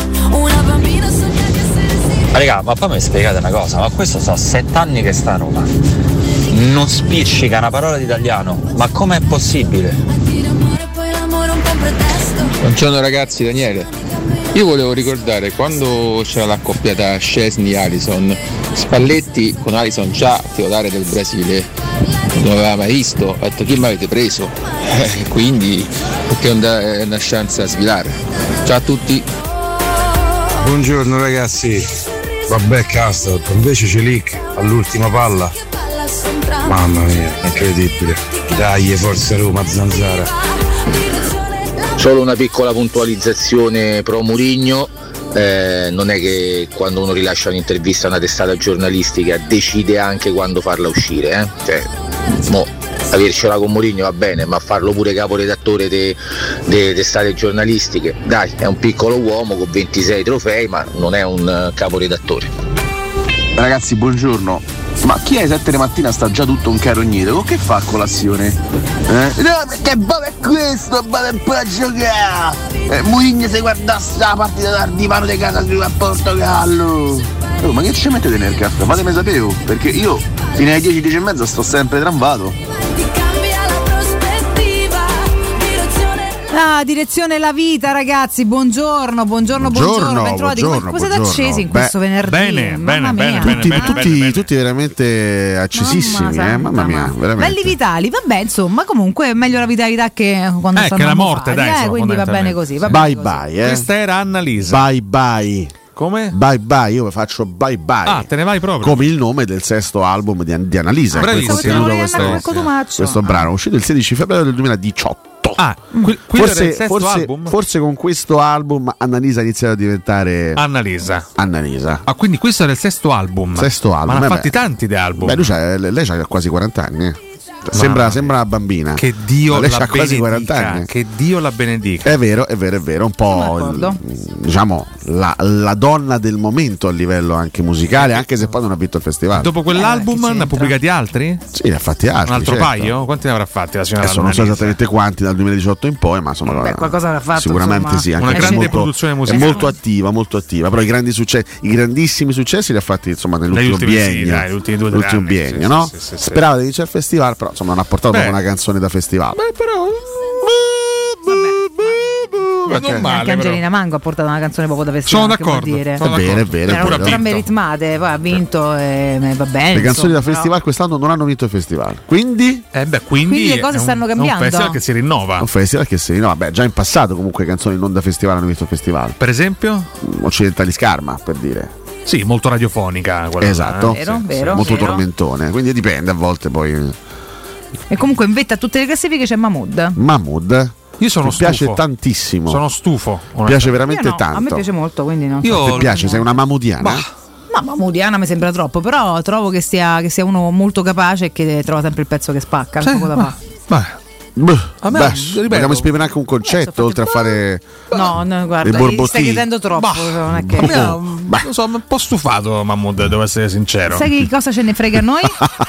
Raga, ma poi mi spiegate una cosa, ma questo sono 7 anni che sta a Roma, non spiccica una parola di italiano, ma com'è possibile? Buongiorno ragazzi, Daniele. Io volevo ricordare quando c'era l'accoppiata Szczesny-Alisson, Spalletti con Alisson già titolare del Brasile non aveva mai visto, ha detto: chi mi avete preso? Quindi perché non dà una chance a sfilare. Ciao a tutti. Buongiorno ragazzi. Vabbè, Castor, invece Celic all'ultima palla. Mamma mia, incredibile. Dai, forza Roma, Zanzara. Solo una piccola puntualizzazione pro Mourinho. Non è che quando uno rilascia un'intervista a una testata giornalistica decide anche quando farla uscire, Cioè, avercela con Mourinho va bene, ma farlo pure caporedattore delle testate giornalistiche, dai, è un piccolo uomo con 26 trofei, ma non è un caporedattore. Ragazzi, buongiorno. Ma chi alle 7 di mattina sta già tutto un carogneto? Con che fa a colazione? No, perché è questo, è un po' a giocare! Mourinho se guardasse la partita di mano di casa a Portogallo! Oh, ma che ci mettete nel caffè? Fatemi sapere, perché io fino alle 10:10:30 sto sempre tramvato. Direzione La Vita, ragazzi, buongiorno. Ben trovati. Come siete accesi in questo venerdì? Tutti veramente accesissimi, mamma mia, veramente. Belli vitali, vabbè, insomma, comunque è meglio la vitalità che quando stanno che la morte, dai, quindi va bene così. Bye. Questa era Annalisa. Bye. Come? Bye, io faccio bye. Ah, te ne vai proprio? Come il nome del sesto album di Annalisa. Questo brano, uscito il 16 febbraio del 2018. Forse con questo album Annalisa ha iniziato a diventare Annalisa. Ah, quindi questo era il sesto album. Ma ne ha fatti tanti di album. Beh, lei ha quasi 40 anni. Sembra una bambina. Che Dio lei la ha quasi 40 anni. Che Dio la benedica. È vero, un po' diciamo la donna del momento a livello anche musicale, anche se poi non ha vinto il festival. Dopo quell'album ne ha pubblicati altri? Sì, ne ha fatti altri. Un altro paio? Quanti ne avrà fatti la signora? Adesso non so esattamente quanti dal 2018 in poi, ma insomma qualcosa avrà fatto. Sicuramente insomma. sì, anche una grande produzione musicale. È molto attiva, però i grandissimi successi li ha fatti insomma nell'ultimo biennio. L'ultimo biennio, no? Sperava di vincere il festival, però insomma non ha portato proprio una canzone da festival. Anche Angelina Mango ha portato una canzone proprio da festival. Sono d'accordo. È vero. Erano entrambe ritmate, poi ha vinto e va bene. Le canzoni da festival quest'anno non hanno vinto il festival. Quindi le cose stanno cambiando. Un festival che si rinnova. Beh, già in passato comunque canzoni non da festival hanno vinto il festival. Per esempio? Occidentali Scarma, per dire. Sì, molto radiofonica. Esatto. Vero, molto tormentone. Quindi dipende a volte poi. E comunque in vetta a tutte le classifiche c'è Mahmood. Io sono stufo. Mi piace tantissimo. Sono stufo. Mi piace veramente tanto. A me piace molto, quindi no. Ti piace? Sei una mahmoodiana? Ma mahmoodiana mi sembra troppo, però trovo che sia uno molto capace e che trova sempre il pezzo che spacca. Sì, poco da fare. Vogliamo esprimere anche un concetto oltre a fare guarda, stai chiedendo troppo. Non è che... non so, un po' stufato Mahmood, devo essere sincero. Sai che cosa ce ne frega a noi?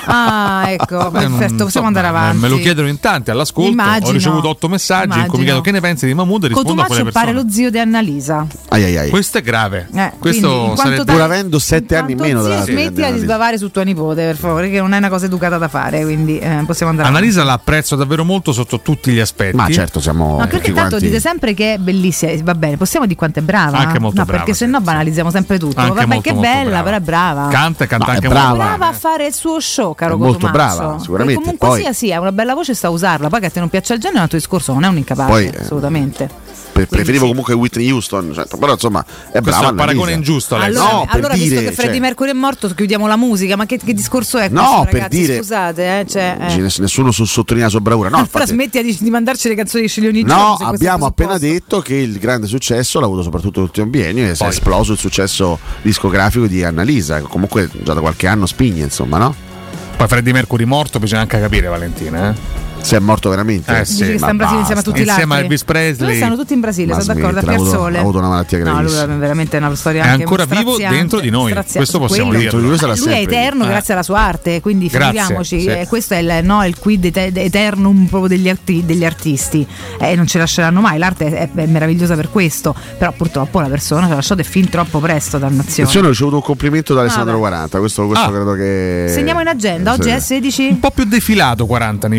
Ecco, perfetto, possiamo andare avanti. Me lo chiedono in tanti all'ascolto. Ho ricevuto 8 messaggi in cui mi chiedono che ne pensi di Mahmood e rispondo a quelle persone. Pare lo zio di Annalisa. Questo è grave. Questo sarebbe pur avendo 7 anni in meno della smettila di sbavare su tua nipote, per favore, che non è una cosa educata da fare, quindi possiamo andare Annalisa l'apprezzo davvero molto sotto tutti gli aspetti. Ma certo, siamo. Ma perché tanto dite sempre che è bellissima, va bene, possiamo dire quanto è brava? Anche molto brava. Perché sennò banalizziamo sempre tutto. Anche vabbè, che bella, però è brava. Canta anche brava. Brava a fare il suo show, caro molto Cotumaccio. Brava, sicuramente. E comunque poi... sia, ha una bella voce, sa usarla. Poi che a te non piaccia il genere, è un altro discorso, non è un incapace, assolutamente. Preferivo comunque Whitney Houston, però insomma è brava. Questo è un paragone ingiusto. Allora visto che Freddie Mercury è morto, chiudiamo la musica. Ma che discorso è questo? No, ragazzi, per dire, scusate, nessuno sottolinea la sua bravura. No, infatti, smetti di mandarci le canzoni di scegli ogni giorno. No, abbiamo appena detto che il grande successo l'ha avuto soprattutto l'ultimo biennio e si è esploso il successo discografico di Annalisa. Comunque già da qualche anno spigne, insomma, no? Poi Freddie Mercury morto bisogna anche capire, Valentina, se è morto veramente? Sì, che sta in Brasile insieme a tutti gli altri. Insieme a Elvis Presley. Noi stanno tutti in Brasile, sono d'accordo, a Piazzole. Ha avuto una malattia gravissima. No, lui è veramente una storia è anche ancora vivo dentro di noi. Questo possiamo dire. Lui è eterno grazie alla sua arte, quindi figuriamoci. Questo è il quid eternum proprio degli artisti. Non ce lasceranno mai. L'arte è meravigliosa per questo, però purtroppo la persona ci ha lasciato fin troppo presto, dannazione. Ho ricevuto un complimento da Alessandro 40. Questo credo che segniamo in agenda. Oggi è 16. Un po' più defilato 40 negli ultimi tempi.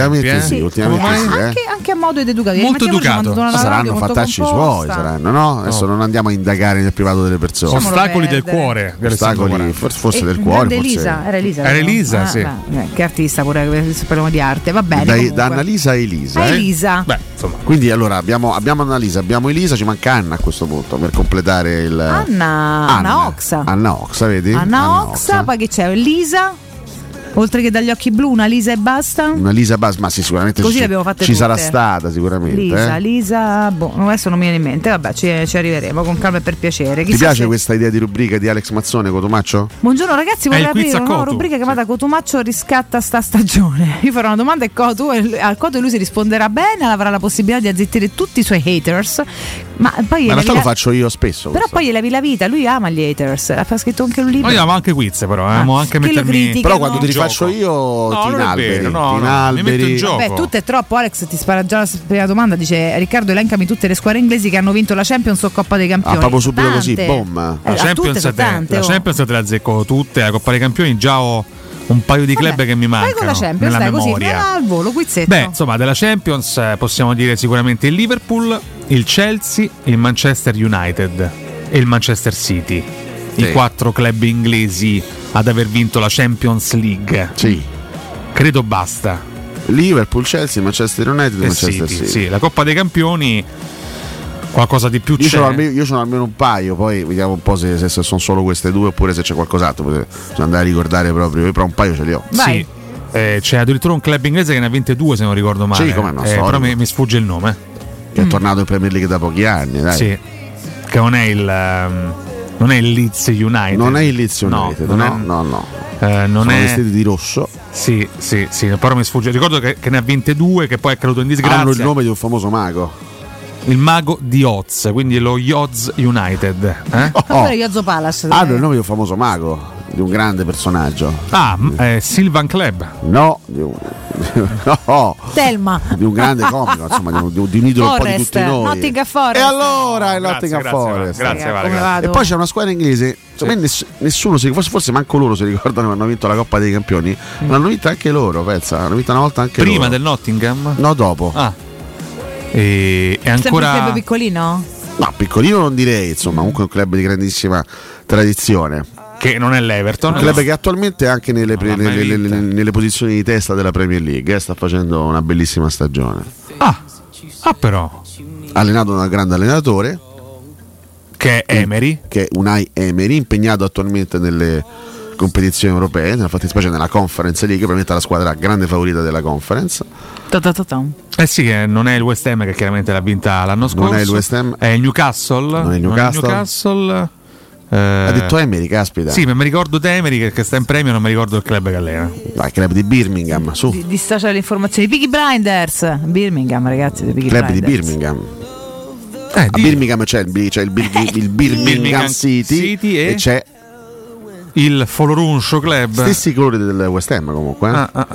ultimamente sì, anche a modo ed educato. Molto educato. Saranno fattacci suoi, saranno, no? Adesso non andiamo a indagare nel privato delle persone. Ostacoli del cuore. Ostacoli forse del cuore. Era Elisa, sì. Che artista pure, parliamo di arte, va bene. Da Annalisa a Elisa. Elisa. Beh, insomma. Quindi allora abbiamo Annalisa, abbiamo Elisa, ci manca Anna a questo punto per completare il Anna Oxa. Anna Oxa, vedi? Anna Oxa, poi che c'è? Lisa. Oltre che dagli occhi blu, una Lisa e basta? Una Lisa e basta, ma sì, sicuramente così ci sarà stata sicuramente. Lisa, adesso non mi viene in mente, vabbè, ci arriveremo con calma e per piacere. Ti piace questa idea di rubrica di Alex Mazzone, Cotumaccio? Buongiorno ragazzi, vorrei aprire una nuova rubrica chiamata Cotumaccio riscatta sta stagione. Io farò una domanda e al Coto lui si risponderà bene, avrà la possibilità di azzittire tutti i suoi haters. Ma poi in realtà lo faccio io spesso. Però poi gli levi la vita, lui ama gli haters. Ha scritto anche un libro. Noi amo anche quiz, però amo anche mettermi. Però quando ti rifaccio io ti inalberi. Mi metto in gioco. Beh, tutto è troppo. Alex ti spara già la prima domanda. Dice Riccardo, elencami tutte le squadre inglesi che hanno vinto la Champions o Coppa dei Campioni. Proprio subito così, boom. La Champions te la azzecco tutte. La Coppa dei Campioni già ho un paio di club che mi mancano. Vai con la Champions, nella memoria. Così, al volo, quizzetto. Beh, insomma, della Champions possiamo dire sicuramente il Liverpool, il Chelsea, il Manchester United e il Manchester City. Sì. I 4 club inglesi ad aver vinto la Champions League. Sì. Credo basta. Liverpool, Chelsea, Manchester United e Manchester City. Sì, la Coppa dei Campioni qualcosa di più io sono almeno un paio, poi vediamo un po' se sono solo queste due oppure se c'è qualcos'altro, bisogna andare a ricordare proprio, però un paio ce li ho. Vai. Sì, c'è addirittura un club inglese che ne ha vinte 2 se non ricordo male. Sì, come no, però mi sfugge il nome. Che è tornato in Premier League da pochi anni, dai. Sì, che non è il Leeds United. Non è il Leeds United, no. Sono vestiti di rosso. Sì, però mi sfugge. Ricordo che ne ha vinte 2, che poi è caduto in disgrazia. Hanno il nome di un famoso mago. Il mago di Oz, quindi lo Yoz United. Yozo Palace. Hanno il nome di un famoso mago, di un grande personaggio. Silvan Club. No. Telma. Di un grande comico, insomma, di un idolo un po' di tutti noi. Nottingham Forest. E allora è Nottingham Forest. Grazie, Vale. E poi c'è una squadra inglese. Nessuno forse manco loro si ricordano che hanno vinto la Coppa dei Campioni. Ma l'hanno vinta anche loro, pensa. Hanno vinto una volta anche prima loro. Del Nottingham? No, dopo. E ancora sempre un club piccolino? No, piccolino non direi, insomma, comunque è un club di grandissima tradizione. Che non è l'Everton. Un club che attualmente è anche nelle posizioni di testa della Premier League, sta facendo una bellissima stagione. Però allenato da un grande allenatore che è Emery, che è Unai Emery, impegnato attualmente nelle competizioni europee, nella fattispecie nella Conference League, probabilmente la squadra grande favorita della Conference. Sì, che non è il West Ham che chiaramente l'ha vinta l'anno scorso. Non è il West Ham. È il Newcastle. Non è il Newcastle. Ha detto Emery, caspita. Sì, ma mi ricordo Emery che sta in premio, non mi ricordo il club che allena. Il club di Birmingham, su. Di stasera le informazioni. Peaky Blinders. Birmingham, ragazzi, di Peaky club Blinders. Di Birmingham. A Birmingham c'è il Birmingham City e c'è il Foloruncio Club. Stessi colori del West Ham comunque.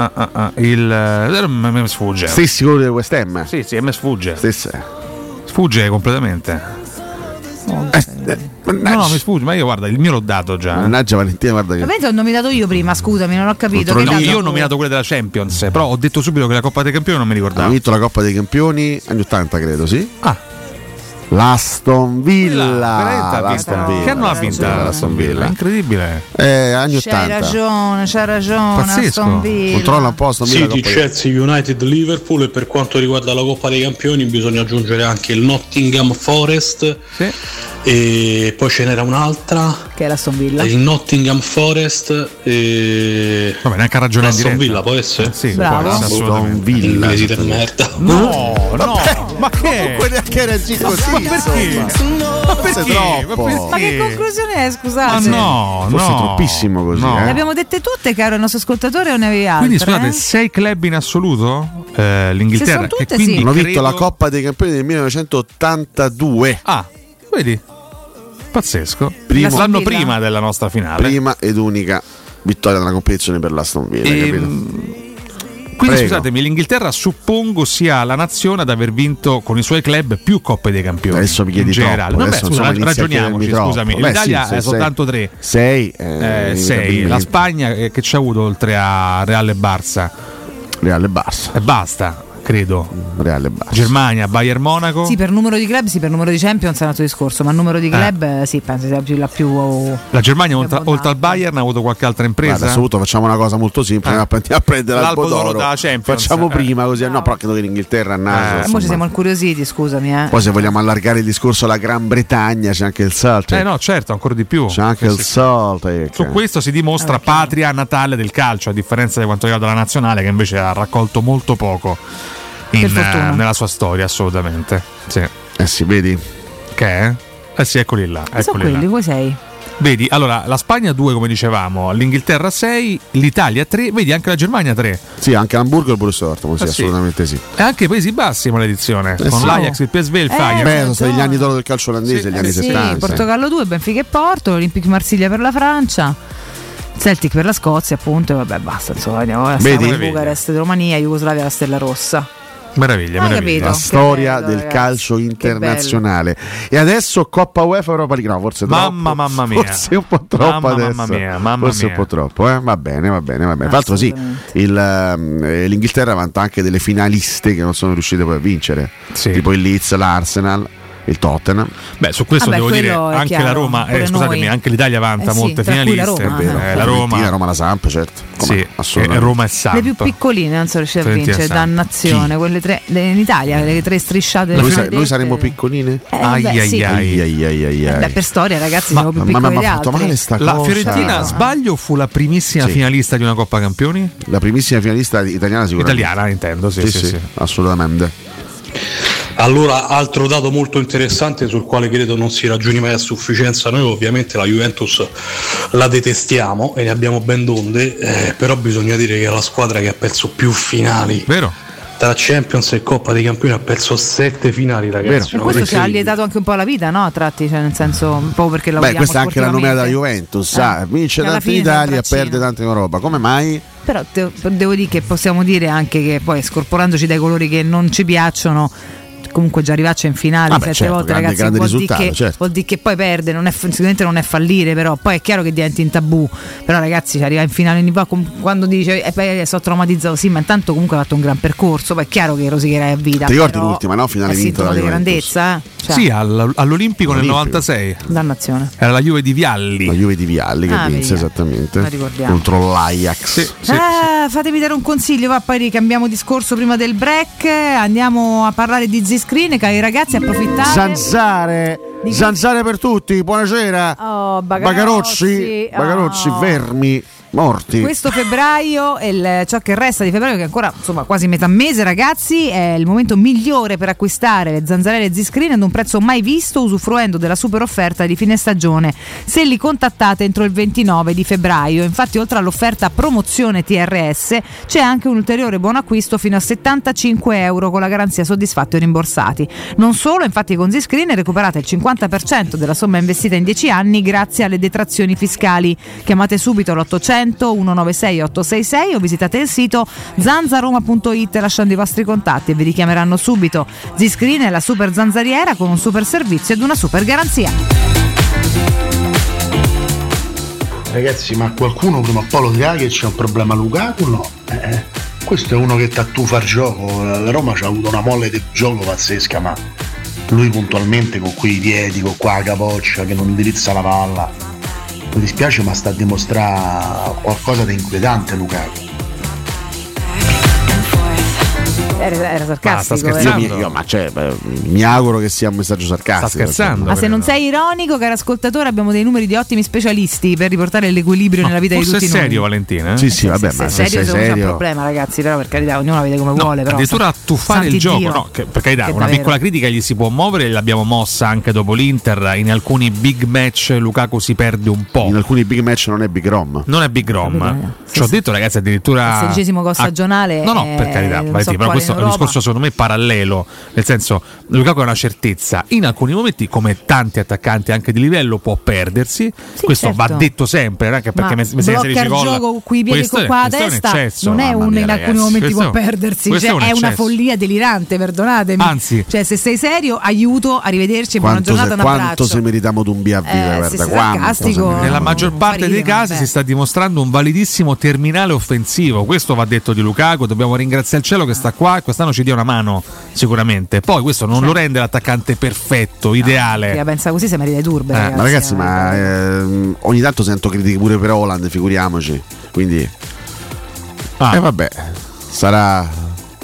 Mi sfugge. Stessi colori del West Ham. Sì, mi sfugge. Sfugge completamente. No, mi sfugge, ma io guarda, il mio l'ho dato già. Mannaggia Valentina, guarda che. Ovviamente ho nominato io prima, scusami, non ho capito. Io ho nominato quelle della Champions, però ho detto subito che la Coppa dei Campioni non mi ricordavo. Ha vinto la Coppa dei Campioni anni 80, credo, sì. L'Aston Villa. Che anno ha vinto l'Aston Villa? Incredibile. Anni 80. C'ha ragione. Pazzesco. Aston Villa. Controlla un po' Aston Villa. City, Chelsea, United, Liverpool, e per quanto riguarda la Coppa dei Campioni bisogna aggiungere anche il Nottingham Forest. Sì. E poi ce n'era un'altra che è l'Aston Villa. Il Nottingham Forest e vabbè, neanche a ragionare l'Aston Villa può essere? Sì, Aston Villa. Inglesi di merda. No, ma che? Comunque neanche era così. Ma perché? Ma che conclusione è, scusate? Ma no, forse è troppissimo così. Le abbiamo dette tutte, caro il nostro ascoltatore, o ne avevi altre? Quindi scusate, 6 club in assoluto? L'Inghilterra tutte, che quindi hanno vinto la Coppa dei Campioni del 1982. Vedi? Pazzesco. L'anno prima della nostra finale. Prima ed unica vittoria della competizione per l'Aston Villa, capito? Quindi scusatemi, l'Inghilterra suppongo sia la nazione ad aver vinto con i suoi club più Coppe dei Campioni. Adesso mi chiedi in generale. Ragioniamoci, scusami. L'Italia è soltanto 3. 6. La Spagna che ci ha avuto oltre a Real e Barça? Real e Barça. E basta. Credo. Real e Barça. Germania, Bayern Monaco. Sì, per numero di club, sì, per numero di Champions è un altro discorso, ma numero di club sì, penso sia la più. La Germania oltre al Bayern ha avuto qualche altra impresa. Guarda, assoluto, facciamo una cosa molto semplice, andiamo a prendere l'Albo d'Oro da Champions. Facciamo prima così, no, però credo che l'Inghilterra a naso. Mo ci siamo incuriositi, scusami. Poi se vogliamo allargare il discorso alla Gran Bretagna c'è anche il Celtic. No, certo, ancora di più. C'è anche il Celtic. Su questo si dimostra patria natale del calcio, a differenza di quanto riguarda la nazionale, che invece ha raccolto molto poco nella sua storia, assolutamente. Sì. Sì, vedi? Che è? Sì, eccoli là. Sono quelli, voi sei. Vedi, allora la Spagna 2 come dicevamo, l'Inghilterra 6, l'Italia 3, vedi anche la Germania 3. Sì, anche Hamburgo e il Borussia Dortmund, sì, assolutamente sì. E anche i Paesi Bassi maledizione, con sì. l'Ajax, il PSV e il Feyenoord. Beh, sono stati gli anni d'oro del calcio olandese, gli anni 70. Sì, Portogallo 2, Benfica e Porto, l'Olympique Marsiglia per la Francia, Celtic per la Scozia, appunto, e vabbè, basta, insomma, andiamo a Bucarest, Romania, Jugoslavia, la Stella Rossa. Meraviglia. La storia del calcio internazionale. E adesso Coppa UEFA Europa League. No, forse mamma mia. Forse un po' troppo adesso. Forse un po' troppo, Va bene. Tra l'altro sì, l'Inghilterra vanta anche delle finaliste che non sono riuscite poi a vincere. Sì. Tipo il Leeds, l'Arsenal, il Tottenham. Beh, su questo devo dire anche chiaro, la Roma, scusatemi, anche l'Italia vanta molte finaliste. La Roma, la Samp, certo. Sì, Roma e Samp. Le più piccoline non sono riuscite a vincere, dannazione. Quelle tre in Italia, le tre strisciate. Noi saremmo piccoline? Per storia, ragazzi, siamo più piccoli di altri. La Fiorentina, sbaglio, fu la primissima finalista di una Coppa Campioni? La primissima finalista italiana sicuramente. Italiana, intendo, sì. Assolutamente. Allora, altro dato molto interessante sul quale credo non si ragioni mai a sufficienza, noi ovviamente la Juventus la detestiamo e ne abbiamo ben donde, però bisogna dire che è la squadra che ha perso più finali. Vero? Tra Champions e Coppa dei Campioni ha perso 7 finali, ragazzi. E questo ci ha lietato anche un po' la vita, no? A tratti, cioè nel senso un po' perché lavoriamo. Questa è anche la nomea della Juventus, vince tanto in Italia, perde tanto in Europa. Come mai? Però devo dire che possiamo dire anche che poi scorporandoci dai colori che non ci piacciono, comunque già arrivarci in finale 7 volte, ragazzi, vuol dire che poi perde, sicuramente non è fallire, però poi è chiaro che diventi un tabù, però ragazzi ci arriva in finale ogni volta, quando dice sono traumatizzato, sì, ma intanto comunque ha fatto un gran percorso, poi è chiaro che rosicherai a vita. Ti ricordi l'ultima, no? Finale vinta di grandezza, cioè. Sì, all'Olimpico nel 96. Dannazione. Era la Juve di Vialli. La Juve di Vialli che vinse esattamente contro l'Ajax. Fatemi dare un consiglio, poi ricambiamo discorso prima del break, andiamo a parlare di Z-Screen, che i ragazzi approfittate. Zanzare per tutti, buonasera. Bagarocci, vermi morti. Questo febbraio, ciò che resta di febbraio, che è ancora insomma quasi metà mese, ragazzi, è il momento migliore per acquistare le zanzariere Z-Screen ad un prezzo mai visto, usufruendo della super offerta di fine stagione se li contattate entro il 29 di febbraio. Infatti, oltre all'offerta promozione TRS, c'è anche un ulteriore buon acquisto fino a €75 con la garanzia soddisfatti o rimborsati. Non solo, infatti con Z-Screen recuperate il 50% della somma investita in 10 anni grazie alle detrazioni fiscali. Chiamate subito l'800 196 866 o visitate il sito zanzaroma.it lasciando i vostri contatti e vi richiameranno subito. Z-Screen è la super zanzariera con un super servizio ed una super garanzia. Ragazzi, ma qualcuno prima o poi lo dirà che c'è un problema a Lukaku? No, questo è uno che tattufa il gioco. La Roma c'ha avuto una molle del gioco pazzesca, ma lui puntualmente con quei piedi, con qua la capoccia che non indirizza la palla, mi dispiace, ma sta a dimostrare qualcosa di inquietante Lukaku. Era sarcastico. Sta scherzando. Mi auguro che sia un messaggio sarcastico. Sta scherzando. Ma se non sei ironico, caro ascoltatore, abbiamo dei numeri di ottimi specialisti per riportare l'equilibrio nella vita di tutti noi. È serio, Valentina? Sì, vabbè, ma se sei serio è un problema, ragazzi, però per carità, ognuno la vede come vuole. Però, addirittura attuffare il gioco, no, che, per carità, una piccola critica gli si può muovere, l'abbiamo mossa anche dopo l'Inter. In alcuni big match Lukaku si perde un po'. In alcuni big match non è Big Rom. Non è Big Rom. Ci ho detto, ragazzi, addirittura il 16° gol stagionale. No, per carità, però questo discorso secondo me parallelo, nel senso Lukaku è una certezza, in alcuni momenti come tanti attaccanti anche di livello può perdersi, questo va detto sempre, anche perché mi blocca il gioco qui i piedi qua a testa non è in alcuni momenti può perdersi, è una follia delirante, perdonatemi. Anzi, cioè se sei serio, aiuto, arrivederci, buona giornata, un abbraccio. Quanto se meritiamo Dumbia a vita, guarda, nella maggior parte dei casi si sta dimostrando un validissimo terminale offensivo, questo va detto di Lukaku, dobbiamo ringraziare il cielo che sta qua e quest'anno ci dia una mano sicuramente, poi questo non lo rende l'attaccante perfetto, ideale. Chi pensa così se merita i turbe, ragazzi, ma ogni tanto sento critiche pure per Haaland, figuriamoci, quindi vabbè, sarà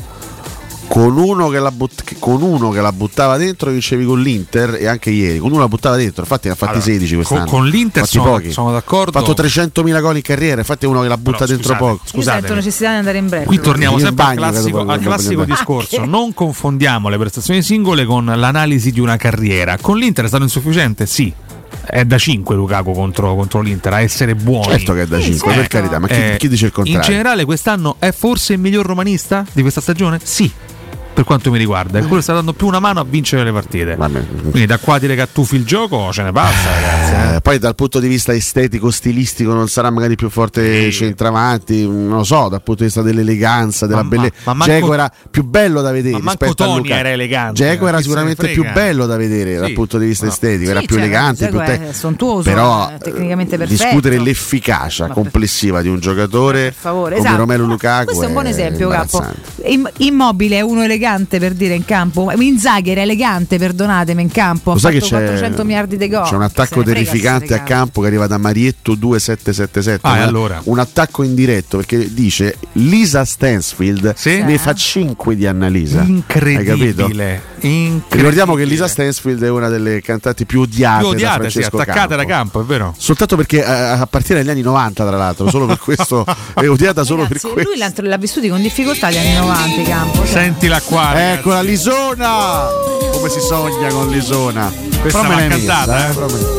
con uno che la buttava dentro vincevi con l'Inter, e anche ieri con uno la buttava dentro, infatti ne ha fatti 16 quest'anno. Con l'Inter sono d'accordo, ha fatto 300.000 gol in carriera, infatti è uno che la butta dentro poco. Scusate, io sento necessità di andare in break. Qui torniamo sempre al classico discorso, non confondiamo le prestazioni singole con l'analisi di una carriera. Con l'Inter è stato insufficiente? Sì. È da 5 Lukaku contro l'Inter a essere buoni. Certo che è da 5, per carità, ma chi dice il contrario? In generale quest'anno è forse il miglior romanista di questa stagione? Sì, per quanto mi riguarda, quello sta dando più una mano a vincere le partite. Quindi da qua a dire che attufi il gioco ce ne passa, ragazzi. Poi dal punto di vista estetico, stilistico non sarà magari più forte centravanti, non lo so, dal punto di vista dell'eleganza, della bellezza. Dzeko era più bello da vedere rispetto a Lukaku. Era elegante. Dzeko era sicuramente più bello da vedere dal punto di vista estetico, era più elegante, più sontuoso, però tecnicamente perfetto. Discutere l'efficacia complessiva di un giocatore come Romelu Lukaku, questo è un buon esempio, Capo. Immobile è uno elegante per dire in campo, Inzaghi era elegante, perdonatemi, in campo, ha fatto 400 miliardi di gol. C'è un attacco terrificante a campo che arriva da Marietto 2777, allora. Un attacco indiretto, perché dice Lisa Stansfield ne fa 5 di Annalisa. Incredibile. Ricordiamo che Lisa Stansfield è una delle cantanti più odiate da Francesco attaccate da campo, è vero? Soltanto perché a partire dagli anni 90, tra l'altro, solo per questo è odiata solo per questo. Lui l'ha vissuti con difficoltà gli anni 90 campo. Sentila qua. Ecco la Lisona, come si sogna con Lisona. Questa l'ha cantata,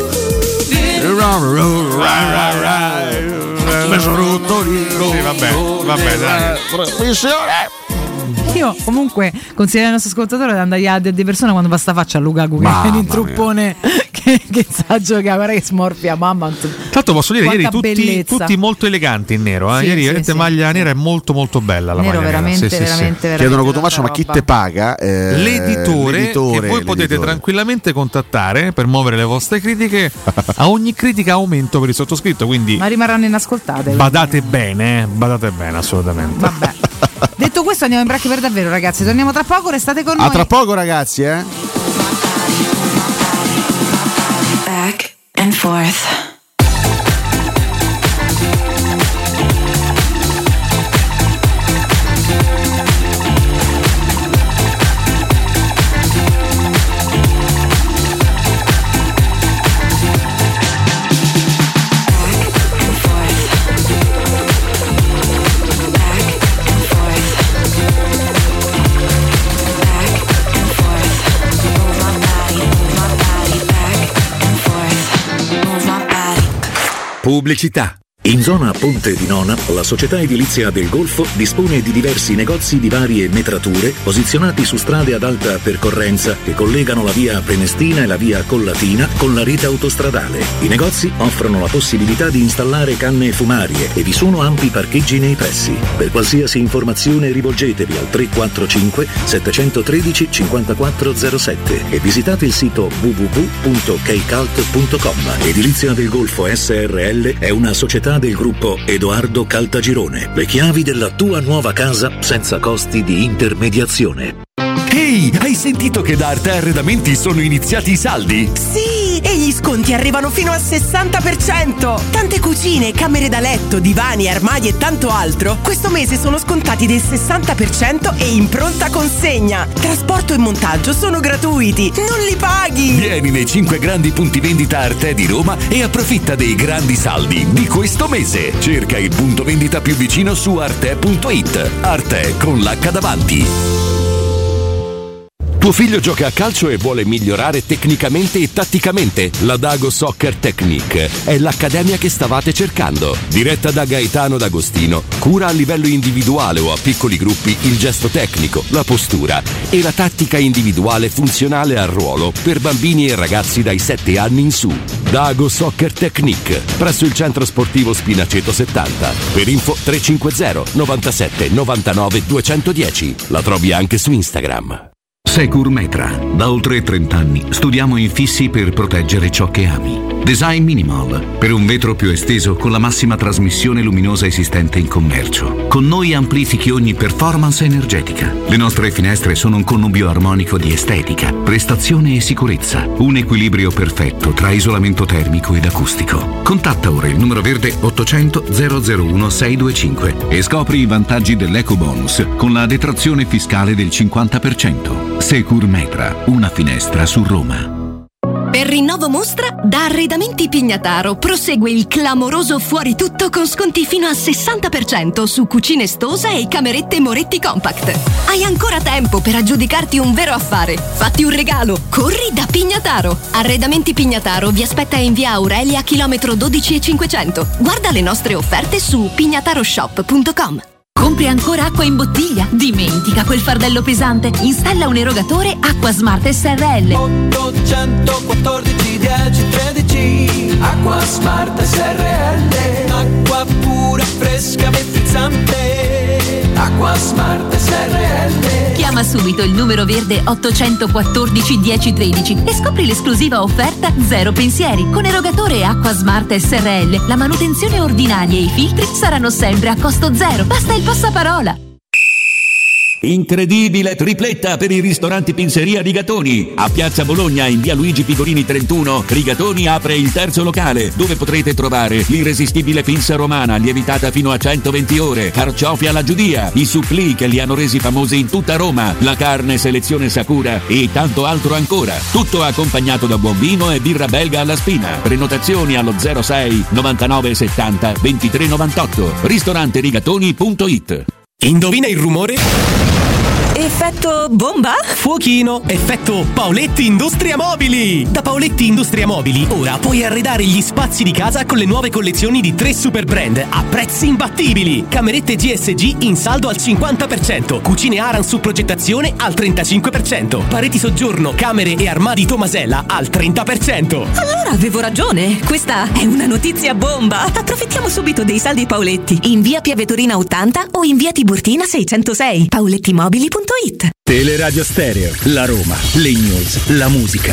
vabbè, dai. Io comunque consiglio al nostro ascoltatore di andare di persona quando basta faccia a Lukaku, che è un truppone che sa giocare, guarda che smorfia, mamma. Tanto posso dire, ieri tutti molto eleganti in nero, ieri maglia nera è molto molto bella, la nero, maglia veramente, nera. veramente. Chiedono Cotomaccio, ma chi te paga? L'editore, che voi potete tranquillamente contattare per muovere le vostre critiche. A ogni critica aumento per il sottoscritto, quindi ma rimarranno inascoltate. Badate bene, assolutamente. Vabbè. Detto questo, andiamo in break per davvero, ragazzi. Torniamo tra poco, restate con noi. A tra poco, ragazzi, Back and forth. Pubblicità. In zona Ponte di Nona, la società edilizia del Golfo dispone di diversi negozi di varie metrature posizionati su strade ad alta percorrenza che collegano la via Prenestina e la via Collatina con la rete autostradale. I negozi offrono la possibilità di installare canne fumarie e vi sono ampi parcheggi nei pressi. Per qualsiasi informazione rivolgetevi al 345 713 5407 e visitate il sito www.keicalt.com. Edilizia del Golfo SRL è una società del gruppo Edoardo Caltagirone. Le chiavi della tua nuova casa senza costi di intermediazione. Ehi, hai sentito che da Arte Arredamenti sono iniziati i saldi? Sì, e gli sconti arrivano fino al 60%. Tante cucine, camere da letto, divani, armadi e tanto altro questo mese sono scontati del 60% e in pronta consegna. Trasporto e montaggio sono gratuiti, non li paghi. Vieni nei 5 grandi punti vendita Arte di Roma e approfitta dei grandi saldi di questo mese. Cerca il punto vendita più vicino su arte.it. Arte con l'H davanti. Tuo figlio gioca a calcio e vuole migliorare tecnicamente e tatticamente? La Dago Soccer Technique è l'accademia che stavate cercando. Diretta da Gaetano D'Agostino, cura a livello individuale o a piccoli gruppi il gesto tecnico, la postura e la tattica individuale funzionale al ruolo per bambini e ragazzi dai 7 anni in su. Dago Soccer Technique, presso il centro sportivo Spinaceto 70. Per info 350 97 99 210. La trovi anche su Instagram. Securmetra. Da oltre 30 anni studiamo infissi per proteggere ciò che ami. Design minimal, per un vetro più esteso con la massima trasmissione luminosa esistente in commercio. Con noi amplifichi ogni performance energetica. Le nostre finestre sono un connubio armonico di estetica, prestazione e sicurezza. Un equilibrio perfetto tra isolamento termico ed acustico. Contatta ora il numero verde 800 001 625 e scopri i vantaggi dell'EcoBonus con la detrazione fiscale del 50%. Securmetra, una finestra su Roma. Per rinnovo mostra, da Arredamenti Pignataro prosegue il clamoroso fuori tutto con sconti fino al 60% su cucine Stosa e camerette Moretti Compact. Hai ancora tempo per aggiudicarti un vero affare. Fatti un regalo, corri da Pignataro. Arredamenti Pignataro vi aspetta in via Aurelia, chilometro 12,500. Guarda le nostre offerte su pignataroshop.com. Compri ancora acqua in bottiglia? Dimentica quel fardello pesante. Installa un erogatore Acqua Smart SRL. 814 10 13. Acqua Smart SRL. Acqua pura, fresca, frizzante. Acqua Smart SRL. Chiama subito il numero verde 814 10 13 e scopri l'esclusiva offerta Zero Pensieri. Con erogatore Acqua Smart SRL la manutenzione ordinaria e i filtri saranno sempre a costo zero. Basta il passaparola. Incredibile tripletta per i ristoranti Pinzeria Rigatoni. A Piazza Bologna, in via Luigi Pigorini 31, Rigatoni apre il terzo locale, dove potrete trovare l'irresistibile pinza romana lievitata fino a 120 ore, carciofi alla giudia, i supplì che li hanno resi famosi in tutta Roma, la carne selezione Sakura e tanto altro ancora. Tutto accompagnato da buon vino e birra belga alla spina. Prenotazioni allo 06 99 70 23 98. Ristoranterigatoni.it. Indovina il rumore? Effetto bomba? Fuochino! Effetto Paoletti Industria Mobili! Da Paoletti Industria Mobili ora puoi arredare gli spazi di casa con le nuove collezioni di 3 super brand a prezzi imbattibili. Camerette GSG in saldo al 50%, cucine Aran su progettazione al 35%, pareti soggiorno, camere e armadi Tomasella al 30%. Allora avevo ragione, questa è una notizia bomba! Approfittiamo subito dei saldi Paoletti in via Piavetorina 80 o in via Tiburtina 606. paolettimobili.it. Teleradio Stereo, la Roma, le news, la musica.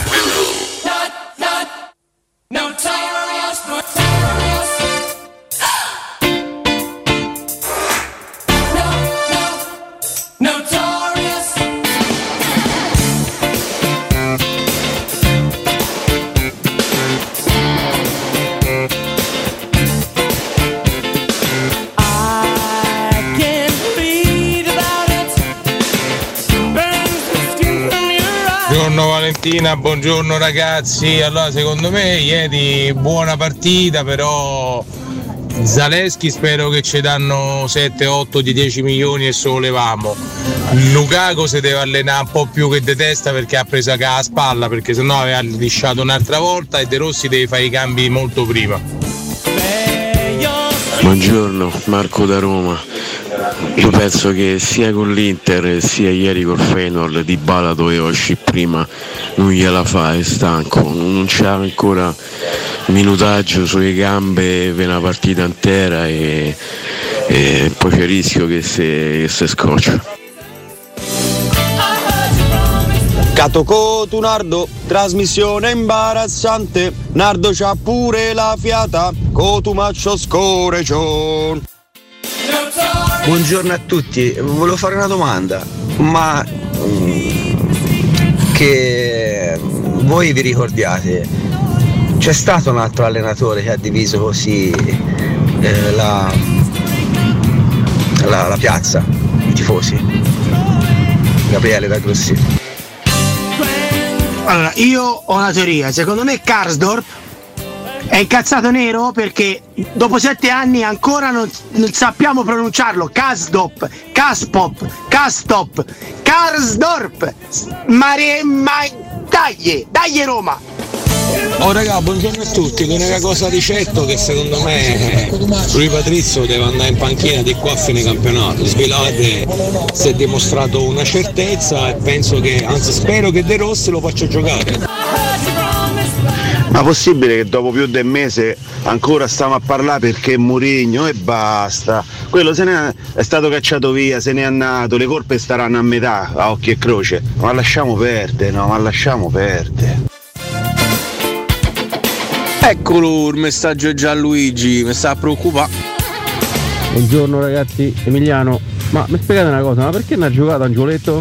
Buongiorno Valentina, buongiorno ragazzi. Allora secondo me ieri buona partita, però Zaleschi spero che ci danno 7, 8, 10 milioni e sollevamo. Lukaku si deve allenare un po' più che di testa perché ha preso a spalla, perché sennò aveva lisciato un'altra volta, e De Rossi deve fare i cambi molto prima. Buongiorno, Marco da Roma. Io penso che sia con l'Inter sia ieri col Feyenoord Dybala doveva uscire prima, non gliela fa, è stanco, non c'ha ancora minutaggio sulle gambe per una partita intera e poi c'è il rischio che si scoccia. Catocotu Nardo, trasmissione imbarazzante, Nardo c'ha pure la fiata, cotu maccio scorecion. Buongiorno a tutti, volevo fare una domanda, ma che voi vi ricordiate, c'è stato un altro allenatore che ha diviso così la piazza, i tifosi? Gabriele da Grosseto. Allora, io ho una teoria, secondo me Karsdorp È incazzato nero perché dopo 7 anni ancora non sappiamo pronunciarlo. Kasdorp, Kaspop, Kastop, Karsdorp, dai Roma! Oh raga, buongiorno a tutti. L'unica cosa di certo che secondo me Rui Patrizio deve andare in panchina di qua a fine campionato. Svilate si è dimostrato una certezza e penso che, anzi spero che De Rossi lo faccia giocare. Ma possibile che dopo più di un mese ancora stiamo a parlare perché Mourinho e basta? Quello è stato cacciato via, se n'è andato, le colpe staranno a metà, a occhio e croce. Ma lasciamo perdere, lasciamo perdere. Eccolo il messaggio di Gianluigi, mi sta a preoccupare. Buongiorno ragazzi, Emiliano, ma mi spiegate una cosa, ma perché non ha giocato Angioletto?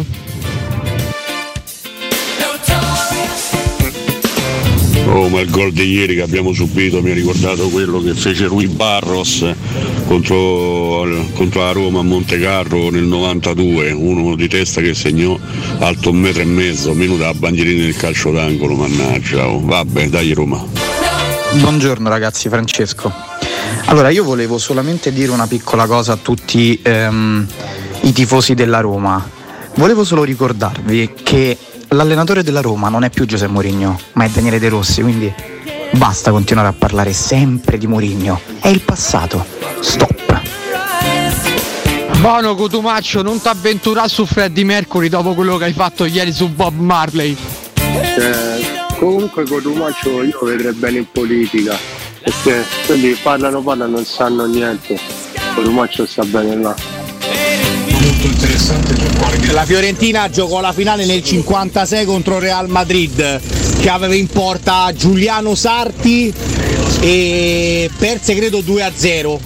Oh, ma il gol di ieri che abbiamo subito mi ha ricordato quello che fece Rui Barros contro la Roma a Montecarlo nel 92, uno di testa che segnò alto 1,5 metri, meno da bandierina del calcio d'angolo, mannaggia. Vabbè, dai Roma. Buongiorno ragazzi, Francesco. Allora, io volevo solamente dire una piccola cosa a tutti i tifosi della Roma. Volevo solo ricordarvi che l'allenatore della Roma non è più José Mourinho, ma è Daniele De Rossi, quindi basta continuare a parlare sempre di Mourinho. È il passato. Stop. Buono Cotumaccio, non ti avventurare su Freddie Mercury dopo quello che hai fatto ieri su Bob Marley. Comunque Cotumaccio io vedrei bene in politica, perché quelli parlano non sanno niente. Cotumaccio sta bene là. Molto interessante. La Fiorentina giocò la finale nel 56 contro Real Madrid, che aveva in porta Giuliano Sarti e perse credo 2-0.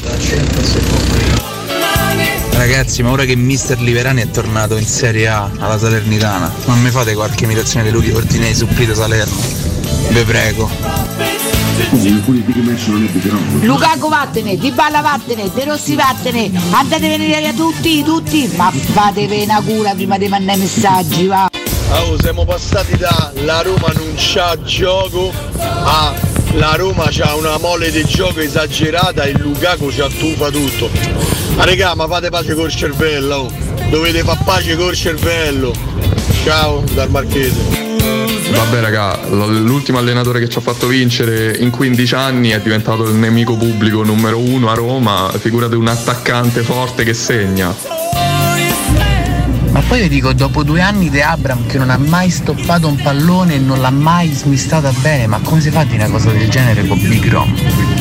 Ragazzi, ma ora che mister Liverani è tornato in Serie A alla Salernitana, non mi fate qualche imitazione di Luchi Ordinei su Pito Salerno? Ve prego. Lukaku vattene, Dybala vattene, De Rossi vattene, andatevene via tutti, ma fatevi una cura prima di mandare i messaggi, va. Siamo passati da la Roma non c'ha gioco a la Roma c'ha una mole di gioco esagerata e Lukaku ci attufa tutto. Ma regà, ma fate pace col cervello, dovete far pace col cervello. Ciao dal Marchese. Vabbè raga, l'ultimo allenatore che ci ha fatto vincere in 15 anni è diventato il nemico pubblico numero 1 a Roma, figurate un attaccante forte che segna. Ma poi vi dico, dopo 2 anni De Abram che non ha mai stoppato un pallone e non l'ha mai smistata bene, ma come si fa a dire una cosa del genere con Big Rom?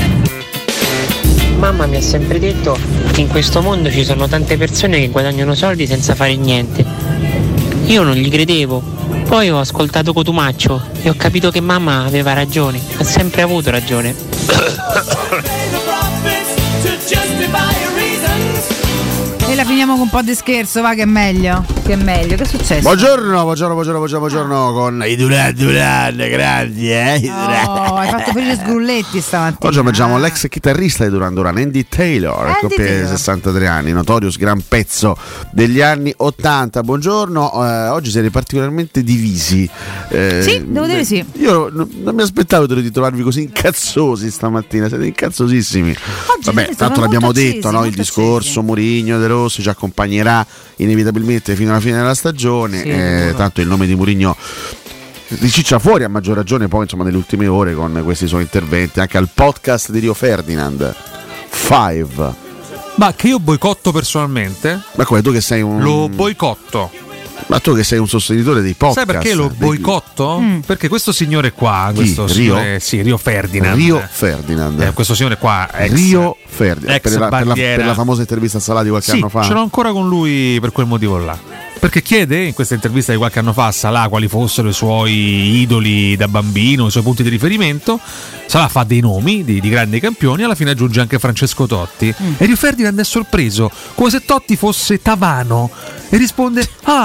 Mamma mi ha sempre detto che in questo mondo ci sono tante persone che guadagnano soldi senza fare niente. Io non gli credevo. Poi ho ascoltato Cotumaccio e ho capito che mamma aveva ragione, ha sempre avuto ragione. E la finiamo con un po' di scherzo, va, che è meglio. Che è successo? Buongiorno con i Duran, grandi, Oh, hai fatto per gli sgrulletti stamattina. Oggi mangiamo l'ex chitarrista di Duran Duran, Andy Taylor, compie 63 anni, Notorious, gran pezzo degli anni 80. Buongiorno, oggi siete particolarmente divisi. Sì, devo dire sì. Io non mi aspettavo di trovarvi così incazzosi stamattina, siete incazzosissimi. Vabbè, tanto l'abbiamo detto, no? Il discorso Mourinho, De Rossi ci accompagnerà inevitabilmente fino alla fine della stagione, sì, tanto il nome di Mourinho riciccia fuori a maggior ragione poi insomma nelle ultime ore con questi suoi interventi anche al podcast di Rio Ferdinand 5. Ma che io boicotto personalmente. Ma come, tu che sei un... Lo boicotto. Ma tu che sei un sostenitore dei podcast. Sai perché lo boicotto? Perché questo signore qua, questo signore, Rio Ferdinand. Questo signore qua, Rio Ferdinand, per la famosa intervista a Salà di qualche anno fa. Ce l'ho ancora con lui per quel motivo là. Perché chiede in questa intervista di qualche anno fa a Salà quali fossero i suoi idoli da bambino, i suoi punti di riferimento. Salà fa dei nomi di grandi campioni, alla fine aggiunge anche Francesco Totti. E Rio Ferdinand è sorpreso, come se Totti fosse Tavano, e risponde: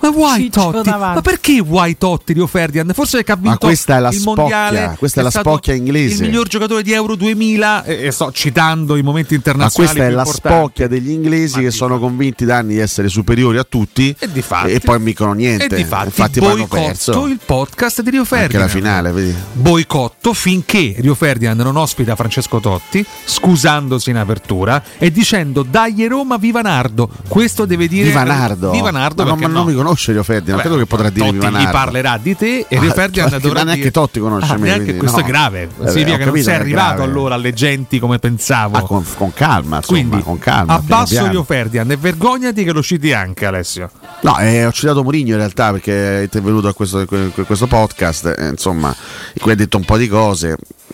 Ma Why Totti? Ma perché Why Totti, Rio Ferdinand? Forse che ha vinto questa è la il spocchia, mondiale. Questa è la spocchia inglese. Il miglior giocatore di Euro 2000 e sto citando i momenti internazionali. Ma questa è la importanti. spocchia degli inglesi che sono convinti da anni di essere superiori a tutti e poi micono niente. E infatti poi hanno perso il podcast di Rio Ferdinand. Anche la finale, vedi? Boicotto finché Rio Ferdinand non ospita Francesco Totti, scusandosi in apertura e dicendo dai Roma, viva Nardo. Questo deve dire Viva Nardo. Ma non mi conosce Rio Ferdinand, credo che potrà dire Totti Viva Nardo. gli parlerà di te e Rio Ferdinand dovrà dire. Neanche Totti conosce me. Neanche questo è grave. Significa che non sei arrivato allora alle genti come pensavo. Con calma, insomma, quindi con calma. Abbasso Rio Ferdinand e vergognati che lo citi anche, Alessio. No, ho citato Mourinho in realtà perché è intervenuto a questo podcast, insomma, in cui ha detto un po' di cose.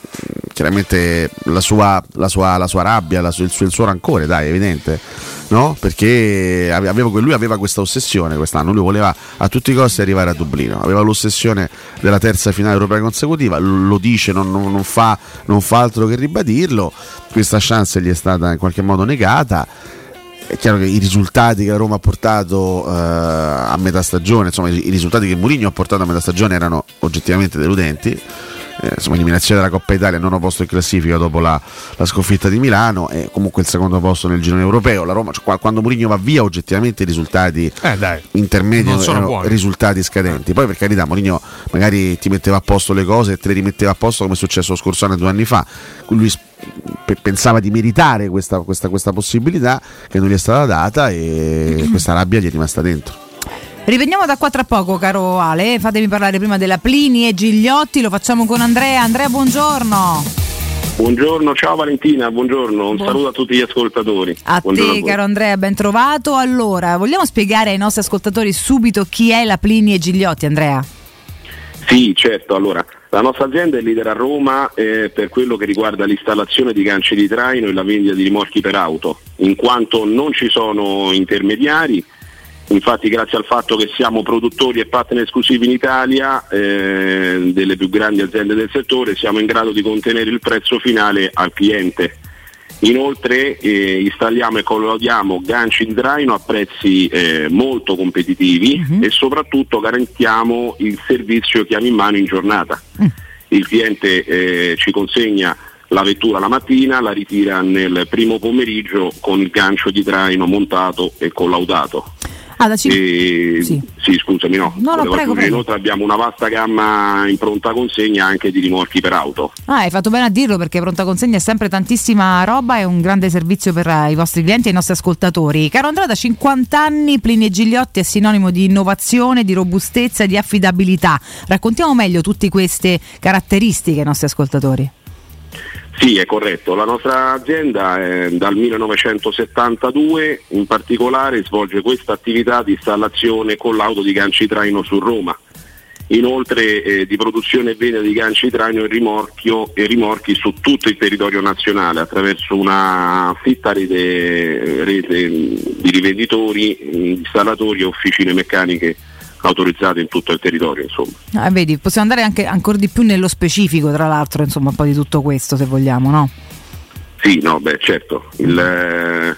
Chiaramente la sua rabbia, il suo rancore, dai, è evidente, no? Perché lui aveva questa ossessione quest'anno, lui voleva a tutti i costi arrivare a Dublino, aveva l'ossessione della terza finale europea consecutiva, lo dice, non fa altro che ribadirlo. Questa chance gli è stata in qualche modo negata. È chiaro che i risultati che la Roma ha portato a metà stagione, insomma i risultati che Mourinho ha portato a metà stagione erano oggettivamente deludenti. Insomma, eliminazione della Coppa Italia, nono posto in classifica dopo la sconfitta di Milano e comunque il secondo posto nel girone europeo. La Roma, quando Mourinho va via, oggettivamente i risultati intermedi erano risultati scadenti. Poi, per carità, Mourinho magari ti metteva a posto le cose e te le rimetteva a posto come è successo lo scorso anno e 2 anni fa. Lui pensava di meritare questa possibilità che non gli è stata data e questa rabbia gli è rimasta dentro. Riveniamo da qua tra poco, caro Ale. Fatemi parlare prima della Plini e Gigliotti. Lo facciamo con Andrea. Andrea, buongiorno. Buongiorno, ciao Valentina, buongiorno. Un saluto a tutti gli ascoltatori. Buongiorno te, caro Andrea, ben trovato. Allora, vogliamo spiegare ai nostri ascoltatori subito chi è la Plini e Gigliotti, Andrea? Sì, certo. Allora, la nostra azienda è leader a Roma per quello che riguarda l'installazione di ganci di traino e la vendita di rimorchi per auto, in quanto non ci sono intermediari. Infatti, grazie al fatto che siamo produttori e partner esclusivi in Italia delle più grandi aziende del settore, siamo in grado di contenere il prezzo finale al cliente. Inoltre installiamo e collaudiamo ganci di traino a prezzi molto competitivi e soprattutto garantiamo il servizio chiave in mano in giornata. Il cliente ci consegna la vettura la mattina, la ritira nel primo pomeriggio con il gancio di traino montato e collaudato. Sì, scusami, prego. Inoltre abbiamo una vasta gamma in pronta consegna anche di rimorchi per auto. Hai fatto bene a dirlo, perché pronta consegna è sempre tantissima roba e un grande servizio per i vostri clienti e i nostri ascoltatori. Caro Andrea, da 50 anni Plini e Gigliotti è sinonimo di innovazione, di robustezza e di affidabilità. Raccontiamo meglio tutte queste caratteristiche ai nostri ascoltatori. Sì, è corretto. La nostra azienda dal 1972 in particolare svolge questa attività di installazione con l'auto di ganci traino su Roma. Inoltre di produzione e vendita di ganci traino e rimorchi su tutto il territorio nazionale attraverso una fitta rete di rivenditori, installatori e officine meccaniche autorizzate in tutto il territorio, insomma. Vedi, possiamo andare anche ancora di più nello specifico, tra l'altro, insomma, un po' di tutto questo, se vogliamo, no? Sì, no, certo. Il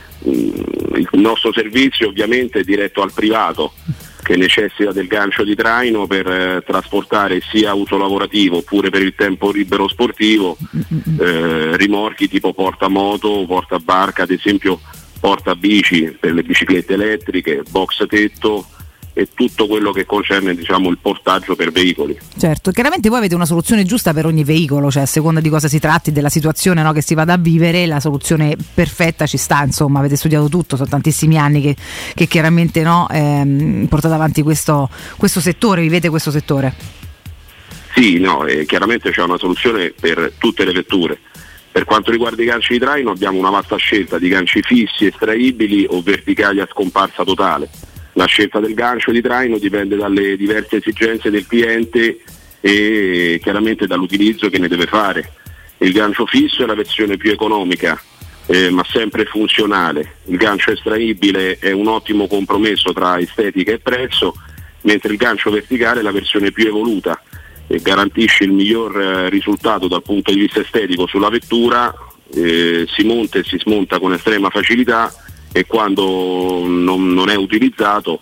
nostro servizio ovviamente è diretto al privato che necessita del gancio di traino per trasportare sia uso lavorativo oppure per il tempo libero sportivo rimorchi tipo portamoto, portabarca, ad esempio portabici per le biciclette elettriche, box tetto e tutto quello che concerne, diciamo, il portaggio per veicoli. Certo, chiaramente voi avete una soluzione giusta per ogni veicolo, cioè a seconda di cosa si tratti, della situazione, no, che si vada a vivere, la soluzione perfetta ci sta, insomma, avete studiato tutto, sono tantissimi anni che chiaramente portate avanti questo settore, vivete questo settore. Sì, no, chiaramente c'è una soluzione per tutte le vetture. Per quanto riguarda i ganci di traino abbiamo una vasta scelta di ganci fissi, estraibili o verticali a scomparsa totale. La scelta del gancio di traino dipende dalle diverse esigenze del cliente e chiaramente dall'utilizzo che ne deve fare. Il gancio fisso è la versione più economica, ma sempre funzionale. Il gancio estraibile è un ottimo compromesso tra estetica e prezzo, mentre il gancio verticale è la versione più evoluta e garantisce il miglior risultato dal punto di vista estetico sulla vettura, si monta e si smonta con estrema facilità e quando non è utilizzato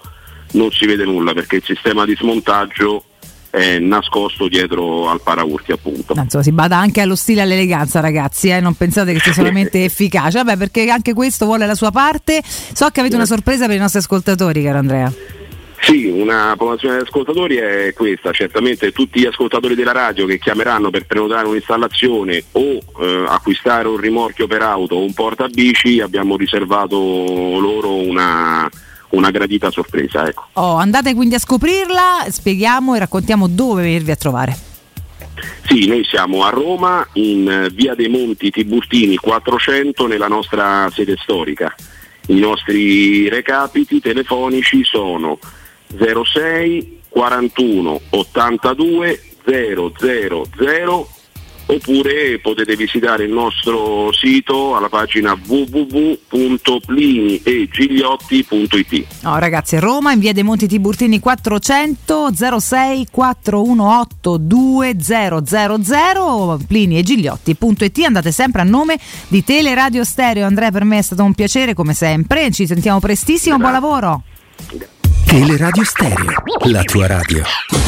non si vede nulla, perché il sistema di smontaggio è nascosto dietro al paraurti, appunto. Insomma, si bada anche allo stile e all'eleganza, ragazzi, non pensate che sia solamente efficace. Vabbè, perché anche questo vuole la sua parte. So che avete una sorpresa per i nostri ascoltatori, caro Andrea. Sì, una promozione degli ascoltatori è questa. Certamente tutti gli ascoltatori della radio che chiameranno per prenotare un'installazione o acquistare un rimorchio per auto o un portabici, abbiamo riservato loro una gradita sorpresa, ecco. Andate quindi a scoprirla, spieghiamo e raccontiamo dove venirvi a trovare. Sì, noi siamo a Roma, in via dei Monti Tiburtini 400, nella nostra sede storica. I nostri recapiti telefonici sono 06 41 82 000, oppure potete visitare il nostro sito alla pagina www.pliniegigliotti.it. Ragazzi, Roma, in via dei Monti Tiburtini 400, 06 418 2000, pliniegigliotti.it. Andate sempre a nome di Teleradio Stereo. Andrea, per me è stato un piacere come sempre, ci sentiamo prestissimo. Buon lavoro. Teleradio Stereo, la tua radio.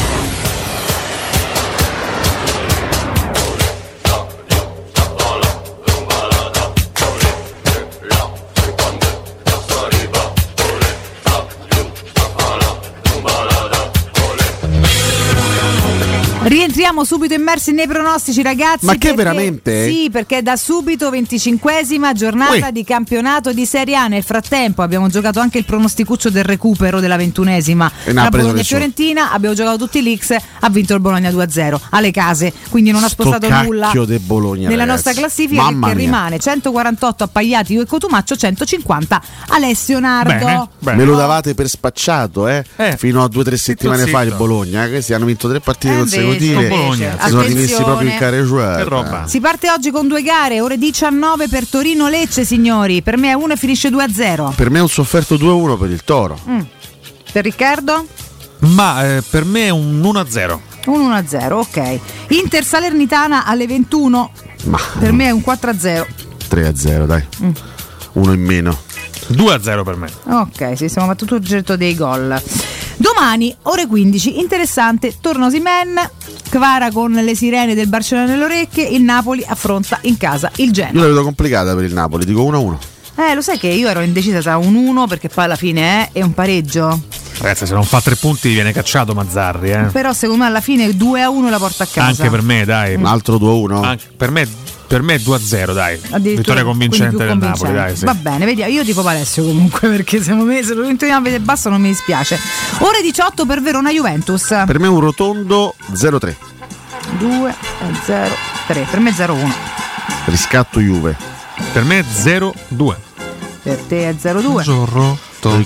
Rientriamo subito immersi nei pronostici, ragazzi. Ma che veramente? Sì, perché da subito 25esima giornata di campionato di Serie A. Nel frattempo abbiamo giocato anche il pronosticuccio del recupero della 21esima. La Bologna Fiorentina, abbiamo giocato tutti l'X, ha vinto il Bologna 2-0 alle case, quindi non ha spostato nulla Bologna, nella ragazzi. Nostra classifica, che rimane 148 a Pagliati io e Cotumaccio, 150 Alessio Nardo. Bene. Me lo davate per spacciato fino a 2 o 3 settimane fa il Bologna, questi hanno vinto 3 partite consecutive. Bologna. Si sono rimessi proprio in caregiuata. Si parte oggi con 2 gare, ore 19 per Torino-Lecce, signori. Per me è 1 e finisce 2-0. Per me è un sofferto 2-1 per il Toro. Per Riccardo? Ma per me è un 1-0. Un 1-0, ok. Inter Salernitana alle 21. Per me è un 4-0. 3-0, dai. 1 in meno. 2-0 per me. Ok, sì, siamo battuto il getto dei gol. Domani, ore 15, interessante, torna Osimhen, Kvara con le sirene del Barcellona nelle orecchie, il Napoli affronta in casa il Genoa. Io la vedo complicata per il Napoli, dico 1-1. Lo sai che io ero indecisa tra un 1, perché poi alla fine è un pareggio. Ragazzi, se non fa 3 punti viene cacciato Mazzarri. Però secondo me alla fine 2-1 la porta a casa. Anche per me, dai. Un altro 2-1? Anche per me è 2-0, dai. Vittoria convincente del Napoli, dai. Sì. Va bene, vediamo. Io tipo Alessio comunque, perché siamo mesi, se lo vintiamo a vedere basso non mi dispiace. Ore 18 per Verona Juventus. Per me un rotondo 0-3. 2-0-3. Per me 0-1. Riscatto Juve. Per me 0-2. Per te è 0-2. Zorro.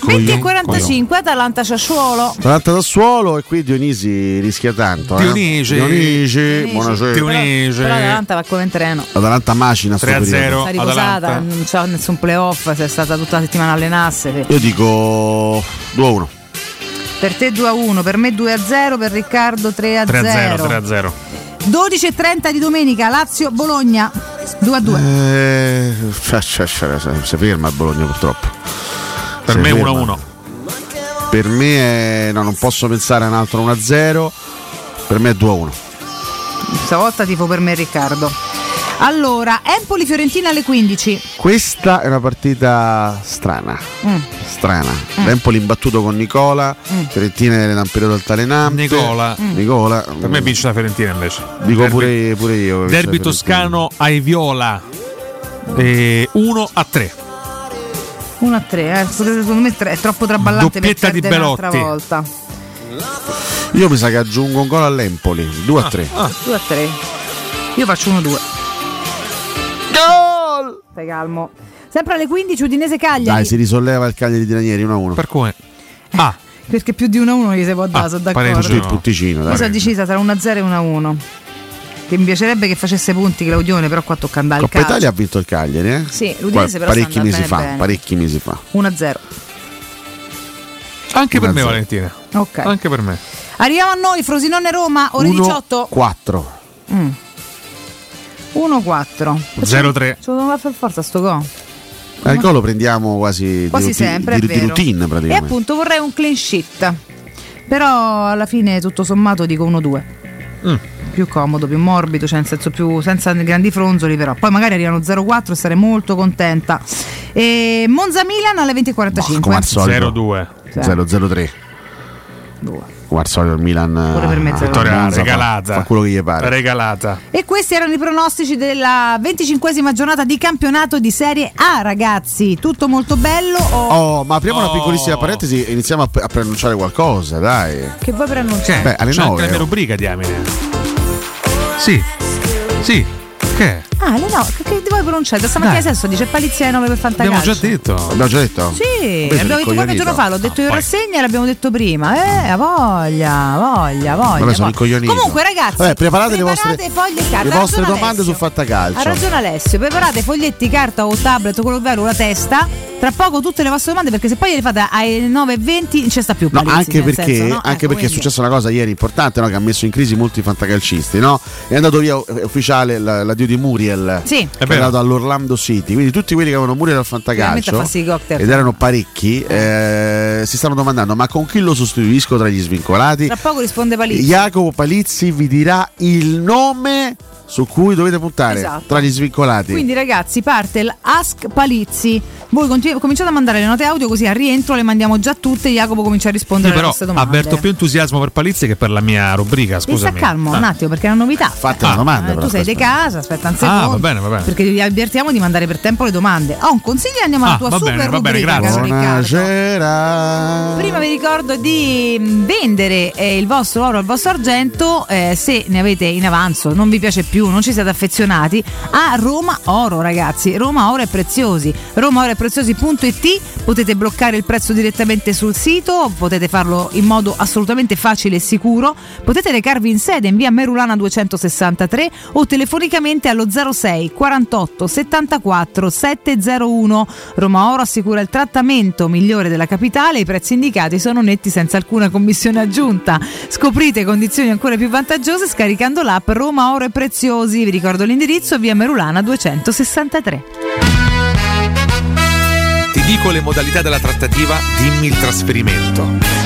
20:45 Atalanta Sassuolo. Atalanta Sassuolo, e qui Dionisi rischia tanto. Dionisi, buonasera. Però Atalanta va come in treno. Atalanta macina 3-0. Sta riposata, non c'ha nessun playoff, se è stata tutta la settimana a allenarsi. Io dico 2-1. Per te 2-1, per me 2-0, per Riccardo 3-0. 3-0. 12:30 di domenica, Lazio Bologna 2-2. Si ferma il Bologna purtroppo. Per me 1-1. Per me non posso pensare a un altro 1-0. Per me è 2-1. Stavolta tifo per me Riccardo. Allora, Empoli-Fiorentina alle 15. Questa è una partita strana. Empoli imbattuto con Nicola, Fiorentina nel periodo altalenante. Nicola. Per me vince la Fiorentina invece. Dico pure io. Derby toscano ai Viola 1-3. 1-3, secondo me è troppo traballante. Doppietta per di Belotti un'altra volta. Io mi sa che aggiungo un gol all'Empoli 2-3. 2-3. Io faccio 1-2. Gol! Stai calmo. Sempre alle 15 Udinese Cagliari. Dai, si risolleva il Cagliari di Ranieri 1-1. Per come? Perché più di 1-1 gli si può dare, sono d'accordo. Il punticino, dai. Io sono decisa tra 1-0 e 1-1. Che mi piacerebbe che facesse punti Claudione, però qua tocca andare al Coppa calcio. Italia ha vinto il Cagliari, eh? Sì, l'Udinese però parecchi mesi fa. 1-0. Anche per me Valentina. Ok. Anche per me. Arriviamo a noi, Frosinone Roma, ore 18. 4. 1-4. 0-3. Ce lo doveva fare forza sto gol. Il gol lo prendiamo quasi sempre, di routine praticamente. E appunto vorrei un clean sheet, però alla fine tutto sommato dico 1-2. Più comodo, più morbido, cioè nel senso più senza grandi fronzoli, però poi magari arrivano 0-4 e sarei molto contenta. E Monza Milan alle 20:45. Come al solito 0-2 0-0-3. Come al solito il Milan pure per me vittoria regalata, fa quello che gli pare. Regalata. E questi erano i pronostici della 25esima giornata di campionato di Serie A, ragazzi. Tutto molto bello. Ma apriamo una piccolissima parentesi e iniziamo a preannunciare qualcosa, dai. Che vuoi preannunciare? Beh, alle 9 anche la mia rubrica, diamine. Sì. Che? Alle 9, che ti vuoi pronunciare? Da stamattina adesso dice Palizzi alle 9 per Fantacalcio. Abbiamo già detto? Sì, l'abbiamo detto qualche giorno fa, l'ho detto in rassegna e l'abbiamo detto prima. Voglia. Vabbè, sono incoglionito. Comunque, ragazzi, preparate le vostre foglie e carta. Le vostre domande su Fantacalcio. Ha ragione Alessio, preparate foglietti, carta o tablet o quello vero, la testa. Tra poco tutte le vostre domande, perché se poi le fate alle 9:20 non c'è sta più Palizzi, anche perché, senso, no? Perché è successa una cosa ieri importante, no? Che ha messo in crisi molti fantacalcisti, no? È andato via ufficiale l'addio di Muriel. Sì. È andato all'Orlando City, quindi tutti quelli che avevano Muriel al Fantacalcio ed erano parecchi, si stanno domandando: ma con chi lo sostituisco tra gli svincolati? Tra poco risponde Palizzi. Jacopo Palizzi vi dirà il nome su cui dovete puntare tra gli svincolati. Quindi ragazzi, parte l'Ask Palizzi. Voi cominciate a mandare le note audio, così al rientro le mandiamo già tutte e Jacopo comincia a rispondere alle nostre domande. Avverto più entusiasmo per Palizzi che per la mia rubrica, scusami. Sta calmo un attimo, perché è una novità. Fate una domanda. Tu sei di casa, aspetta un secondo. Va bene. Perché vi avvertiamo di mandare per tempo le domande. Un consiglio e andiamo alla tua super rubrica. Buonasera. Prima vi ricordo di vendere il vostro oro, il vostro argento, se ne avete in avanzo, non vi piace più, non ci siete affezionati, a Roma Oro, ragazzi. Roma Oro e Preziosi. RomaOroEPreziosi.it. Potete bloccare il prezzo direttamente sul sito, potete farlo in modo assolutamente facile e sicuro. Potete recarvi in sede in via Merulana 263 o telefonicamente allo 06 48 74 701. Roma Oro assicura il trattamento migliore della capitale, i prezzi indicati sono netti senza alcuna commissione aggiunta. Scoprite condizioni ancora più vantaggiose scaricando l'app Roma Oro e Preziosi. Vi ricordo l'indirizzo: via Merulana 263. Ti dico le modalità della trattativa, dimmi il trasferimento.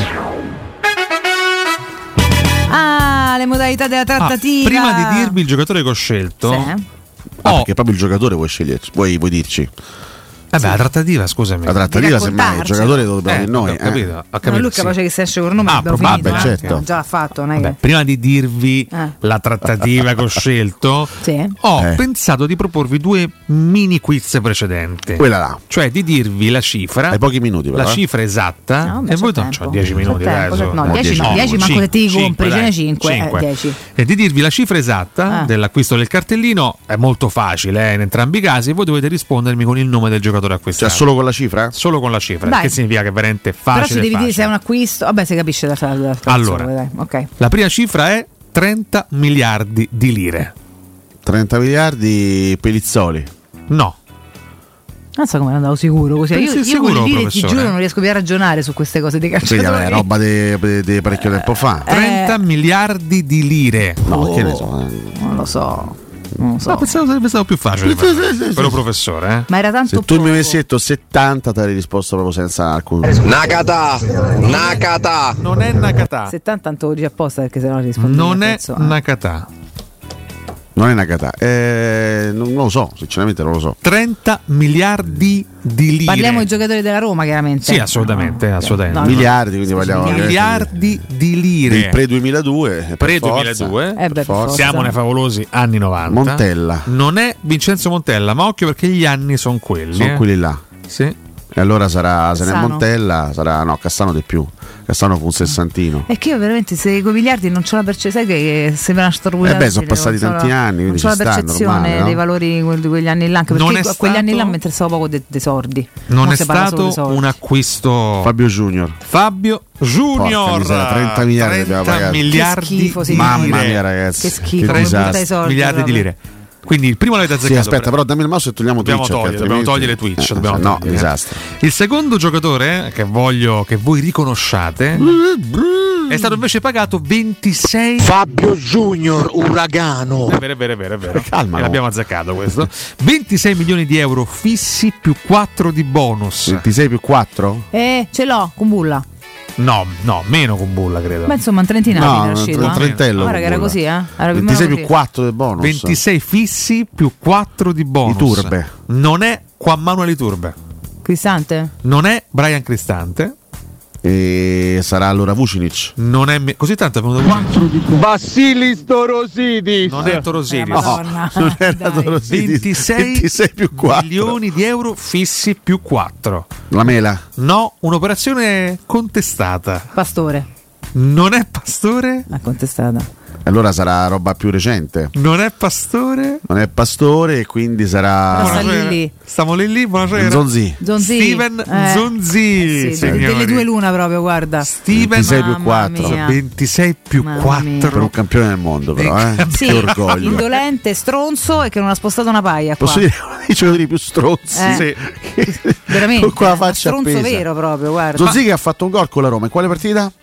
Le modalità della trattativa. Prima di dirvi il giocatore che ho scelto, perché proprio il giocatore vuoi sceglierci, vuoi dirci. Vabbè, la trattativa, scusami. La trattativa, semmai il giocatore lo dobbiamo noi. Ho capito. Ma lui è capace che si esce con il nome. Probabile, certo. Già l'ha fatto, non è che... Prima di dirvi la trattativa che ho scelto, ho pensato di proporvi due mini quiz precedenti. Quella là. Cioè di dirvi la cifra. Hai pochi minuti, però. La cifra esatta. E voi non c'ho 10 minuti. No, 10 manco che ti compri, ce ne 5. 10. E di dirvi la cifra esatta dell'acquisto del cartellino. È molto facile in entrambi i casi. Voi dovete rispondermi con il nome del giocatore acquistato. Cioè solo con la cifra? Solo con la cifra, Dai. che significa che è veramente facile. Però ci devi dire se è un acquisto. Vabbè, si capisce da allora, dai. Okay. La prima cifra è 30 miliardi di lire. 30 miliardi Pelizzoli? No. Non so come andavo sicuro così. Io sicuro, con le lire, ti giuro, non riesco più a ragionare su queste cose dei calciatori. Sì, roba di parecchio tempo fa. 30 miliardi di lire. No, che ne so. Non lo so. Non so. No, pensavo sarebbe stato più facile per un professore. Ma era tanto se tu mi avessi detto 70 ti avrei risposto proprio senza alcun. Nakata. Non è Nakata. 70 tanto lo dici apposta perché sennò rispondi. Non è Nakata. Non è Nakata. Non lo so, sinceramente non lo so. 30 miliardi di lire. Parliamo di giocatori della Roma, chiaramente. Sì, assolutamente. No, miliardi, quindi parliamo miliardi di lire. Il pre-2002. Pre-2002. Siamo nei favolosi anni 90. Montella. Non è Vincenzo Montella, ma occhio perché gli anni sono quelli. Sono quelli là. Sì. E allora sarà, se ne è Montella, sarà Cassano di più. Cassano fu un sessantino. È che io veramente se con i miliardi non c'ho la percezione, sai che sembra una stortura. Sono passati tanti anni, quindi non c'ho la percezione normale, no? dei valori di quegli anni là, anche perché a quegli anni là mi interessava poco dei sordi. Non è stato un acquisto. Fabio Junior. Porca 30 miliardi 30 miliardi. Schifo, sì, mamma mia, ragazzi. Che schifo. 30 miliardi di lire. Quindi il primo l'avete azzeccato. Sì, aspetta, però dammi il mouse e togliamo Twitch. Dobbiamo togliere Twitch. No, disastro. Il secondo giocatore che voglio che voi riconosciate è stato invece pagato 26 Fabio Junior Uragano. È vero. Calma, l'abbiamo azzeccato questo. 26 milioni di euro fissi più 4 di bonus. 26 più 4? Ce l'ho con Bulla. No, meno con Bulla, credo. Ma insomma, un trentinale è uscito. Un trentello. Guarda che era così, Era 26 più 4 del bonus. 26 fissi più 4 di bonus. Iturbe. Non è Juan Manuel Iturbe. Cristante? Non è Brian Cristante. E sarà allora Vucinic. Non è così tanto è venuto Basilis Torosidis. Non è Torosidis. Non era Torosidis. 26 più 4 milioni di euro fissi più 4. La mela? No, un'operazione contestata. Pastore. Non è Pastore? La contestata. Allora sarà roba più recente. Non è Pastore? Non è Pastore e quindi sarà. Stiamo lì, buonasera. Zonzi. Steven Zonzi. Sì, delle due l'una proprio, guarda. Steven 26 più 4. 26 più 4. Per un campione del mondo, però, Sì, che orgoglio. Indolente, stronzo e che non ha spostato una paia. Posso dire uno dei giocatori più stronzi? Sì. Veramente. Con la faccia stronzo appesa. vero proprio, guarda. Zonzi che ha fatto un gol con la Roma. In quale partita?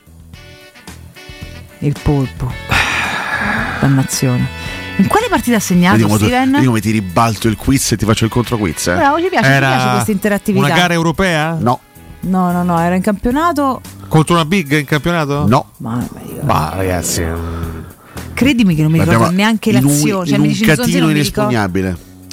Il polpo. Dannazione. In quale partita ha segnato Steven? Io come ti ribalto il quiz e ti faccio il contro quiz. Bravo, ci piace questa interattività. Una gara europea? No, era in campionato. Contro una big in campionato? No. Ma ragazzi, credimi che non mi ricordo neanche l'azione. Cioè, un catino inespugnabile.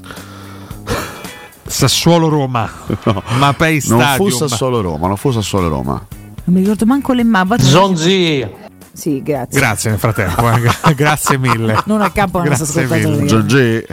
Sassuolo Roma. No, Mapei Stadium. Non fu Sassuolo Roma. Non mi ricordo manco le mappe. Zonzi. Sì, grazie. Grazie nel frattempo, grazie mille. Non a capo non ascoltatori. Giorgi.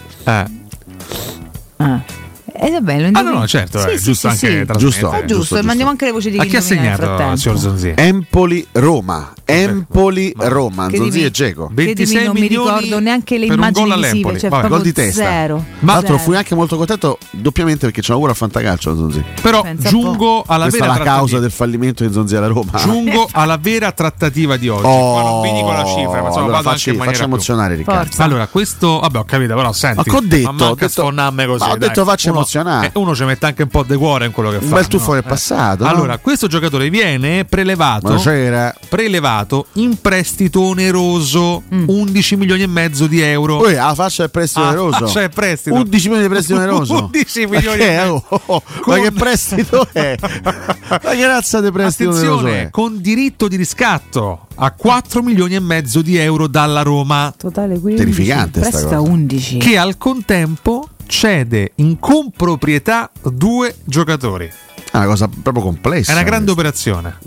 Vabbè, no, certo, è giusto anche giusto. È giusto, mandiamo anche le voci di chi ha segnato, signor Zonzi? Empoli-Roma. Empoli-Roma. Zonzi e Dzeko. 26 non mi ricordo neanche le immagini visive, cioè gol di testa. Zero. Ma l'altro fui anche molto contento doppiamente perché c'è auguro a fantacalcio Zonzi. Però giungo alla questa vera è la causa del fallimento di Zonzi alla Roma. Giungo alla vera trattativa di oggi. Qua non vi dico la cifra, ma allora faccia emozionare Riccardo. Allora, questo vabbè, ho capito, però senti. Ma ho detto sfonnamme così. Ho detto faccia emozionare. Uno ci mette anche un po' di cuore in quello che fa. Un bel tuffo del passato. Allora, questo giocatore viene prelevato in prestito oneroso 11 milioni e mezzo di euro. Poi la faccia del prestito oneroso. Cioè prestito. 11 milioni di prestito oneroso. 11 milioni e mezzo. Ma che prestito è? Ma che razza di prestito oneroso è? Con diritto di riscatto a 4 milioni e mezzo di euro dalla Roma. Totale 15. Terrificante sta cosa. 11. Che al contempo cede in comproprietà 2 giocatori. È una cosa proprio complessa. È una grande operazione.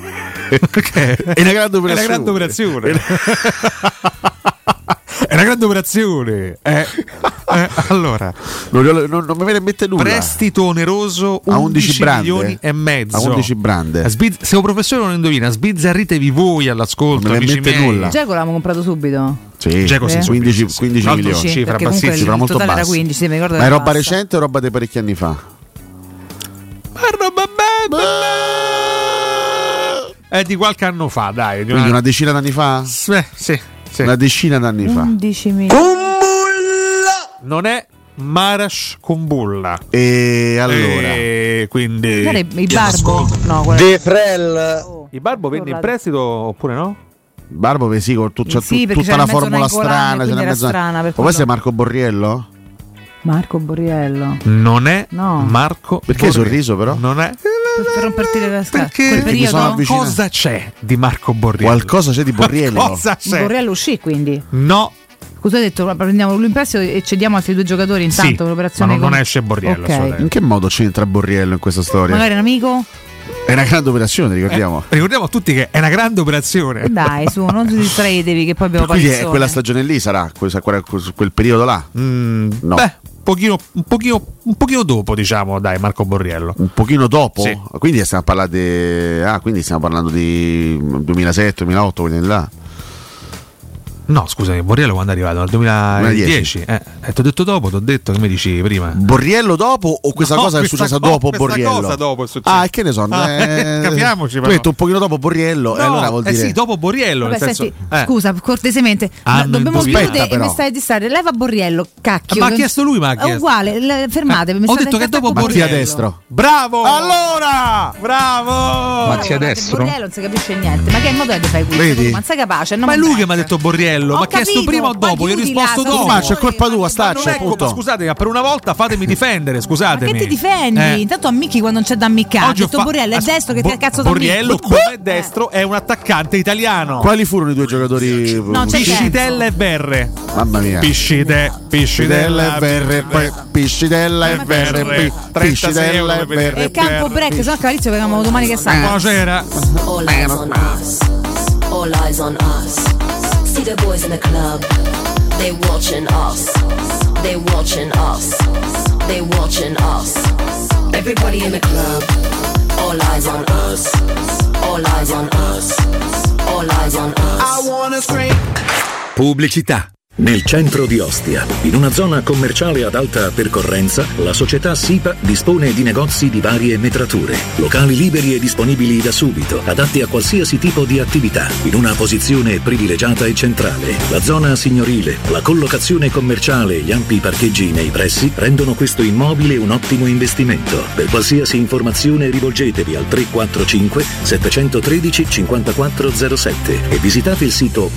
È una grande operazione. È una grande operazione. È una grande operazione. Allora, non mi viene in mente nulla. Prestito oneroso 11 milioni e mezzo. A 11 brande. Se un professore non indovina, sbizzarritevi voi all'ascolto. Non mi viene in mente nulla. Dzeko l'avevamo comprato subito. Sì, 15 milioni. Cifra bassissima, molto bassa. Era 15, mi ricordo. Ma è roba recente o roba di parecchi anni fa? Ma roba è di qualche anno fa, dai. Quindi una decina d'anni fa? Sì. Una decina d'anni fa. 11 milioni. Non è Marash Kumbulla. E allora? Quindi il Barbo? No, De Frel. Il Barbo vende in prestito oppure no? Barbo sì, con tutta c'era la formula strana. strana Poi sei Marco Borriello? Marco Borriello. Non è Marco. Perché hai sorriso però? Non è. Per romperti le cascate. Perché cosa c'è di Marco Borriello? Qualcosa c'è di Borriello. Cosa c'è? Borriello uscì quindi? No. Cosa hai detto? Prendiamo lui in prestito e cediamo altri 2 giocatori intanto l'operazione. Ma non esce Borriello. Okay. In che modo c'entra Borriello in questa storia? Magari un amico? È una grande operazione, ricordiamo. Ricordiamo a tutti che è una grande operazione. Dai, su, non ti distraetevi che poi abbiamo Quindi quella stagione lì sarà quel periodo là? No. Beh, un pochino dopo, diciamo, dai, Marco Borriello. Un pochino dopo? Sì. Quindi stiamo parlando di 2007, 2008, quindi là. No, scusami, Borriello quando è arrivato? Nel 2010. Ti ho detto dopo, ti ho detto, che mi dicevi prima? Borriello dopo o questa cosa è successa dopo Borriello? Questa cosa dopo è successa. E che ne so, capiamoci. Tu hai detto un pochino dopo Borriello, e allora vuol dire sì, dopo Borriello. Vabbè, nel senso, scusa, cortesemente, dobbiamo chiudere e mi stai a distare. Leva Borriello, cacchio. Ma ha chiesto lui, ma ha chiesto. È uguale, fermatevi. Ho detto che dopo Borriello. Mattia Destro. Bravo! Allora! Bravo! Mattia Destro. Borriello non si capisce niente. Ma che modo è di fare questo? Vedi? Ma sei capace? Ma è lui che mi ha detto Borriello. Ma ha chiesto prima o dopo? Io ho risposto dopo. Ma c'è colpa tua, Staccia. Scusate, ma per una volta fatemi difendere, scusatemi. Ma che ti difendi? Intanto ammicchi quando non c'è da ammiccare. Ha detto Borriello è destro, che cazzo da Borriello, come è destro, è un attaccante italiano. Quali furono i due giocatori? Piscitella e Verre. Mamma mia. Piscitella e Verre. Piscitella e Verre. Piscitella e Verre. E campo break, se no Cavalizio vediamo domani che sa. Buonasera. All eyes on us. All eyes on us. See the boys in the club. They watching us. They watching us. They watching us. Everybody in the club. All eyes on us. All eyes on us. All eyes on us. I wanna scream. Pubblicità. Nel centro di Ostia, in una zona commerciale ad alta percorrenza, la società SIPA dispone di negozi di varie metrature, locali liberi e disponibili da subito, adatti a qualsiasi tipo di attività, in una posizione privilegiata e centrale. La zona signorile, la collocazione commerciale e gli ampi parcheggi nei pressi rendono questo immobile un ottimo investimento. Per qualsiasi informazione rivolgetevi al 345 713 5407 e visitate il sito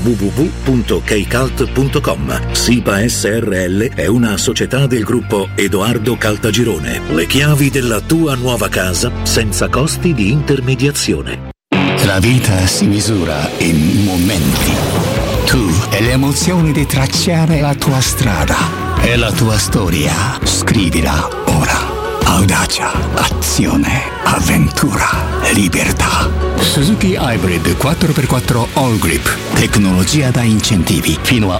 www.kcalt.com. SIPA SRL è una società del gruppo Edoardo Caltagirone. Le chiavi della tua nuova casa senza costi di intermediazione. La vita si misura in momenti. Tu hai le emozioni di tracciare la tua strada e la tua storia. Scrivila ora. Audacia, azione, avventura, libertà. Suzuki Hybrid 4x4 All Grip. Tecnologia da incentivi. Fino a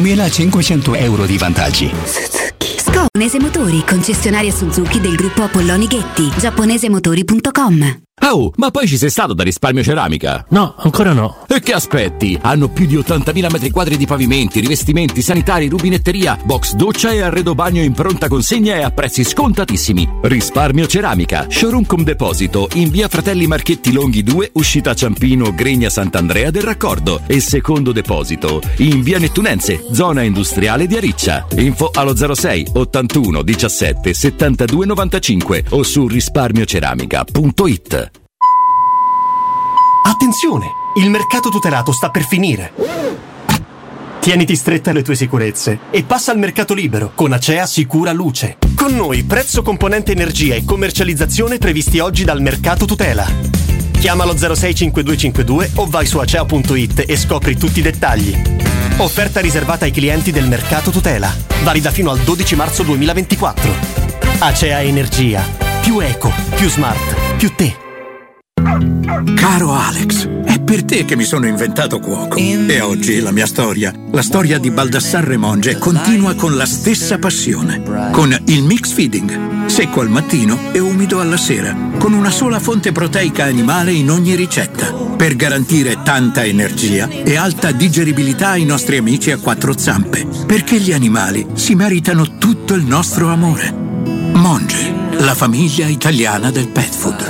8.500 euro di vantaggi. Giapponese Motori, concessionaria Suzuki del gruppo Apolloni Ghetti. Giapponesemotori.com. Oh, ma poi ci sei stato da Risparmio Ceramica? No, ancora no. E che aspetti? Hanno più di 80.000 metri quadri di pavimenti, rivestimenti, sanitari, rubinetteria, box doccia e arredo bagno in pronta consegna e a prezzi scontatissimi. Risparmio Ceramica, showroom con deposito in via Fratelli Marchetti Longhi 2, uscita Ciampino, Gregna Sant'Andrea del Raccordo, e secondo deposito in via Nettunense, zona industriale di Ariccia. Info allo 06 81 17 72 95 o su risparmioceramica.it. Attenzione! Il mercato tutelato sta per finire. Tieniti stretta alle tue sicurezze e passa al mercato libero con Acea Sicura Luce. Con noi prezzo, componente energia e commercializzazione previsti oggi dal mercato tutela. Chiamalo 065252 o vai su acea.it e scopri tutti i dettagli. Offerta riservata ai clienti del mercato tutela. Valida fino al 12 marzo 2024. Acea Energia. Più eco, più smart, più te. Caro Alex, è per te che mi sono inventato cuoco. E oggi la mia storia, la storia di Baldassarre Monge, continua con la stessa passione. Con il mix feeding, secco al mattino e umido alla sera, con una sola fonte proteica animale in ogni ricetta, per garantire tanta energia e alta digeribilità ai nostri amici a quattro zampe, perché gli animali si meritano tutto il nostro amore. Monge, la famiglia italiana del pet food.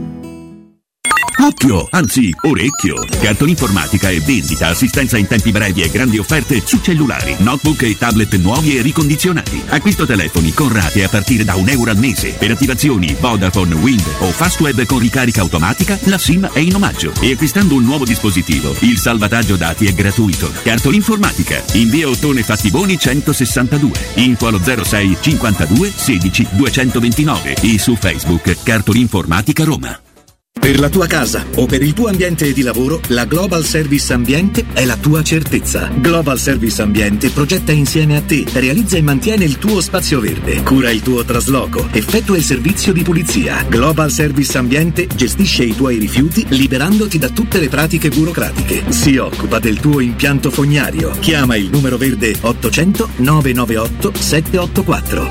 Occhio, anzi orecchio! Cartolinformatica e vendita, assistenza in tempi brevi e grandi offerte su cellulari, notebook e tablet nuovi e ricondizionati. Acquisto telefoni con rate a partire da €1 al mese. Per attivazioni Vodafone, Wind o Fastweb con ricarica automatica, la SIM è in omaggio. E acquistando un nuovo dispositivo, il salvataggio dati è gratuito. Cartolinformatica, in via Ottone Fattiboni 162. Info allo 06 52 16 229 e su Facebook Cartolinformatica Roma. Per la tua casa o per il tuo ambiente di lavoro, la Global Service Ambiente è la tua certezza. Global Service Ambiente progetta insieme a te, realizza e mantiene il tuo spazio verde, cura il tuo trasloco, effettua il servizio di pulizia. Global Service Ambiente gestisce i tuoi rifiuti liberandoti da tutte le pratiche burocratiche. Si occupa del tuo impianto fognario. Chiama il numero verde 800 998 784.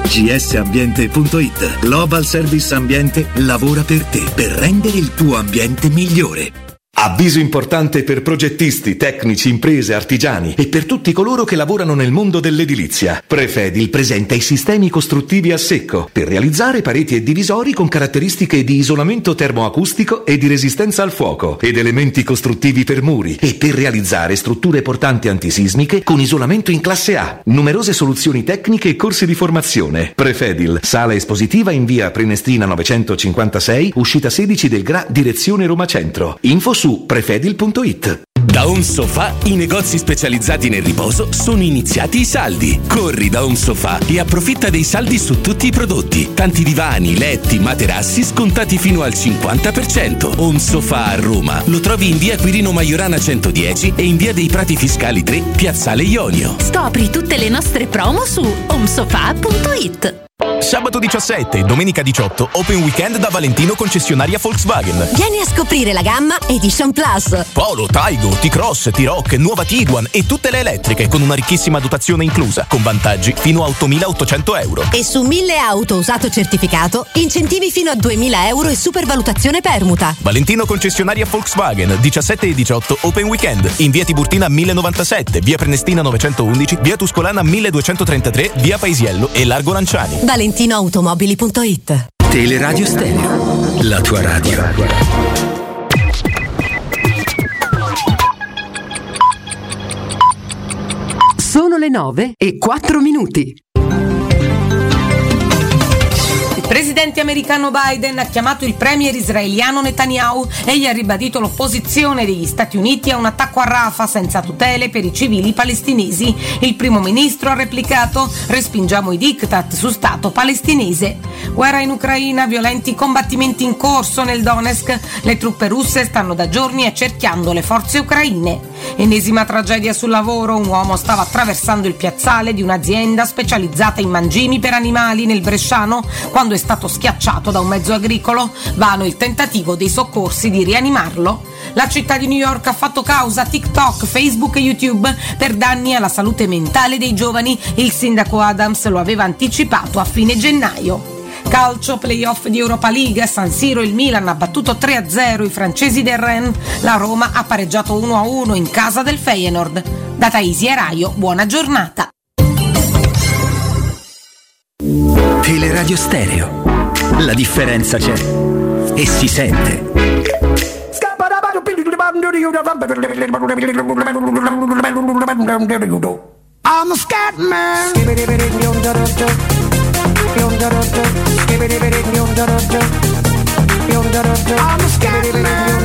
gsambiente.it. Global Service Ambiente lavora per te, per rendere il tuo ambiente migliore. Avviso importante per progettisti, tecnici, imprese, artigiani e per tutti coloro che lavorano nel mondo dell'edilizia. Prefedil presenta i sistemi costruttivi a secco per realizzare pareti e divisori con caratteristiche di isolamento termoacustico e di resistenza al fuoco ed elementi costruttivi per muri e per realizzare strutture portanti antisismiche con isolamento in classe A. Numerose soluzioni tecniche e corsi di formazione. Prefedil, sala espositiva in via Prenestina 956, uscita 16 del GRA, direzione Roma Centro. Info su prefedil.it. Da Home Sofa i negozi specializzati nel riposo sono iniziati i saldi. Corri da Home Sofa e approfitta dei saldi su tutti i prodotti. Tanti divani, letti, materassi scontati fino al 50%. Home Sofa a Roma lo trovi in via Quirino Maiorana 110 e in via dei Prati Fiscali 3, Piazzale Ionio. Scopri tutte le nostre promo su homesofa.it. Sabato 17 e domenica 18 Open Weekend da Valentino concessionaria Volkswagen. Vieni a scoprire la gamma Edition Plus. Polo, Taigo, T-Cross, T-Roc, nuova Tiguan e tutte le elettriche con una ricchissima dotazione inclusa, con vantaggi fino a 8.800 euro. E su 1000 auto usato certificato, incentivi fino a 2.000 euro e supervalutazione permuta. Valentino concessionaria Volkswagen, 17 e 18 Open Weekend, in via Tiburtina 1097, via Prenestina 911, via Tuscolana 1233, via Paisiello e Largo Lanciani. ValentinoAutomobili.it. Teleradio Stereo, la tua radio. Sono le 9:04. Il presidente americano Biden ha chiamato il premier israeliano Netanyahu e gli ha ribadito l'opposizione degli Stati Uniti a un attacco a Rafah senza tutele per i civili palestinesi. Il primo ministro ha replicato: respingiamo i diktat su Stato palestinese. Guerra in Ucraina, violenti combattimenti in corso nel Donetsk. Le truppe russe stanno da giorni accerchiando le forze ucraine. Ennesima tragedia sul lavoro, un uomo stava attraversando il piazzale di un'azienda specializzata in mangimi per animali nel Bresciano quando è stato schiacciato da un mezzo agricolo. Vano il tentativo dei soccorsi di rianimarlo. La città di New York ha fatto causa a TikTok, Facebook e YouTube per danni alla salute mentale dei giovani. Il sindaco Adams lo aveva anticipato a fine gennaio. Calcio, playoff di Europa League, a San Siro il Milan ha battuto 3-0 i francesi del Rennes, la Roma ha pareggiato 1-1 in casa del Feyenoord. Da Taisi e Raio, buona giornata. Teleradio Stereo, la differenza c'è e si sente. I'm a scat man. I'm a scat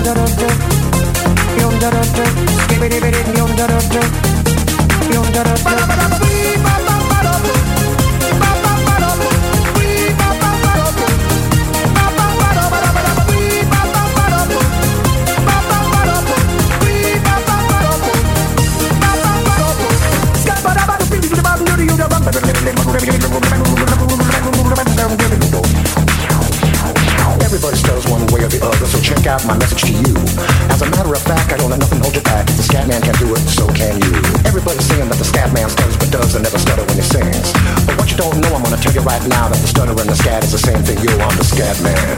Everybody stutters one way or the other, so check out my message to you. As a matter of fact, I don't let nothing hold you back. If the scat man can do it, so can you. Everybody's saying that the scat man stutters but does and never stutter when he sings. But what you don't know, I'm gonna tell you right now, that the stutter and the scat is the same thing. Yo, I'm the scat man.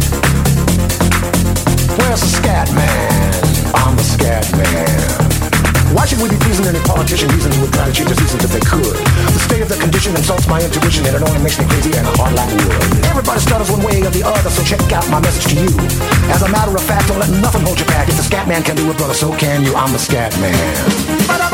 Where's the scat man? I'm the scat man. Why should we be pleasing any politician reasons who would try to cheat us reasons if they could? The state of their condition insults my intuition and it only makes me crazy and hard like wood. Everybody stutters one way or the other, so check out my message to you. As a matter of fact, don't let nothing hold you back. If the scat man can do it, brother, so can you. I'm the scat man.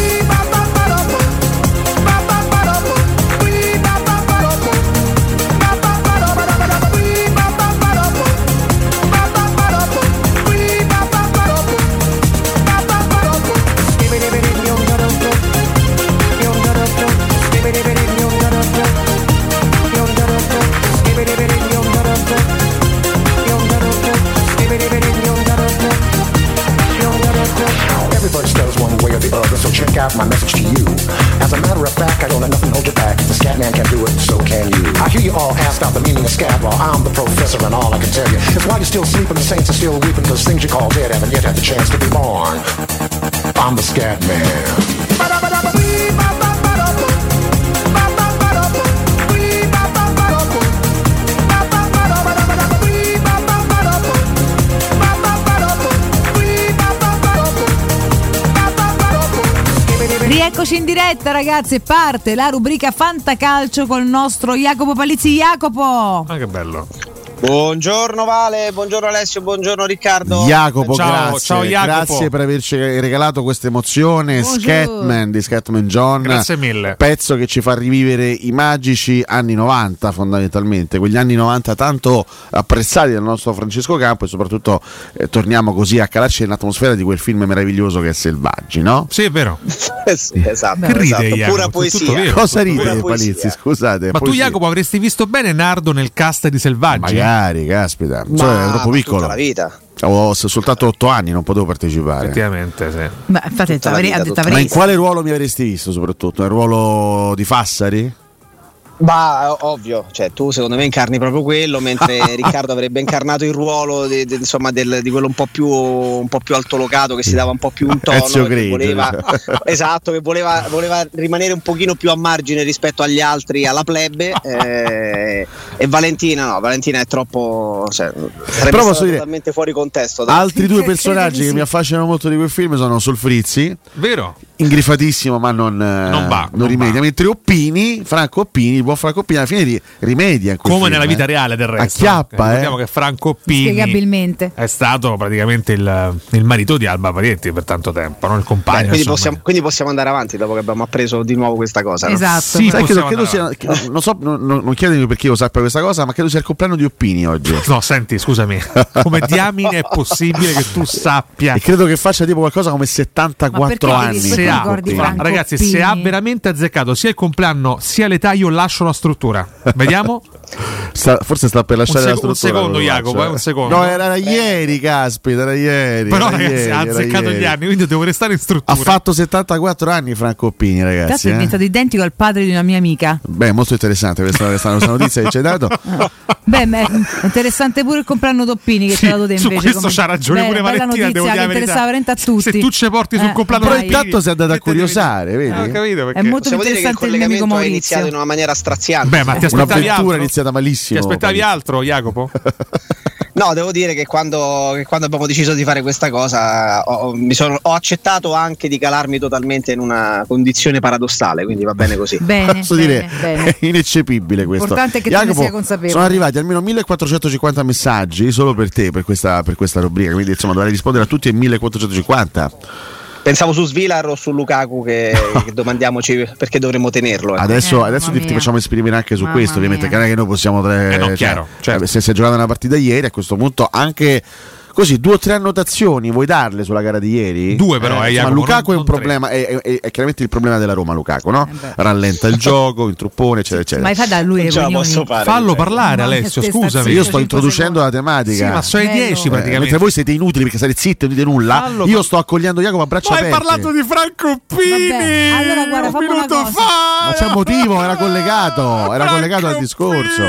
So check out my message to you. As a matter of fact, I don't let nothing hold you back. If the scat man can do it, so can you. I hear you all ask out the meaning of scat. Well, I'm the professor and all I can tell you is why you're still sleeping, the saints are still weeping, because things you call dead haven't yet had the chance to be born. I'm the scat man. Rieccoci in diretta, ragazzi, parte la rubrica Fantacalcio col nostro Jacopo Palizzi. Jacopo! Ah, che bello. Buongiorno Vale, buongiorno Alessio, buongiorno Riccardo. Jacopo, ciao, ciao Jacopo. Grazie per averci regalato questa emozione. Scatman di Scatman John. Grazie mille. Pezzo che ci fa rivivere i magici anni 90 fondamentalmente, quegli anni 90 tanto apprezzati dal nostro Francesco Campo, e soprattutto torniamo così a calarci nell'atmosfera di quel film meraviglioso che è Selvaggi, no? Sì, è vero. Esatto, che ride, esatto. Pura poesia. Cosa ride Palizzi, scusate? Ma tu Jacopo avresti visto bene Nardo nel cast di Selvaggi? Magari, caspita, ma è troppo piccolo. Tutta la vita. Ho soltanto 8 anni, non potevo partecipare. Effettivamente, sì. Beh, infatti, ma in quale ruolo mi avresti visto soprattutto? Nel ruolo di Fassari? Ma ovvio, cioè tu secondo me incarni proprio quello, mentre Riccardo avrebbe incarnato il ruolo di quello un po' più altolocato, che si dava un po' più un tono, che voleva, esatto, che voleva rimanere un pochino più a margine rispetto agli altri, alla plebe, e Valentina è troppo, cioè, sarebbe stato totalmente fuori contesto. Altri due personaggi che mi affascinano molto di quel film sono Solfrizzi, vero? Ingrifatissimo ma non rimedia, mentre Oppini, Franco Oppini, il buon Franco Oppini alla fine rimedia come film, nella vita reale del resto. Acchiappa, Ricordiamo che Franco Oppini spiegabilmente è stato praticamente il marito di Alba Parietti per tanto tempo, non il compagno. Quindi possiamo andare avanti dopo che abbiamo appreso di nuovo questa cosa, no? Esatto. Sì, credo sia, non chiedemi perché io sappia questa cosa, ma credo sia il compleanno di Oppini oggi. No, senti, scusami, come diamine è possibile che tu sappia? E credo che faccia tipo qualcosa come 74 anni. Ragazzi, se ha veramente azzeccato sia il compleanno sia l'età, io lascio la struttura. Vediamo. Forse sta per lasciare la struttura. Un secondo, Jacopo, un secondo. No, era ieri, caspita, era ieri. Però ragazzi, ha azzeccato gli anni, quindi devo restare in struttura. Ha fatto 74 anni Franco Oppini, ragazzi. È diventato identico al padre di una mia amica. Beh, molto interessante questa notizia che ci hai dato. Beh, è interessante pure il compleanno Doppini che ci ha dato te invece. Su questo c'ha ragione pure Valentina, devo dire la verità. Interessava veramente a tutti. Se tu ci porti sul compleanno però intanto si è andato a curiosare, vedi? Ho capito, perché è molto possiamo dire che il collegamento è iniziato in una maniera straziante. Beh, ma ti aspettavi un'avventura altro? È iniziata malissimo. Ti aspettavi altro, Jacopo? No, devo dire che quando abbiamo deciso di fare questa cosa ho accettato anche di calarmi totalmente in una condizione paradossale, quindi va bene così. Bene. È ineccepibile questo. L'importante è che Jacopo, tu ne sia consapevole. Sono arrivati almeno 1450 messaggi solo per te, per questa rubrica, quindi insomma dovrai rispondere a tutti e 1450. Pensavo su Svilar o su Lukaku che domandiamoci perché dovremmo tenerlo. Adesso ti facciamo esprimere anche su questo, ovviamente, che noi possiamo chiaro, certo. Se si è giocata una partita ieri, a questo punto anche così 2 o 3 annotazioni vuoi darle sulla gara di ieri? 2 però, ma Lukaku è un problema, è chiaramente il problema della Roma, Lukaku, no? Rallenta il gioco, il truppone, eccetera, eccetera. Ma fai da lui le fallo parlare, Alessio, scusami. Io sto introducendo la tematica. Sì, ma sono i 10 praticamente. Mentre voi siete inutili perché state zitti e non dite nulla, io sto accogliendo Jacopo a braccia aperte. Ma hai parlato di Franco Oppini! Allora guarda, un minuto fa! Ma c'è un motivo, era collegato al discorso.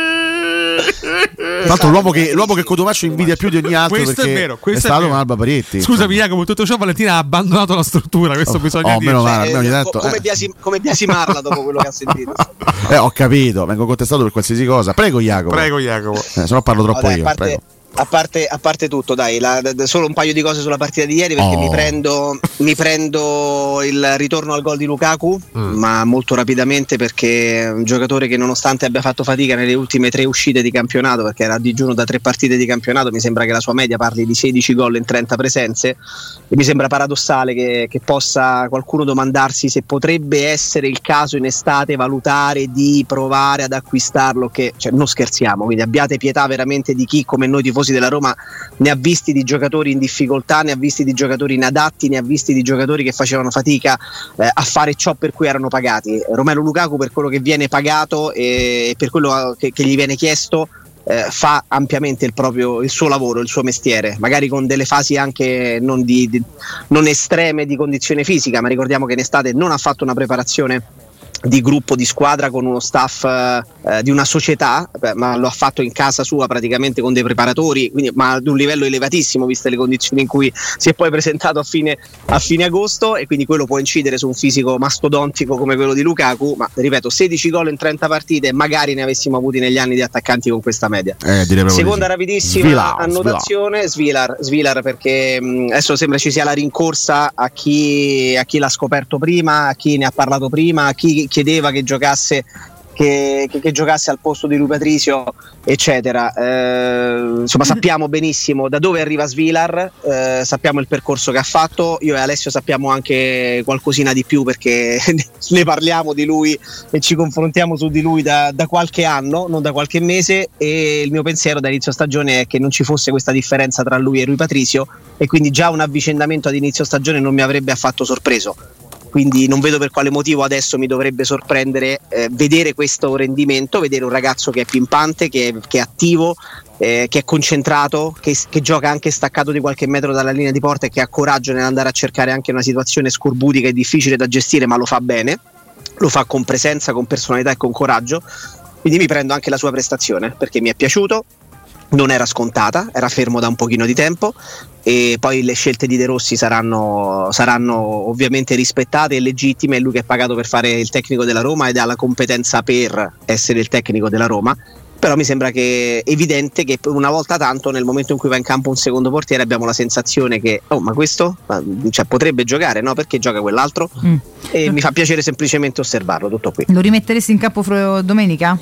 Tanto l'uomo che Cotomaccio invidia più di ogni altro, questo perché è vero, questo è stato vero. un Alba Parietti. Scusami Jacopo, tutto ciò Valentina ha abbandonato la struttura, questo bisogna dire. Come biasimarla dopo quello che ha sentito. Ho capito, vengo contestato per qualsiasi cosa. Prego Jacopo. Se no parlo troppo io. Prego. A parte tutto, dai, solo un paio di cose sulla partita di ieri, perché mi prendo il ritorno al gol di Lukaku, ma molto rapidamente, perché è un giocatore che, nonostante abbia fatto fatica nelle ultime 3 uscite di campionato, perché era a digiuno da 3 partite di campionato, mi sembra che la sua media parli di 16 gol in 30 presenze, e mi sembra paradossale che possa qualcuno domandarsi se potrebbe essere il caso in estate valutare di provare ad acquistarlo, che non scherziamo, quindi abbiate pietà veramente di chi come noi tifosi della Roma ne ha visti di giocatori in difficoltà, ne ha visti di giocatori inadatti, ne ha visti di giocatori che facevano fatica a fare ciò per cui erano pagati. Romelu Lukaku, per quello che viene pagato e per quello che gli viene chiesto, fa ampiamente il suo lavoro, il suo mestiere, magari con delle fasi anche non estreme di condizione fisica, ma ricordiamo che in estate non ha fatto una preparazione di gruppo, di squadra, con uno staff di una società, ma lo ha fatto in casa sua praticamente con dei preparatori, quindi, ma ad un livello elevatissimo viste le condizioni in cui si è poi presentato a fine agosto, e quindi quello può incidere su un fisico mastodontico come quello di Lukaku. Ma ripeto, 16 gol in 30 partite, magari ne avessimo avuti negli anni di attaccanti con questa media. Seconda rapidissima annotazione, Svilar, perché adesso sembra ci sia la rincorsa a chi l'ha scoperto prima, a chi ne ha parlato prima, a chi chiedeva che giocasse al posto di Rui Patricio, eccetera. Insomma, sappiamo benissimo da dove arriva Svilar, sappiamo il percorso che ha fatto. Io e Alessio sappiamo anche qualcosina di più, perché ne parliamo di lui e ci confrontiamo su di lui da qualche anno, non da qualche mese, e il mio pensiero da inizio stagione è che non ci fosse questa differenza tra lui e Rui Patricio, e quindi già un avvicendamento ad inizio stagione non mi avrebbe affatto sorpreso. Quindi non vedo per quale motivo adesso mi dovrebbe sorprendere vedere questo rendimento, vedere un ragazzo che è pimpante, che è attivo, che è concentrato, che gioca anche staccato di qualche metro dalla linea di porta, e che ha coraggio nell'andare a cercare anche una situazione scorbutica e difficile da gestire, ma lo fa bene, lo fa con presenza, con personalità e con coraggio. Quindi mi prendo anche la sua prestazione, perché mi è piaciuto. Non era scontata, era fermo da un pochino di tempo, e poi le scelte di De Rossi saranno ovviamente rispettate e legittime. È lui che è pagato per fare il tecnico della Roma ed ha la competenza per essere il tecnico della Roma, però mi sembra che è evidente che una volta tanto, nel momento in cui va in campo un secondo portiere, abbiamo la sensazione che ma questo potrebbe giocare, no? Perché gioca quell'altro? E mi fa piacere semplicemente osservarlo. Tutto qui. Lo rimetteresti in campo domenica?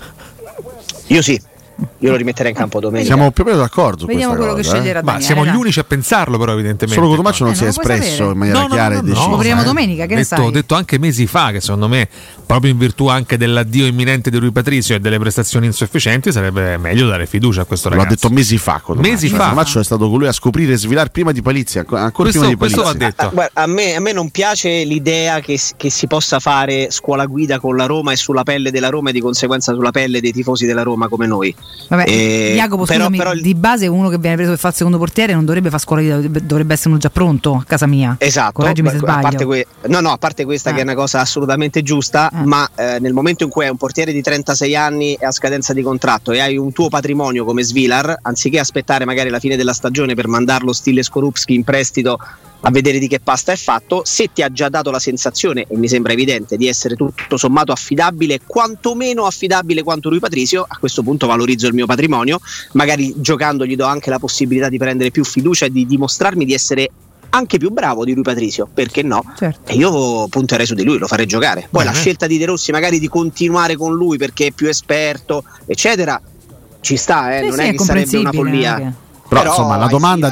Io sì. Io lo rimetterei in campo domenica. Siamo più o meno d'accordo. Vediamo quello che sceglierà Daniele. Ma siamo gli unici a pensarlo, però, evidentemente. Solo Cotumaccio non si è espresso in maniera chiara e decisa. Scopriremo domenica, che ne sai? Ho detto anche mesi fa che secondo me, proprio in virtù anche dell'addio imminente di Rui Patricio e delle prestazioni insufficienti, sarebbe meglio dare fiducia a questo ragazzo. L'ha detto mesi fa. Cotumaccio è stato colui a scoprire Svilar prima di Palizzi, ancora prima di Palizzi. Questo va detto. A me non piace l'idea che si possa fare scuola guida con la Roma e sulla pelle della Roma, e di conseguenza sulla pelle dei tifosi della Roma come noi. Vabbè, Jacopo, scusami, però di base uno che viene preso per fare il secondo portiere non dovrebbe fare scuola, dovrebbe essere uno già pronto a casa mia. Esatto. Correggimi se sbaglio. A parte questa che è una cosa assolutamente giusta, ma nel momento in cui hai un portiere di 36 anni e a scadenza di contratto, e hai un tuo patrimonio come Svilar, anziché aspettare magari la fine della stagione per mandarlo stile Skorupski in prestito a vedere di che pasta è fatto, se ti ha già dato la sensazione, e mi sembra evidente, di essere tutto sommato affidabile, quantomeno affidabile quanto Rui Patricio, a questo punto valorizzo il mio patrimonio, magari giocando gli do anche la possibilità di prendere più fiducia e di dimostrarmi di essere anche più bravo di Rui Patricio, perché no? Certo. E io punterei su di lui, lo farei giocare. Poi la scelta di De Rossi magari di continuare con lui perché è più esperto, eccetera, ci sta, non è che sarebbe una follia. Però insomma la domanda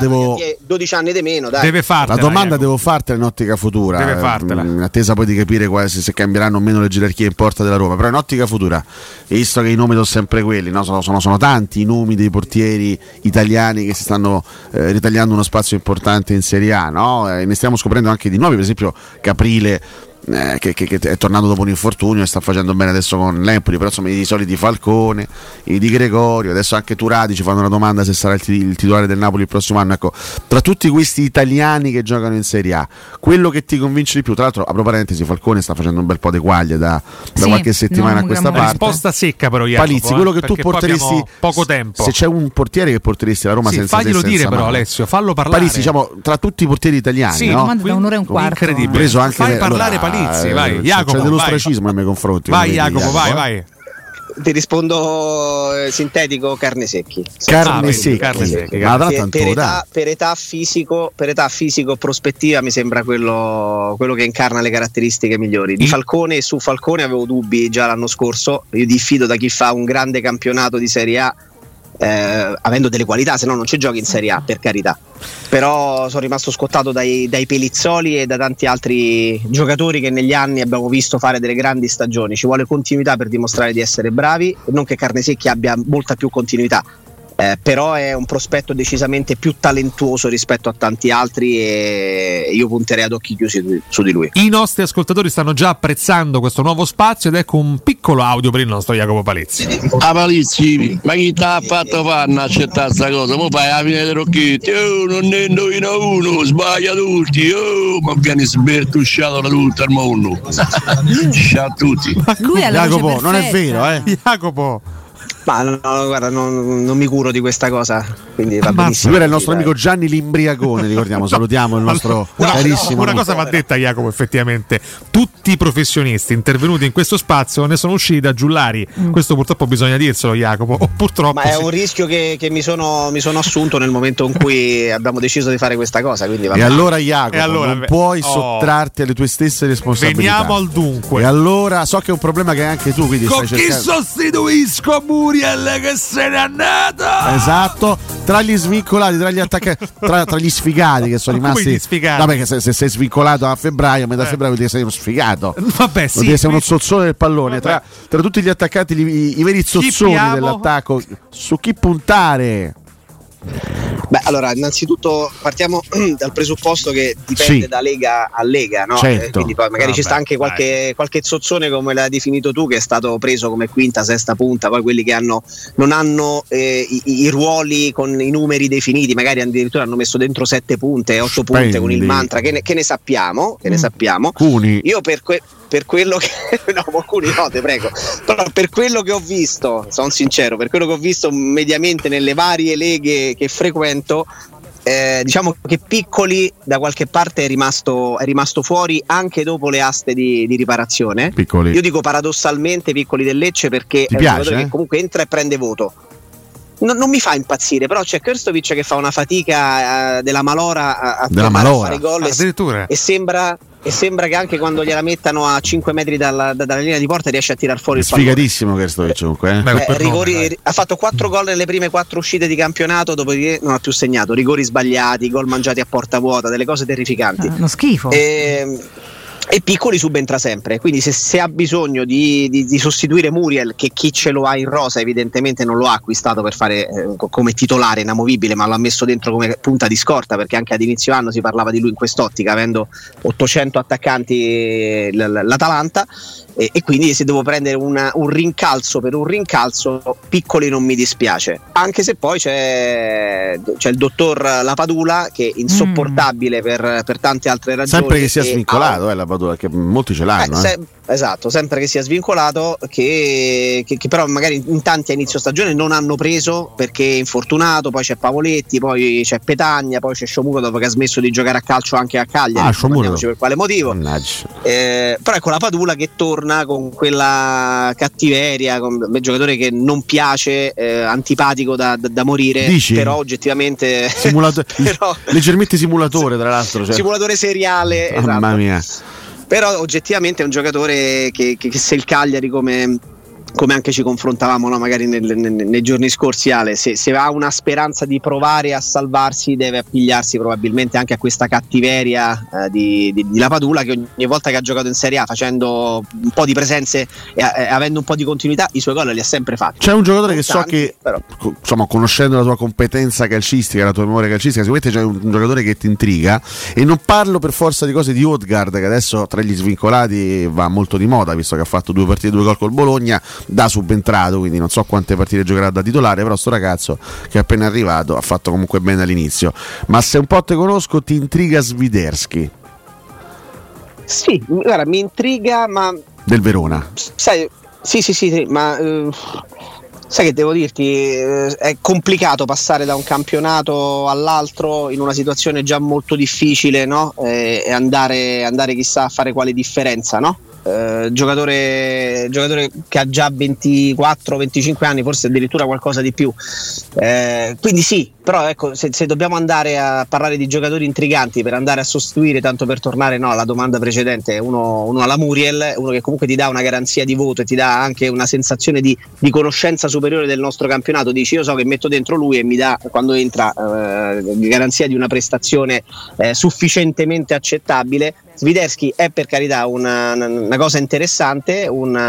12 anni di meno, dai. Deve fartela. La domanda devo fartela in ottica futura. Deve fartela. In attesa poi di capire se cambieranno o meno le gerarchie in porta della Roma. Però in ottica futura, visto che i nomi sono sempre quelli, no? sono tanti i nomi dei portieri italiani che si stanno ritagliando uno spazio importante in Serie A, no? Ne stiamo scoprendo anche di nuovi, per esempio Caprile, che è tornato dopo un infortunio e sta facendo bene adesso con l'Empoli, però insomma i soliti Falcone, i Di Gregorio, adesso anche Turati ci fanno una domanda se sarà il titolare del Napoli il prossimo anno. Ecco, tra tutti questi italiani che giocano in Serie A, quello che ti convince di più, tra l'altro apro parentesi, Falcone sta facendo un bel po' di quaglie da qualche settimana a questa parte. Risposta secca però Jacopo, Palizzi, quello che tu porteresti poco tempo. Se c'è un portiere che porteresti la Roma senza faglielo dire però mano. Alessio, fallo parlare. Palizzi, diciamo tra tutti i portieri italiani, no? Da un'ora e un quarto. Incredibile. Preso anche fai parlare Palizzi, vai Jacopo, c'è dell'ostracismo nei miei confronti. Vai Jacopo. Ti rispondo sintetico: carne secchi. Carne secchi. Per età fisico, prospettiva mi sembra quello che incarna le caratteristiche migliori. Di Falcone, e su Falcone avevo dubbi già l'anno scorso. Io diffido da chi fa un grande campionato di Serie A, avendo delle qualità, se no non c'è giochi in Serie A, per carità. Però sono rimasto scottato dai Pelizzoli e da tanti altri giocatori che negli anni abbiamo visto fare delle grandi stagioni. Ci vuole continuità per dimostrare di essere bravi, non che Carnesecchi abbia molta più continuità. però è un prospetto decisamente più talentuoso rispetto a tanti altri e io punterei ad occhi chiusi su di lui. I nostri ascoltatori stanno già apprezzando questo nuovo spazio ed ecco un piccolo audio per il nostro Jacopo Palizzi. Palizzi, ma chi ti ha fatto fare a accettare questa cosa? Mo fai la fine dei rocchetti, non ne indovina uno, sbaglia tutti, ma viene sbertusciato da tutto il mondo. Ciao a tutti. Lui ha la Jacopo, non è vero, Jacopo. Ma no, guarda, non mi curo di questa cosa, quindi va benissimo. Lui era il nostro amico Gianni L'Imbriagone, ricordiamo, salutiamo il nostro carissimo. Una cosa va detta, Jacopo, effettivamente tutti i professionisti intervenuti in questo spazio ne sono usciti da giullari. Questo purtroppo bisogna dirselo, Jacopo, o purtroppo. Ma è un rischio che mi sono assunto nel momento in cui abbiamo deciso di fare questa cosa, quindi va e allora Jacopo, non puoi sottrarti alle tue stesse responsabilità. Veniamo al dunque. E allora so che è un problema che hai anche tu, quindi con stai chi cercando... sostituisco Muriel che se n'è andato? Esatto, tra gli svincolati, tra gli attaccanti, tra gli sfigati che sono rimasti. Sfigati? No, perché se sei svincolato a febbraio, a metà febbraio vuol dire che sei uno sfigato. Vabbè, sì. Vuol dire che sei uno zozzone del pallone. Tra tutti gli attaccanti, i veri zozzoni dell'attacco, su chi puntare? Beh, allora, innanzitutto partiamo dal presupposto che dipende da lega a lega, no? Certo. Quindi poi magari ci sta anche qualche zozzone, come l'hai definito tu, che è stato preso come quinta, sesta punta, poi quelli che non hanno i ruoli con i numeri definiti, magari addirittura hanno messo dentro 7 punte, 8 punte con il mantra, che ne sappiamo, Cuni. Io per quello che no, alcuni no, te prego, però per quello che ho visto, sono sincero, per quello che ho visto mediamente nelle varie leghe che frequento, diciamo che Piccoli da qualche parte è rimasto fuori anche dopo le aste di riparazione. Piccoli. Io dico paradossalmente Piccoli del Lecce perché ti è piace, un giocatore che comunque entra e prende voto. Non mi fa impazzire, però c'è Krstovic che fa una fatica della malora a fare gol e sembra che anche quando gliela mettano a 5 metri dalla linea di porta riesce a tirar fuori il pallone. Sfigatissimo Krstovic comunque. Ha fatto 4 gol nelle prime 4 uscite di campionato, dopodiché non ha più segnato. Rigori sbagliati, gol mangiati a porta vuota, delle cose terrificanti. Uno schifo. E Piccoli subentra sempre, quindi se ha bisogno di sostituire Muriel, che chi ce lo ha in rosa evidentemente non lo ha acquistato per fare come titolare inamovibile, ma l'ha messo dentro come punta di scorta, perché anche ad inizio anno si parlava di lui in quest'ottica, avendo 800 attaccanti l'Atalanta, e quindi se devo prendere un rincalzo per un rincalzo, Piccoli non mi dispiace, anche se poi c'è il dottor Lapadula che è insopportabile per tante altre ragioni, sempre che sia svincolato Lapadula, che molti ce l'hanno esatto, sempre che sia svincolato, che però magari in tanti a inizio stagione non hanno preso perché è infortunato, poi c'è Pavoletti, poi c'è Petagna, poi c'è Sciomuro dopo che ha smesso di giocare a calcio anche a Cagliari, non per quale motivo, però ecco la Padula che torna con quella cattiveria, con un giocatore che non piace, antipatico da morire. Dici? Però oggettivamente leggermente simulatore, tra l'altro, cioè. Simulatore seriale, mamma mia. Però oggettivamente è un giocatore che se il Cagliari, come anche ci confrontavamo, no? Magari nei giorni scorsi, Ale, se ha una speranza di provare a salvarsi, deve appigliarsi probabilmente anche a questa cattiveria di Lapadula, che ogni volta che ha giocato in Serie A, facendo un po' di presenze e avendo un po' di continuità, i suoi gol li ha sempre fatti. C'è un giocatore che so che, insomma, conoscendo la tua competenza calcistica, la tua memoria calcistica, sicuramente c'è un giocatore che ti intriga, e non parlo per forza di cose di Odegaard, che adesso tra gli svincolati va molto di moda, visto che ha fatto 2 partite, 2 gol col Bologna da subentrato, quindi non so quante partite giocherà da titolare, però sto ragazzo che è appena arrivato ha fatto comunque bene all'inizio. Ma se un po' te conosco, ti intriga Swiderski? Sì, guarda, mi intriga, ma del Verona, sai, sì, ma sai che devo dirti, è complicato passare da un campionato all'altro in una situazione già molto difficile, no? E andare chissà a fare quale differenza, no? Giocatore che ha già 24-25 anni, forse addirittura qualcosa di più, quindi sì, però ecco, se dobbiamo andare a parlare di giocatori intriganti per andare a sostituire, tanto per tornare alla domanda precedente, uno alla Muriel, uno che comunque ti dà una garanzia di voto e ti dà anche una sensazione di conoscenza superiore del nostro campionato. Dici, io so che metto dentro lui e mi dà, quando entra, garanzia di una prestazione sufficientemente accettabile. Swiderski è per carità una cosa interessante,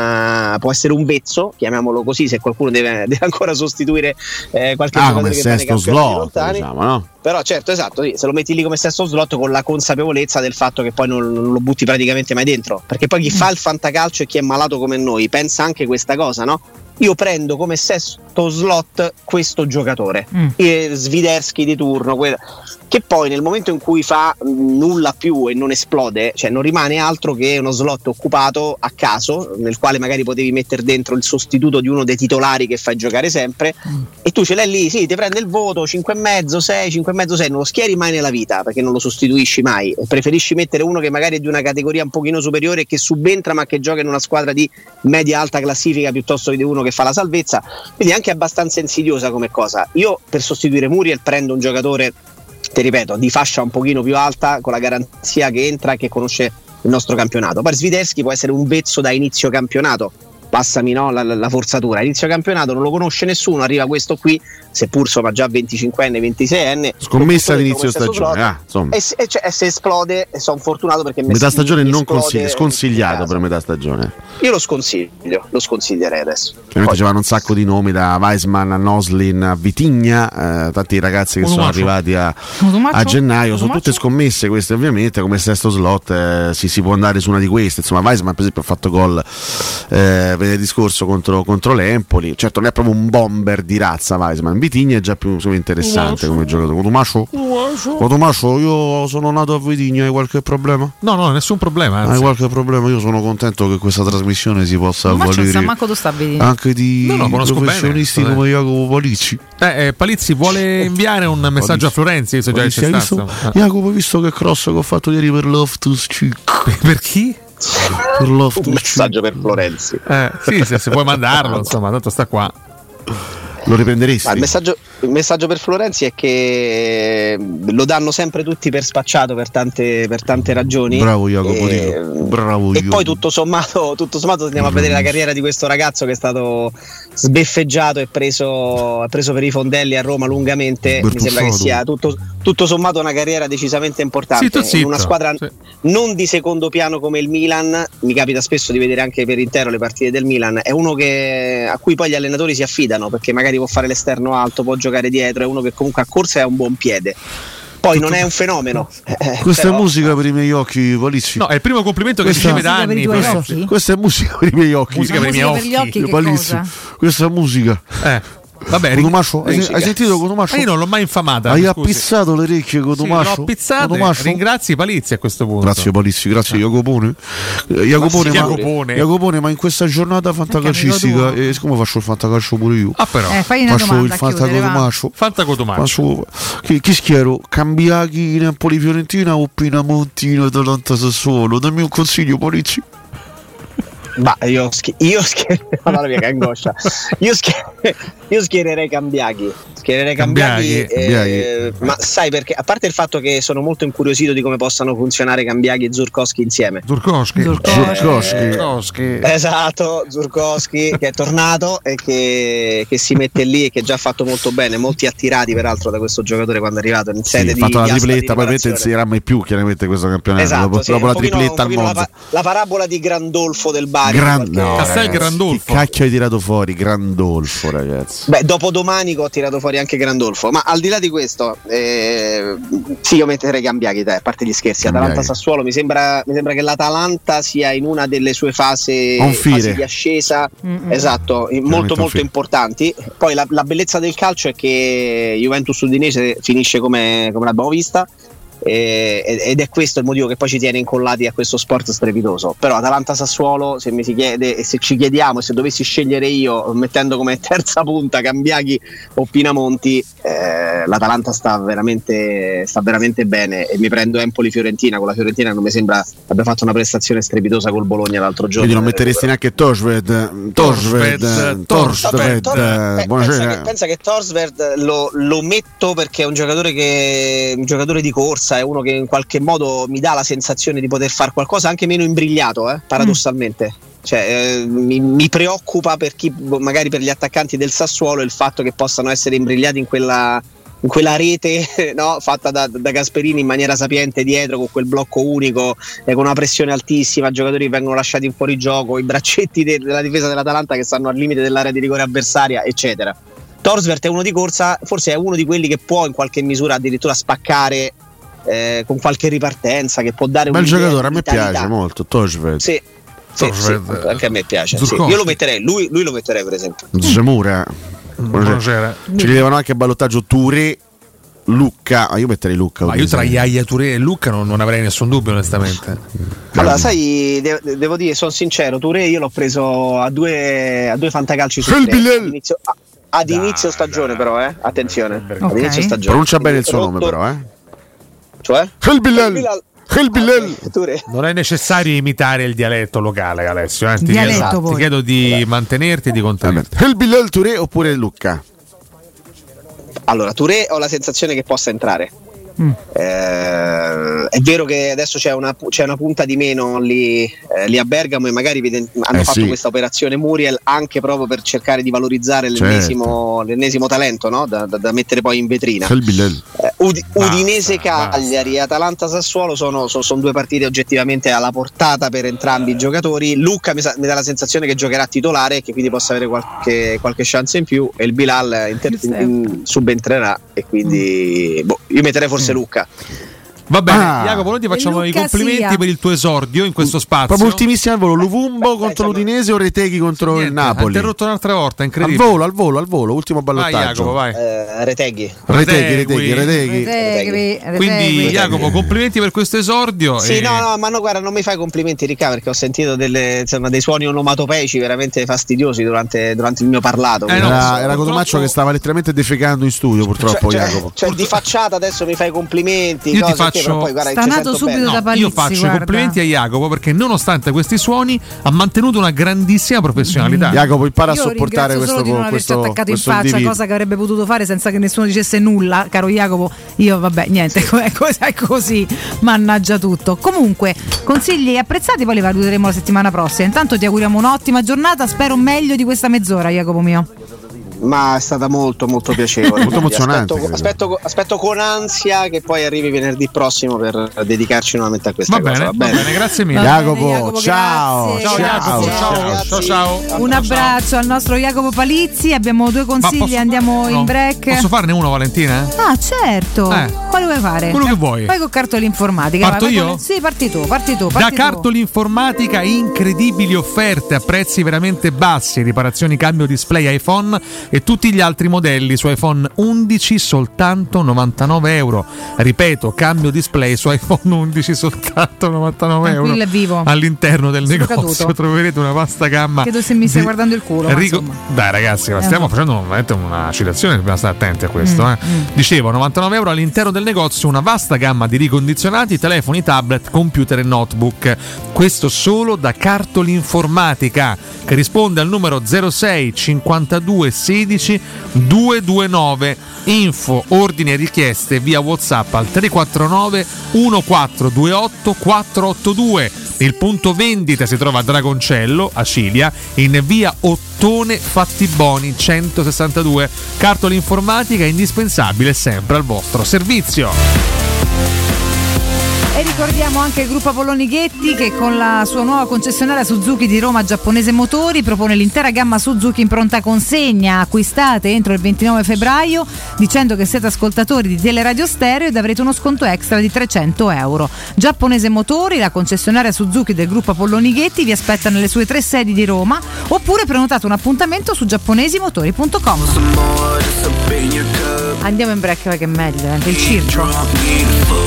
può essere un vezzo, chiamiamolo così, se qualcuno deve ancora sostituire qualche giocatore che sesto slot, diciamo, no? Però certo, esatto, sì, se lo metti lì come sesto slot con la consapevolezza del fatto che poi non lo butti praticamente mai dentro, perché poi chi fa il fantacalcio e chi è malato come noi pensa anche questa cosa, no? Io prendo come sesto slot questo giocatore, Swiderski di turno, che poi nel momento in cui fa nulla più e non esplode, cioè non rimane altro che uno slot occupato a caso, nel quale magari potevi mettere dentro il sostituto di uno dei titolari che fai giocare sempre, e tu ce l'hai lì, sì, ti prende il voto 5,5, 6, 5,5, 6, non lo schieri mai nella vita perché non lo sostituisci mai, preferisci mettere uno che magari è di una categoria un pochino superiore e che subentra ma che gioca in una squadra di media alta classifica piuttosto che di uno che fa la salvezza, quindi è anche abbastanza insidiosa come cosa. Io per sostituire Muriel prendo un giocatore, ti ripeto, di fascia un pochino più alta, con la garanzia che entra e che conosce il nostro campionato. Poi Swiderski può essere un vezzo da inizio campionato, passami la forzatura, inizio campionato non lo conosce nessuno, arriva questo qui, seppur insomma già 25enne, 26enne, scommessa all'inizio stagione, e se esplode, sono fortunato perché metà stagione non sconsigliato per metà stagione. Io lo sconsiglierei adesso. Chiaramente c'erano un sacco di nomi, da Weissman a Noslin a Vitigna, tanti ragazzi che sono arrivati a gennaio, sono tutte scommesse queste, ovviamente come sesto slot si può andare su una di queste, insomma Weissman per esempio ha fatto gol venerdì scorso contro l'Empoli, certo non è proprio un bomber di razza Weissman, Vitigna è già più interessante come giocatore. Cotumascio, io sono nato a Vitigna, hai qualche problema? No, nessun problema, anzi. Hai qualche problema? Io sono contento che questa trasmissione si possa avvalere anche di professionisti come Jacopo Palizzi. Palizzi vuole inviare un messaggio a Florenzi, se già c'è stato. Jacopo, visto che cross che ho fatto ieri per Loftus-Cheek. Per chi? Un messaggio per Florenzi. Sì, se puoi mandarlo, insomma, tanto sta qua. Lo riprenderesti? Il messaggio per Florenzi è che lo danno sempre tutti per spacciato per tante ragioni. Bravo Jacopo. E poi tutto sommato andiamo a vedere la carriera di questo ragazzo che è stato sbeffeggiato e preso per i fondelli a Roma lungamente. Mi sembra che sia tutto sommato una carriera decisamente importante. In una squadra non di secondo piano come il Milan, mi capita spesso di vedere anche per intero le partite del Milan, è uno a cui poi gli allenatori si affidano, perché magari può fare l'esterno alto, può giocare dietro, è uno che comunque a corsa ha un buon piede. Poi non è un fenomeno. Questa è musica per i miei occhi, Palizzi. No, è il primo complimento che riceve da anni. Questa è musica per i miei occhi. Musica per i miei occhi. Palizzi. Questa è musica. Vabbè, Cotumascio, hai sentito Cotumascio? Io non l'ho mai infamata. Hai appizzato le orecchie Cotumascio? L'ho appizzate. Ringrazi Palizzi a questo punto. Grazie Palizzi, grazie Jacopone. Jacopone, ma in questa giornata fantacalcistica, siccome faccio il fantacalcio pure io. Però faccio il fantacotumascio. Fantacotumascio. Chi schiero? Cambiaghi, Napoli, Fiorentina o Pinamontino, Atalanta, Sassuolo? Dammi un consiglio, Palizzi. Ma io madonna mia, che angoscia. Io schiererei Cambiaghi. Ma sai perché? A parte il fatto che sono molto incuriosito di come possano funzionare Cambiaghi e Zurkowski insieme. Zurkowski. Esatto, Zurkowski che è tornato e che si mette lì e che già ha fatto molto bene, molti attirati peraltro da questo giocatore quando è arrivato in sede di fatto la tripletta, poi non inserirà mai più chiaramente questo campionato. Esatto, dopo la tripletta al Monza. La parabola di Grandolfo del Bari. Castel Grandolfo. Che cacchio hai tirato fuori? Grandolfo, ragazzi. Beh, dopo domani ho tirato fuori anche Grandolfo. Ma al di là di questo, sì, io metterei Cambiaghi, a parte gli scherzi. Atalanta-Sassuolo, mi sembra che l'Atalanta sia in una delle sue fasi di ascesa, esatto, molto importanti. Poi la bellezza del calcio è che Juventus-Udinese finisce come l'abbiamo vista. Ed è questo il motivo che poi ci tiene incollati a questo sport strepitoso. Però Atalanta-Sassuolo, se mi si chiede e se ci chiediamo, se dovessi scegliere io mettendo come terza punta Cambiaghi o Pinamonti, l'Atalanta sta veramente bene, e mi prendo Empoli-Fiorentina. Con la Fiorentina non mi sembra abbia fatto una prestazione strepitosa col Bologna l'altro giorno. Quindi non metteresti neanche Torsved? Pensa che Torsved lo metto perché è un giocatore di corsa, è uno che in qualche modo mi dà la sensazione di poter fare qualcosa anche meno imbrigliato, paradossalmente. Cioè, mi preoccupa per chi, magari per gli attaccanti del Sassuolo, il fatto che possano essere imbrigliati in quella quella rete, no, fatta da Gasperini in maniera sapiente dietro, con quel blocco unico e con una pressione altissima, giocatori che vengono lasciati in fuorigioco, i braccetti della difesa dell'Atalanta che stanno al limite dell'area di rigore avversaria, eccetera. Torsvert è uno di corsa, forse è uno di quelli che può in qualche misura addirittura spaccare con qualche ripartenza, che può dare un bel giocatore, a me piace molto Torsvert. Sì, anche a me piace. Sì. Io lo metterei, lui lo metterei per esempio. Zemura. Ci vedevano anche a ballottaggio Touré, Lucca. Io metterei Lucca. Ma io tra Yaya Touré e Lucca non avrei nessun dubbio, onestamente. Allora, sai, devo dire, sono sincero, Touré io l'ho preso a due fantacalci su ad inizio stagione, però, attenzione. Ad inizio stagione. Pronuncia bene il suo nome, però, Cioè? Helbilel. Non è necessario imitare il dialetto locale, Alessio. Ti chiedo di mantenerti e di contenerti. Helbilel, Touré oppure Lucca? Allora, Touré ho la sensazione che possa entrare. È vero che adesso c'è una punta di meno lì a Bergamo e magari hanno fatto questa operazione Muriel anche proprio per cercare di valorizzare l'ennesimo talento, no? da mettere poi in vetrina. Udinese Cagliari e Atalanta Sassuolo sono due partite oggettivamente alla portata per entrambi i giocatori. Lucca mi dà la sensazione che giocherà titolare e che quindi possa avere qualche chance in più, e il Bilal subentrerà, e quindi io metterei forse Lucca. Va bene, Jacopo, noi ti facciamo i complimenti per il tuo esordio in questo spazio. Proprio ultimissimo al volo, Luvumbo contro l'Udinese o Reteghi contro il Napoli. Ha interrotto un'altra volta, incredibile. Al volo, ultimo ballottaggio. Vai Jacopo, vai. Reteghi. Quindi Jacopo, complimenti per questo esordio. Sì, no, ma guarda, non mi fai complimenti, Ricca, perché ho sentito dei suoni onomatopeici veramente fastidiosi durante il mio parlato. Era Cotomaccio che stava letteralmente defecando in studio, purtroppo, Jacopo. Cioè di facciata adesso mi fai complimenti. Io ti faccio poi, guarda, stanato subito da Palizzi. Io faccio i complimenti a Jacopo perché nonostante questi suoni ha mantenuto una grandissima professionalità. Jacopo, impara a sopportare questo solo di non averci attaccato in faccia, cosa che avrebbe potuto fare senza che nessuno dicesse nulla, caro Jacopo. Io vabbè, niente, è così, mannaggia tutto. Comunque, consigli apprezzati, poi li valuteremo la settimana prossima. Intanto ti auguriamo un'ottima giornata, spero meglio di questa mezz'ora, Jacopo mio. Ma è stata molto molto piacevole. Molto emozionante. Aspetto con ansia che poi arrivi venerdì prossimo per dedicarci nuovamente a questa cosa. Va bene, grazie mille. Jacopo, ciao. Ciao. Un abbraccio al nostro Jacopo Palizzi. Abbiamo due consigli, andiamo in break. Posso farne uno, Valentina? Ah, certo. Quale vuoi fare? Quello che vuoi. Vai con Cartoli Informatica. Parto io? Sì, parti tu. Da Cartoli Informatica, incredibili offerte a prezzi veramente bassi, riparazioni, cambio display iPhone e tutti gli altri modelli su iPhone 11 soltanto €99. Ripeto, cambio display su iPhone 11 soltanto €99. Vivo. All'interno del negozio troverete una vasta gamma. Credo se mi stai guardando il culo. Dai ragazzi, stiamo facendo una citazione, dobbiamo stare attenti a questo. Dicevo, €99 all'interno del negozio, una vasta gamma di ricondizionati, telefoni, tablet, computer e notebook. Questo solo da Cartoli Informatica, che risponde al numero 06 52 16 229. Info, ordini e richieste via WhatsApp al 349 1428 482. Il punto vendita si trova a Dragoncello, a Cilia, in via Ottone Fattiboni 162. Cartoli Informatica, indispensabile, sempre al vostro servizio. E ricordiamo anche il gruppo Apolloni Ghetti, che con la sua nuova concessionaria Suzuki di Roma, Giapponese Motori, propone l'intera gamma Suzuki in pronta consegna. Acquistate entro il 29 febbraio dicendo che siete ascoltatori di Teleradio Stereo ed avrete uno sconto extra di €300. Giapponese Motori, la concessionaria Suzuki del gruppo Apolloni Ghetti, vi aspetta nelle sue 3 sedi di Roma, oppure prenotate un appuntamento su giapponesimotori.com. Andiamo in break perché è meglio, anche il circo.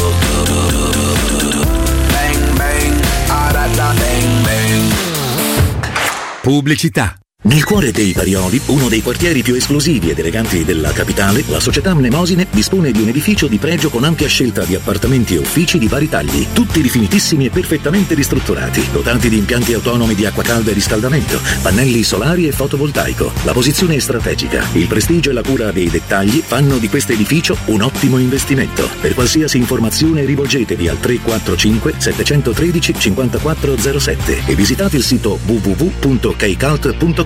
Pubblicità. Nel cuore dei Parioli, uno dei quartieri più esclusivi ed eleganti della capitale, la società Mnemosine dispone di un edificio di pregio con ampia scelta di appartamenti e uffici di vari tagli, tutti rifinitissimi e perfettamente ristrutturati, dotati di impianti autonomi di acqua calda e riscaldamento, pannelli solari e fotovoltaico. La posizione è strategica, il prestigio e la cura dei dettagli fanno di questo edificio un ottimo investimento. Per qualsiasi informazione rivolgetevi al 345 713 5407 e visitate il sito www.kcult.com.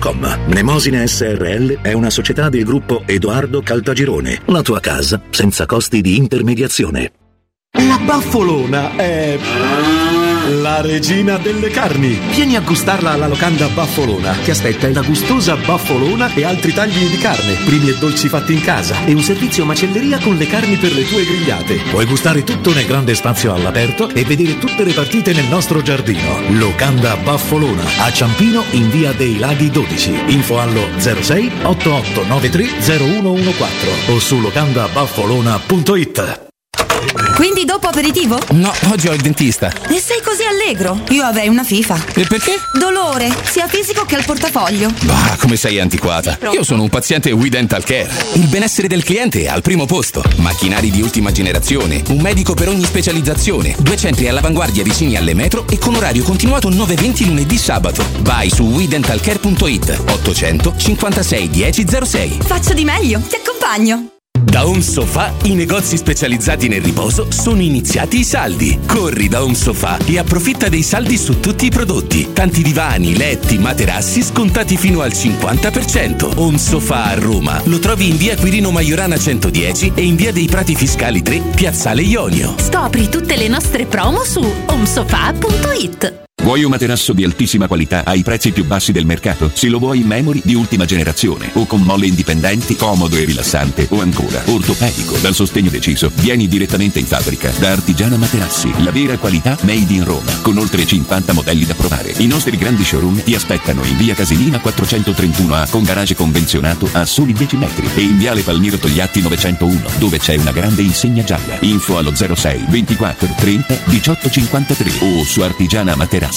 Mnemosina.com. Mnemosina SRL è una società del gruppo Edoardo Caltagirone. La tua casa senza costi di intermediazione. La Baffolona è la regina delle carni. Vieni a gustarla alla locanda Baffolona. Ti aspetta la gustosa Baffolona e altri tagli di carne, primi e dolci fatti in casa e un servizio macelleria con le carni per le tue grigliate. Puoi gustare tutto nel grande spazio all'aperto e vedere tutte le partite nel nostro giardino. Locanda Baffolona a Ciampino in via dei Laghi 12. Info allo 06 8893 0114 o su locandabaffolona.it. Quindi dopo aperitivo? No, oggi ho il dentista. E sei così allegro? Io avrei una FIFA. E perché? Dolore, sia fisico che al portafoglio. Bah, come sei antiquata. Io sono un paziente We Dental Care. Il benessere del cliente è al primo posto. Macchinari di ultima generazione, un medico per ogni specializzazione, 2 centri all'avanguardia vicini alle metro e con orario continuato 9-20 lunedì sabato. Vai su WeDentalCare.it 800 56 1006. Faccio di meglio, ti accompagno. Da Home Sofa i negozi specializzati nel riposo sono iniziati i saldi. Corri da Home Sofa e approfitta dei saldi su tutti i prodotti. Tanti divani, letti, materassi scontati fino al 50%. Home Sofa a Roma lo trovi in via Quirino Maiorana 110 e in via dei Prati Fiscali 3, Piazzale Ionio. Scopri tutte le nostre promo su homesofa.it. Vuoi un materasso di altissima qualità ai prezzi più bassi del mercato? Se lo vuoi in memory di ultima generazione o con molle indipendenti, comodo e rilassante o ancora ortopedico dal sostegno deciso, vieni direttamente in fabbrica da Artigiana Materassi, la vera qualità made in Roma, con oltre 50 modelli da provare. I nostri grandi showroom ti aspettano in via Casilina 431A con garage convenzionato a soli 10 metri e in viale Palmiro Togliatti 901 dove c'è una grande insegna gialla. Info allo 06 24 30 18 53 o su artigianamaterassi.com.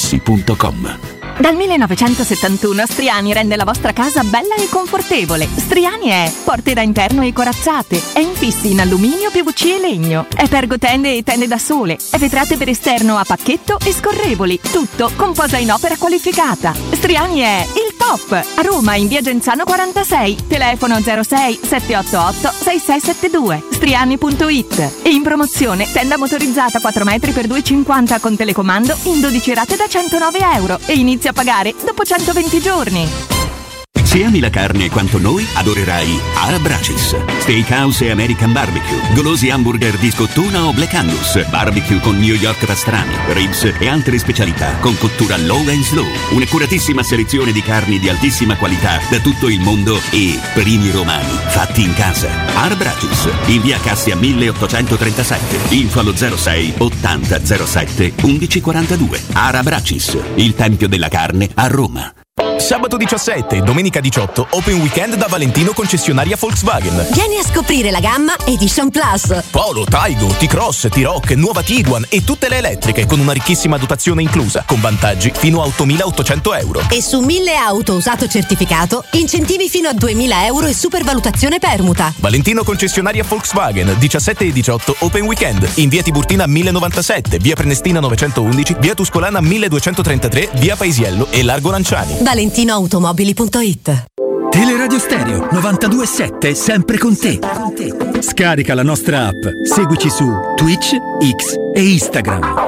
Dal 1971 Striani rende la vostra casa bella e confortevole. Striani è porte da interno e corazzate, è infissi in alluminio, PVC e legno, è pergotende e tende da sole, è vetrate per esterno a pacchetto e scorrevoli, tutto con posa in opera qualificata. Striani è il top! A Roma in via Genzano 46, telefono 06 788 6672, striani.it. E in promozione tenda motorizzata 4 metri per 2,50 con telecomando in 12 rate da €109 e inizia a pagare dopo 120 giorni. Se ami la carne quanto noi, adorerai Arab Bracis. Steakhouse e American Barbecue, golosi hamburger di scottuna o Black Angus, barbecue con New York pastrami, ribs e altre specialità con cottura low and slow. Un'accuratissima selezione di carni di altissima qualità da tutto il mondo e primi romani fatti in casa. Arab Bracis, in via Cassia 1837. Info allo 06 80 07 1142. Arab Bracis, il tempio della carne a Roma. Sabato 17 e domenica 18 Open Weekend da Valentino concessionaria Volkswagen. Vieni a scoprire la gamma Edition Plus. Polo, Taigo, T-Cross, T-Roc, nuova Tiguan e tutte le elettriche con una ricchissima dotazione inclusa, con vantaggi fino a €8.800. E su 1000 auto usato certificato, incentivi fino a €2.000 e supervalutazione permuta. Valentino concessionaria Volkswagen, 17 e 18 Open Weekend, in via Tiburtina 1097, via Prenestina 911, via Tuscolana 1233, via Paisiello e Largo Lanciani. ValentinoAutomobili.it. Teleradio Stereo 92.7 sempre con te. Scarica la nostra app, seguici su Twitch, X e Instagram.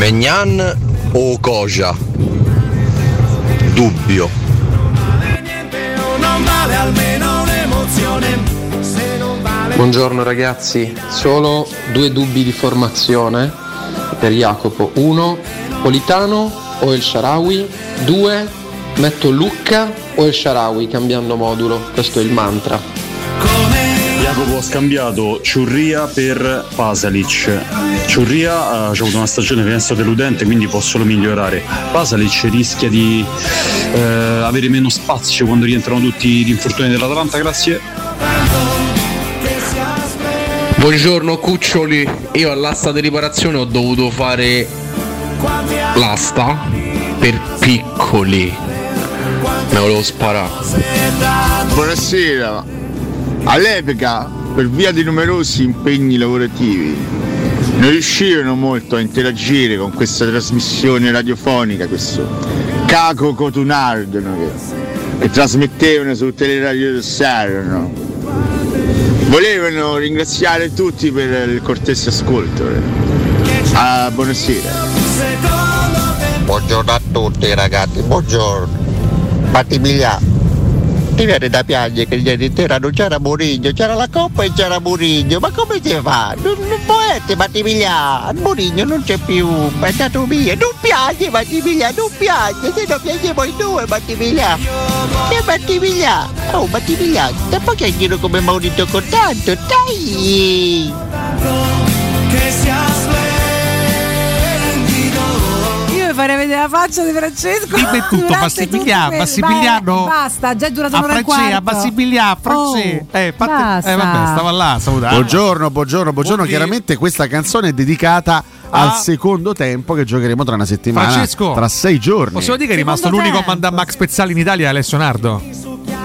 Megnan o Koja? Dubbio. Buongiorno ragazzi, solo 2 dubbi di formazione per Jacopo. 1, Politano o El Shaarawy? 2, metto Lucca o El Shaarawy cambiando modulo? Questo è il mantra. Jacopo ha scambiato Ciurria per Pasalic. Ciurria ha avuto una stagione finestra deludente, quindi può solo migliorare. Pasalic rischia di avere meno spazio quando rientrano tutti gli infortuni dell'Atalanta. Grazie. Buongiorno cuccioli, io all'asta di riparazione ho dovuto fare l'asta per piccoli. Me volevo sparare. Buonasera. All'epoca, per via di numerosi impegni lavorativi, non riuscirono molto a interagire con questa trasmissione radiofonica, questo Caco Cotunardo che trasmettevano su Teleradio del Salerno. Volevano ringraziare tutti per il cortese ascolto. Buonasera. Buongiorno a tutti ragazzi, buongiorno. Mattimiliano, ti viene da piangere che ieri sera non c'era Mourinho, c'era la Coppa e c'era Mourinho, ma come si fa? Non può essere Mattimiliano, Mourinho non c'è più, è andato via, non piange Mattimiliano, non piange, se no piangiamo i due Mattimiliano. E Mattimiliano, oh Mattimiliano, da poco in giro come Maurizio Cotanto, dai! Che sia farei vedere la faccia di Francesco. Dimmi tutto, Massimiliano. Basta, già è durato un'ora e quarto. Massimiliano, vabbè, stava là, salutare. Buongiorno. Chiaramente questa canzone è dedicata al secondo tempo che giocheremo tra una settimana. Francesco, tra 6 giorni. Possiamo dire che è rimasto l'unico a mandare Max Pezzali in Italia, Alessio Nardo?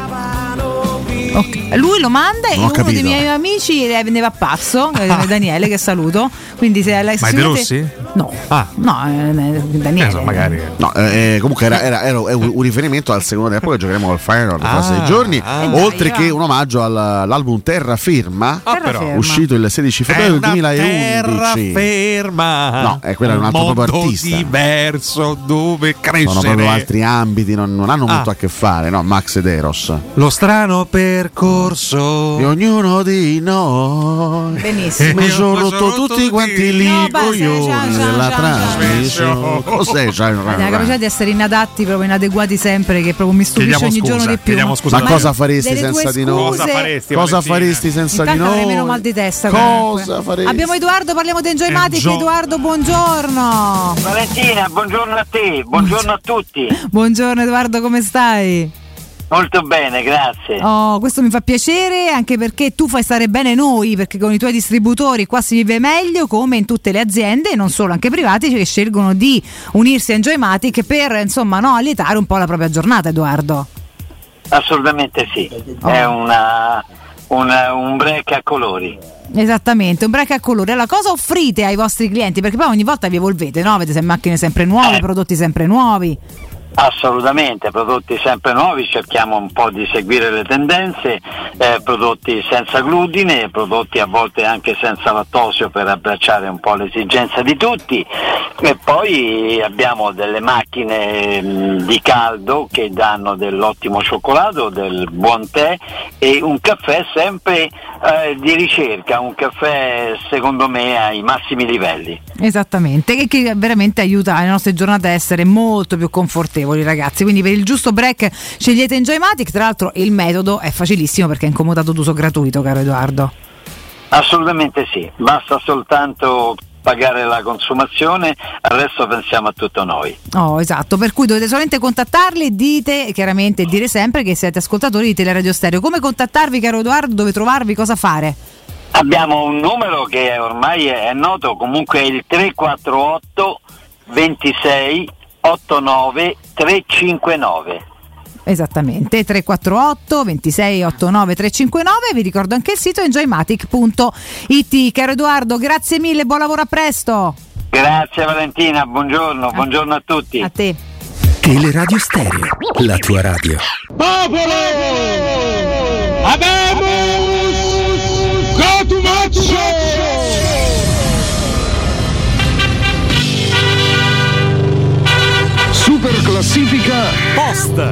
Okay. Lui lo manda e uno dei miei amici ne va pazzo, Daniele, che saluto. Quindi se ma è De Rossi? No, Daniele. Magari. No, comunque era un riferimento al secondo tempo che giocheremo al Feyenoord tra 6 giorni. Oltre che un omaggio all'album Terraferma, uscito il 16 febbraio del 2011. Terraferma. No, quello è un altro proprio artista. Diverso dove crescere. Sono proprio altri ambiti, non hanno molto a che fare, no? Max ed Eros. Lo strano percorso di ognuno di noi. Benissimo. Mi sono rotto tutti quanti i coglioni della trasmissione. Cos'è? La capacità di essere inadatti, proprio inadeguati sempre, che proprio mi stupisce ogni giorno di più. Ma cosa faresti senza di noi? Cosa faresti senza di noi? Meno mal di testa. Cosa faresti? Abbiamo Edoardo, parliamo di Enjoymatic. Edoardo, buongiorno. Valentina, buongiorno a te, buongiorno a tutti. Buongiorno Edoardo, come stai? Molto bene, grazie. Questo mi fa piacere, anche perché tu fai stare bene noi, perché con i tuoi distributori qua si vive meglio, come in tutte le aziende, e non solo, anche privati, che scelgono di unirsi a Enjoymatic per allietare un po' la propria giornata, Edoardo. Assolutamente sì, è un break a colori. Esattamente, un break a colori. Allora, cosa offrite ai vostri clienti? Perché poi ogni volta vi evolvete, no? Avete macchine sempre nuove, prodotti sempre nuovi. Assolutamente, prodotti sempre nuovi, cerchiamo un po' di seguire le tendenze, prodotti senza glutine, prodotti a volte anche senza lattosio per abbracciare un po' l'esigenza di tutti, e poi abbiamo delle macchine di caldo che danno dell'ottimo cioccolato, del buon tè e un caffè sempre di ricerca, un caffè secondo me ai massimi livelli. Esattamente, e che veramente aiuta le nostre giornate a essere molto più confortevoli, ragazzi. Quindi per il giusto break scegliete Enjoymatic. Tra l'altro il metodo è facilissimo perché è in comodato d'uso gratuito, caro Edoardo. Assolutamente sì, basta soltanto pagare la consumazione, adesso pensiamo a tutto noi. Esatto, per cui dovete solamente contattarli, dite chiaramente, dire sempre che siete ascoltatori di Teleradio Stereo. Come contattarvi, caro Edoardo? Dove trovarvi? Cosa fare? Abbiamo un numero che ormai è noto, comunque è il 348 26 89 359. Esattamente, 348 26 89 359. Vi ricordo anche il sito enjoymatic.it. Caro Edoardo, grazie mille, buon lavoro, a presto. Grazie Valentina, buongiorno a tutti. A te. Teleradio Stereo, la tua radio. Popolo! Abemus Cotumaccio! Post.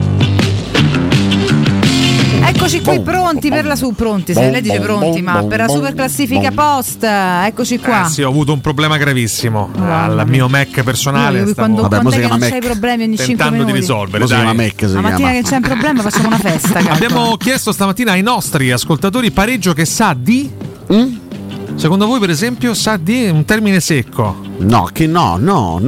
Eccoci qui pronti per la pronti, se lei dice pronti, ma per la super classifica post, eccoci qua. Sì, ho avuto un problema gravissimo al mio Mac personale. Quando è che non c'hai problemi ogni 5 minuti. Tentando di risolvere. La mattina che c'è un problema facciamo una festa. Abbiamo chiesto stamattina ai nostri ascoltatori pareggio che sa di... Secondo voi, per esempio, sa di un termine secco? No, che no,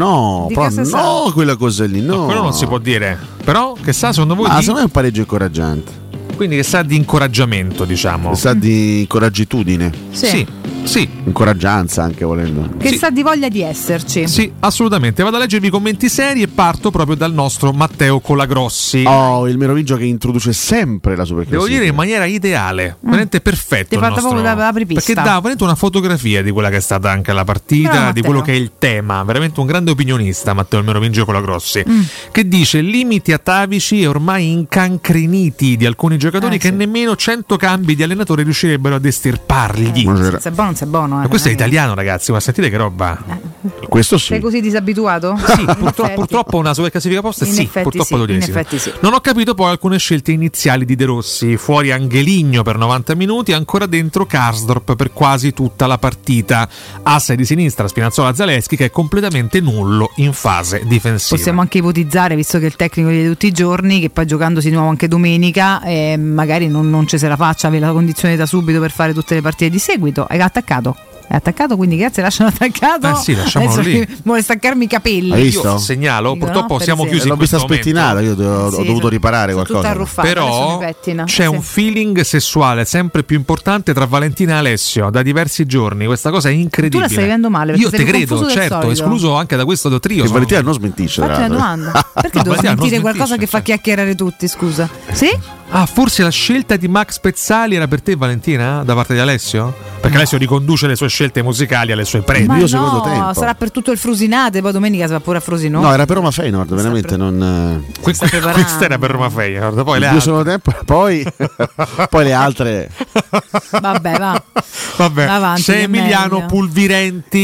quella cosa lì, no. Quello non si può dire. Però, che sa, secondo voi? Secondo me è un pareggio incoraggiante. Quindi che sa di incoraggiamento, diciamo. Che sa di incoraggitudine. Sì. Incoraggianza anche volendo. Che sa di voglia di esserci. Sì, assolutamente. Vado a leggervi i commenti seri e parto proprio dal nostro Matteo Colagrossi. Oh, il merovingio che introduce sempre la super classifica. Devo dire in maniera ideale, veramente perfetto. Ti fatta proprio da apripista. Perché dà veramente una fotografia di quella che è stata anche la partita, di quello che è il tema. Veramente un grande opinionista, Matteo il merovingio Colagrossi, che dice limiti atavici e ormai incancreniti di alcuni giocatori che nemmeno 100 cambi di allenatore riuscirebbero ad estirpargli. Non sei buono. Ma questo è italiano, ragazzi, ma sentite che roba. Questo sì. Sei così disabituato? Sì, purtroppo una super classifica post purtroppo lo devi. Sì. Non ho capito poi alcune scelte iniziali di De Rossi, fuori Angeligno per 90 minuti, ancora dentro Karsdorp per quasi tutta la partita. Asse di sinistra Spinazzola Zalewski che è completamente nullo in fase difensiva. Possiamo anche ipotizzare, visto che il tecnico di tutti i giorni, che poi giocandosi di nuovo anche domenica, magari non ci se la faccia, avere la condizione da subito per fare tutte le partite di seguito. È attaccato, quindi grazie, lasciano attaccato. Sì, lasciamolo lì. Vuole staccarmi i capelli. Hai visto? Io segnalo, purtroppo siamo chiusi. L'ho in vista questo spettinata, io ho dovuto riparare qualcosa. Però c'è un feeling sessuale sempre più importante tra Valentina e Alessio da diversi giorni. Questa cosa è incredibile. Tu la stai vivendo male. Io te credo, certo, escluso anche da questo trio. E Valentina non smentisce. Fatti una domanda. Perché devo sentire qualcosa che fa chiacchierare tutti, scusa? Sì? Ah, forse la scelta di Max Pezzali era per te, Valentina, da parte di Alessio? Perché Alessio riconduce le sue scelte musicali alle sue prede. Io secondo tempo sarà per tutto il Frusinate, poi domenica si va pure a Frosinone. No, era per Roma Feyenoord, veramente non. Questa era per Roma Feyenoord. Poi io secondo tempo, poi le altre. Vabbè, va. Avanti, c'è Emiliano Pulvirenti.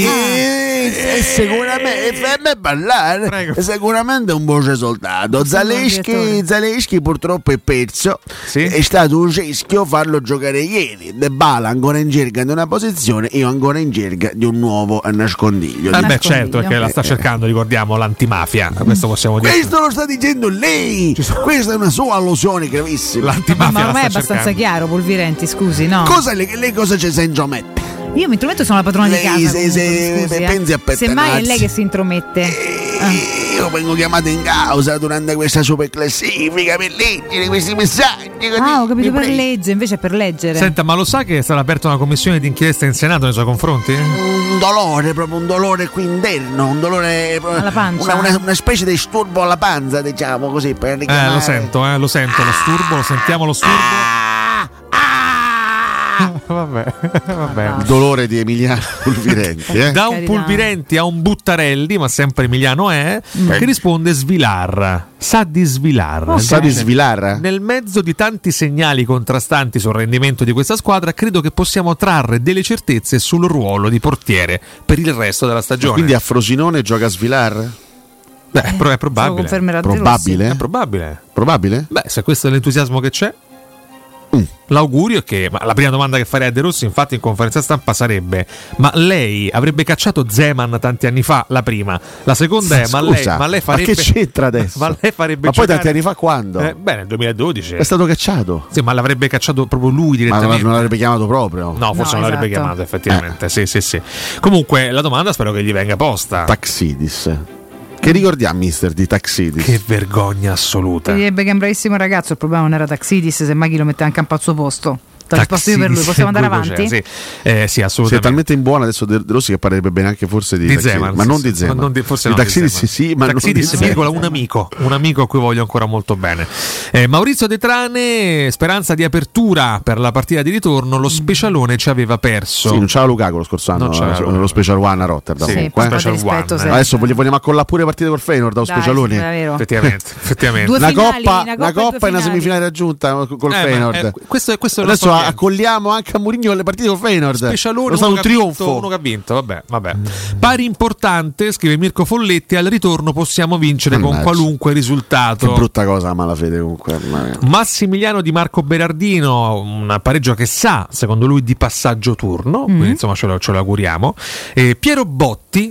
Sicuramente fammi parlare. Prego. Sicuramente un voce soldato. Zalewski purtroppo è perso. È stato un rischio farlo giocare ieri. De Bala ancora in cerca di una posizione, io ancora in cerca di un nuovo nascondiglio. Certo, perché la sta cercando, ricordiamo, l'antimafia. Questo possiamo dire. Questo lo sta dicendo lei. Questa è una sua allusione gravissima. L'antimafia ma ormai è abbastanza chiaro, Pulvirenti, scusi, no? Lei cosa ci sa intromette? Io mi intrometto, sono la padrona di casa. Pensi a semmai è lei che si intromette. Io vengo chiamato in causa durante questa super classifica per leggere questi messaggi. Ho capito, per legge, invece è per leggere. Senta, ma lo sa che è stata aperta una commissione d'inchiesta in Senato nei suoi confronti? Un dolore qui interno, un dolore alla pancia. Una specie di disturbo alla panza, diciamo così, per richiamare. Lo sento, lo sturbo, lo sentiamo lo sturbo. Vabbè. Il dolore di Emiliano Pulvirenti. Da un Pulvirenti a un Buttarelli, ma sempre Emiliano che risponde Svilar. Sa di Svilar. Sa di Svilar. Nel mezzo di tanti segnali contrastanti sul rendimento di questa squadra, credo che possiamo trarre delle certezze sul ruolo di portiere per il resto della stagione. Quindi a Frosinone gioca Svilar? È probabile. Probabile? È probabile. Probabile? Se questo è l'entusiasmo che c'è. L'augurio è che, ma la prima domanda che farei a De Rossi infatti in conferenza stampa sarebbe: ma lei avrebbe cacciato Zeman tanti anni fa? La prima. La seconda è: ma lei farebbe. Ma che c'entra adesso? Ma lei farebbe. Ma poi tanti anni fa quando? Nel 2012 è stato cacciato. Sì, ma l'avrebbe cacciato proprio lui direttamente. Ma non l'avrebbe chiamato proprio? No, forse non l'avrebbe chiamato effettivamente. Sì. Comunque la domanda spero che gli venga posta. Taxidis. Che ricordiamo, mister, di Taxidis? Che vergogna assoluta. Si direbbe che è un bravissimo ragazzo, il problema non era Taxidis, semmai chi lo metteva in campo al suo posto. Risposto io per lui, possiamo andare avanti? Sì, assolutamente. Sei talmente in buona adesso De Rossi che parlerebbe bene anche forse di Zeman, ma non di Zeman. Forse di Taxidis sì, ma Taxidis, non di Zeman. un amico a cui voglio ancora molto bene. Maurizio De Trane, speranza di apertura per la partita di ritorno, lo specialone ci aveva perso. Sì, non c'era Lukaku lo scorso anno, lo Special One a Rotterdam. Sì, Special One. Adesso vogliamo accollare pure partite col Feyenoord, lo specialone. Effettivamente. Una coppa e una semifinale raggiunta col Feyenoord. Questo è adesso accogliamo anche a Mourinho alle partite con Feyenoord. Specialone, è stato un trionfo. Uno che ha vinto, vabbè. Pari importante, scrive Mirko Folletti, al ritorno possiamo vincere con qualunque risultato. Che brutta cosa la malafede comunque. Massimiliano Di Marco Berardino, un pareggio che sa, secondo lui, di passaggio turno, quindi insomma ce lo auguriamo. Piero Botti,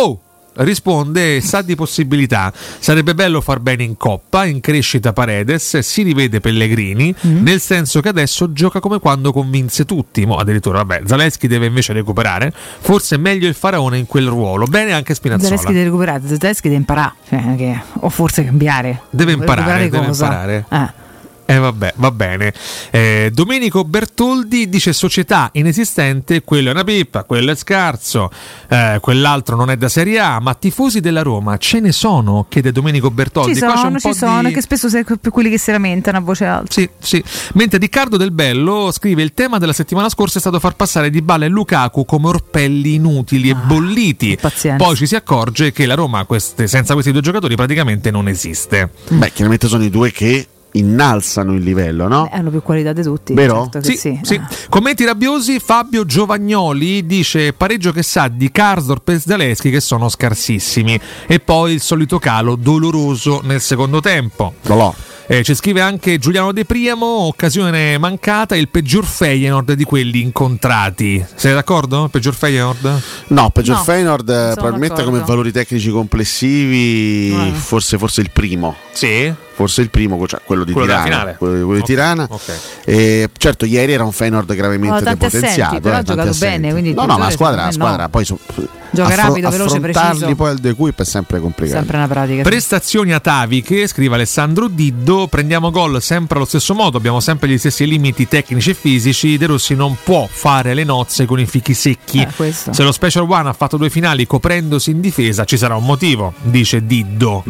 risponde, sa di possibilità, sarebbe bello far bene in Coppa, in crescita Paredes, si rivede Pellegrini, nel senso che adesso gioca come quando convinse tutti, addirittura Zalewski deve invece recuperare, forse è meglio il Faraone in quel ruolo, bene anche Spinazzola. Zalewski deve recuperare, Zalewski deve imparare, o forse cambiare. Deve imparare. Vabbè, va bene. Domenico Bertoldi dice società inesistente, quello è una pippa, quello è scarso, quell'altro non è da Serie A, ma tifosi della Roma ce ne sono? Chiede Domenico Bertoldi. Ci sono, che spesso quelli che si lamentano a voce alta. Sì. Mentre Riccardo Del Bello scrive: il tema della settimana scorsa è stato far passare Dybala e Lukaku come orpelli inutili e bolliti. Pazienza. Poi ci si accorge che la Roma senza questi due giocatori praticamente non esiste. Chiaramente sono i due che innalzano il livello, no? Hanno più qualità di tutti, vero? Certo che sì. Commenti rabbiosi. Fabio Giovagnoli dice pareggio che sa di Karsdorp e Zalewski che sono scarsissimi, e poi il solito calo doloroso nel secondo tempo. Ci scrive anche Giuliano De Priamo, occasione mancata, il peggior Feyenoord di quelli incontrati. Sei d'accordo? Peggior Feyenoord? No, Feyenoord probabilmente come valori tecnici complessivi forse il primo. Sì? Forse il primo, cioè quello di Tirana. Quello di Tirana. Certo, ieri era un Feyenoord gravemente depotenziato. Però ha giocato bene, quindi ma la squadra poi gioca rapido, veloce, preciso. Affrontarli poi al De Cuip è sempre complicato. Sempre una pratica. Prestazioni ataviche, scrive Alessandro Diddo, prendiamo gol sempre allo stesso modo, abbiamo sempre gli stessi limiti tecnici e fisici, De Rossi non può fare le nozze con i fichi secchi. Se lo Special One ha fatto 2 finali coprendosi in difesa ci sarà un motivo, dice Diddo.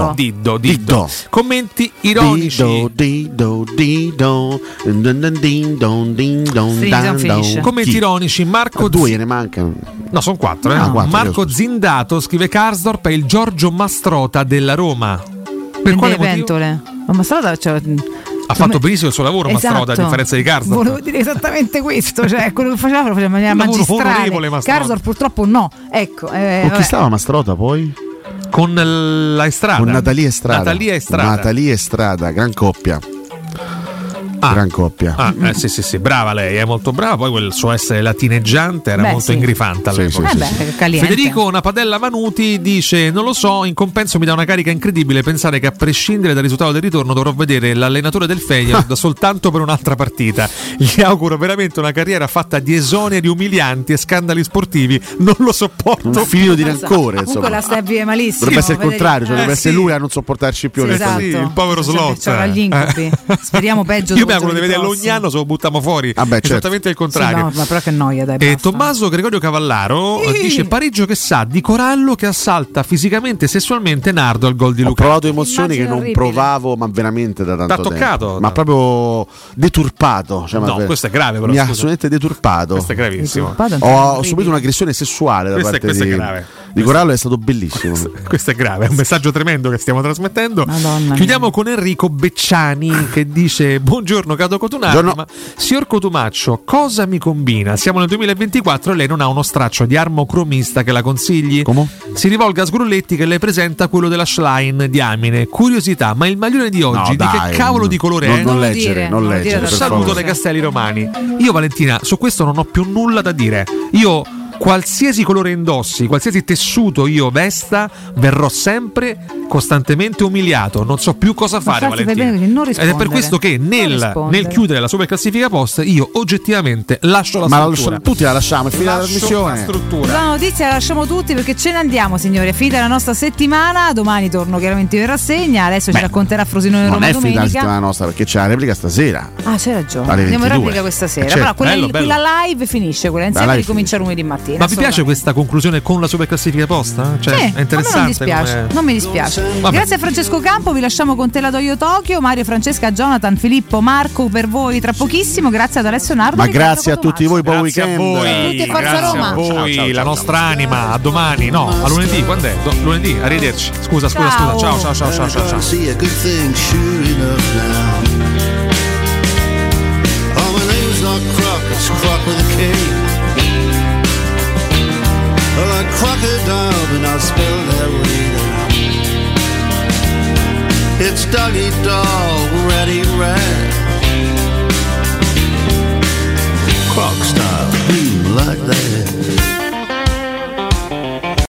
Commenti ironici. Commenti ironici. Marco 2 ne mancano. No, sono 4. Marco Zindato scrive Karsdorp è il Giorgio Mastrota della Roma. Per quale motivo? Mastrota ha fatto benissimo il suo lavoro, Mastrota, a differenza di Karsdorp. Volevo dire esattamente questo, cioè quello che faceva lo faceva in maniera magistrale. Karsdorp purtroppo no. Ecco, con chi stava Mastrota poi? Con la Estrada. Con Natalia Estrada, gran coppia. Gran coppia. Sì, brava lei, è molto brava. Poi quel suo essere latineggiante era molto ingrifante all'epoca. Federico Napadella Manuti dice: non lo so, in compenso mi dà una carica incredibile pensare che a prescindere dal risultato del ritorno dovrò vedere l'allenatore del Feyenoord soltanto per un'altra partita. Gli auguro veramente una carriera fatta di esoneri umilianti e scandali sportivi. Non lo sopporto. Un figlio di rancore, insomma. La stai via malissimo. Dovrebbe essere il contrario, dovrebbe essere lui a non sopportarci più. Il povero Slot. Speriamo peggio. Io mi auguro di vederlo ogni anno se lo buttiamo fuori. Esattamente il contrario. Ma però che noia, dai. E Tommaso Gregorio Cavallaro dice pareggio che sa di Corallo che assalta fisicamente e sessualmente Nardo al gol di Lukaku. Ho provato emozioni che non provavo, ma veramente da tanto tempo. T'ha toccato? Ma proprio deturpato. Questo è grave, però. Mi ha assolutamente deturpato. Questo è gravissimo. Ho subito un'aggressione sessuale da parte di Corallo, è stato bellissimo. Questo è grave, è un messaggio tremendo che stiamo trasmettendo. Madonna Chiudiamo mia. con Enrico Becciani che dice: buongiorno Cado Cotunacci, ma signor Cotumaccio, cosa mi combina? Siamo nel 2024 e lei non ha uno straccio di armocromista che la consigli? Come? Si rivolga a Sgrulletti che le presenta quello della Schlein Diamine. Curiosità, ma il maglione di oggi che cavolo di colore è? Non leggere. Un saluto dai Castelli Romani. Io Valentina, su questo non ho più nulla da dire. Io qualsiasi colore indossi, qualsiasi tessuto io vesta, verrò sempre costantemente umiliato. Non so più cosa fare, Valentina. Ed è per questo che nel chiudere la super classifica post io oggettivamente lascio la struttura. Ma tutti la lasciamo, è finita la trasmissione. La notizia la lasciamo tutti perché ce ne andiamo, signori. È finita la nostra settimana. Domani torno chiaramente in rassegna. Adesso ci racconterà Frosinone Roma domenica. Non è finita la settimana nostra perché c'è la replica stasera. Ah, c'è ragione. Andiamo in replica questa sera. Però quella live finisce, quella insieme ricomincia lunedì mattina. Ma vi piace questa conclusione con la super classifica posta? Cioè, è interessante. Non mi dispiace. Grazie a Francesco Campo, vi lasciamo con te la Toyo Tokyo, Mario, Francesca, Jonathan, Filippo, Marco per voi tra pochissimo. Grazie ad Alessio Nardo. Ma grazie a tutti voi, buon weekend. Tutti e Forza Roma. A voi, ciao, la nostra anima. A domani, no, a lunedì. Quando è? Lunedì, arrivederci. Scusa. Ciao. It's croc with a K. Like crocodile, but not spelled that way. It's doggy dog, ratty rat.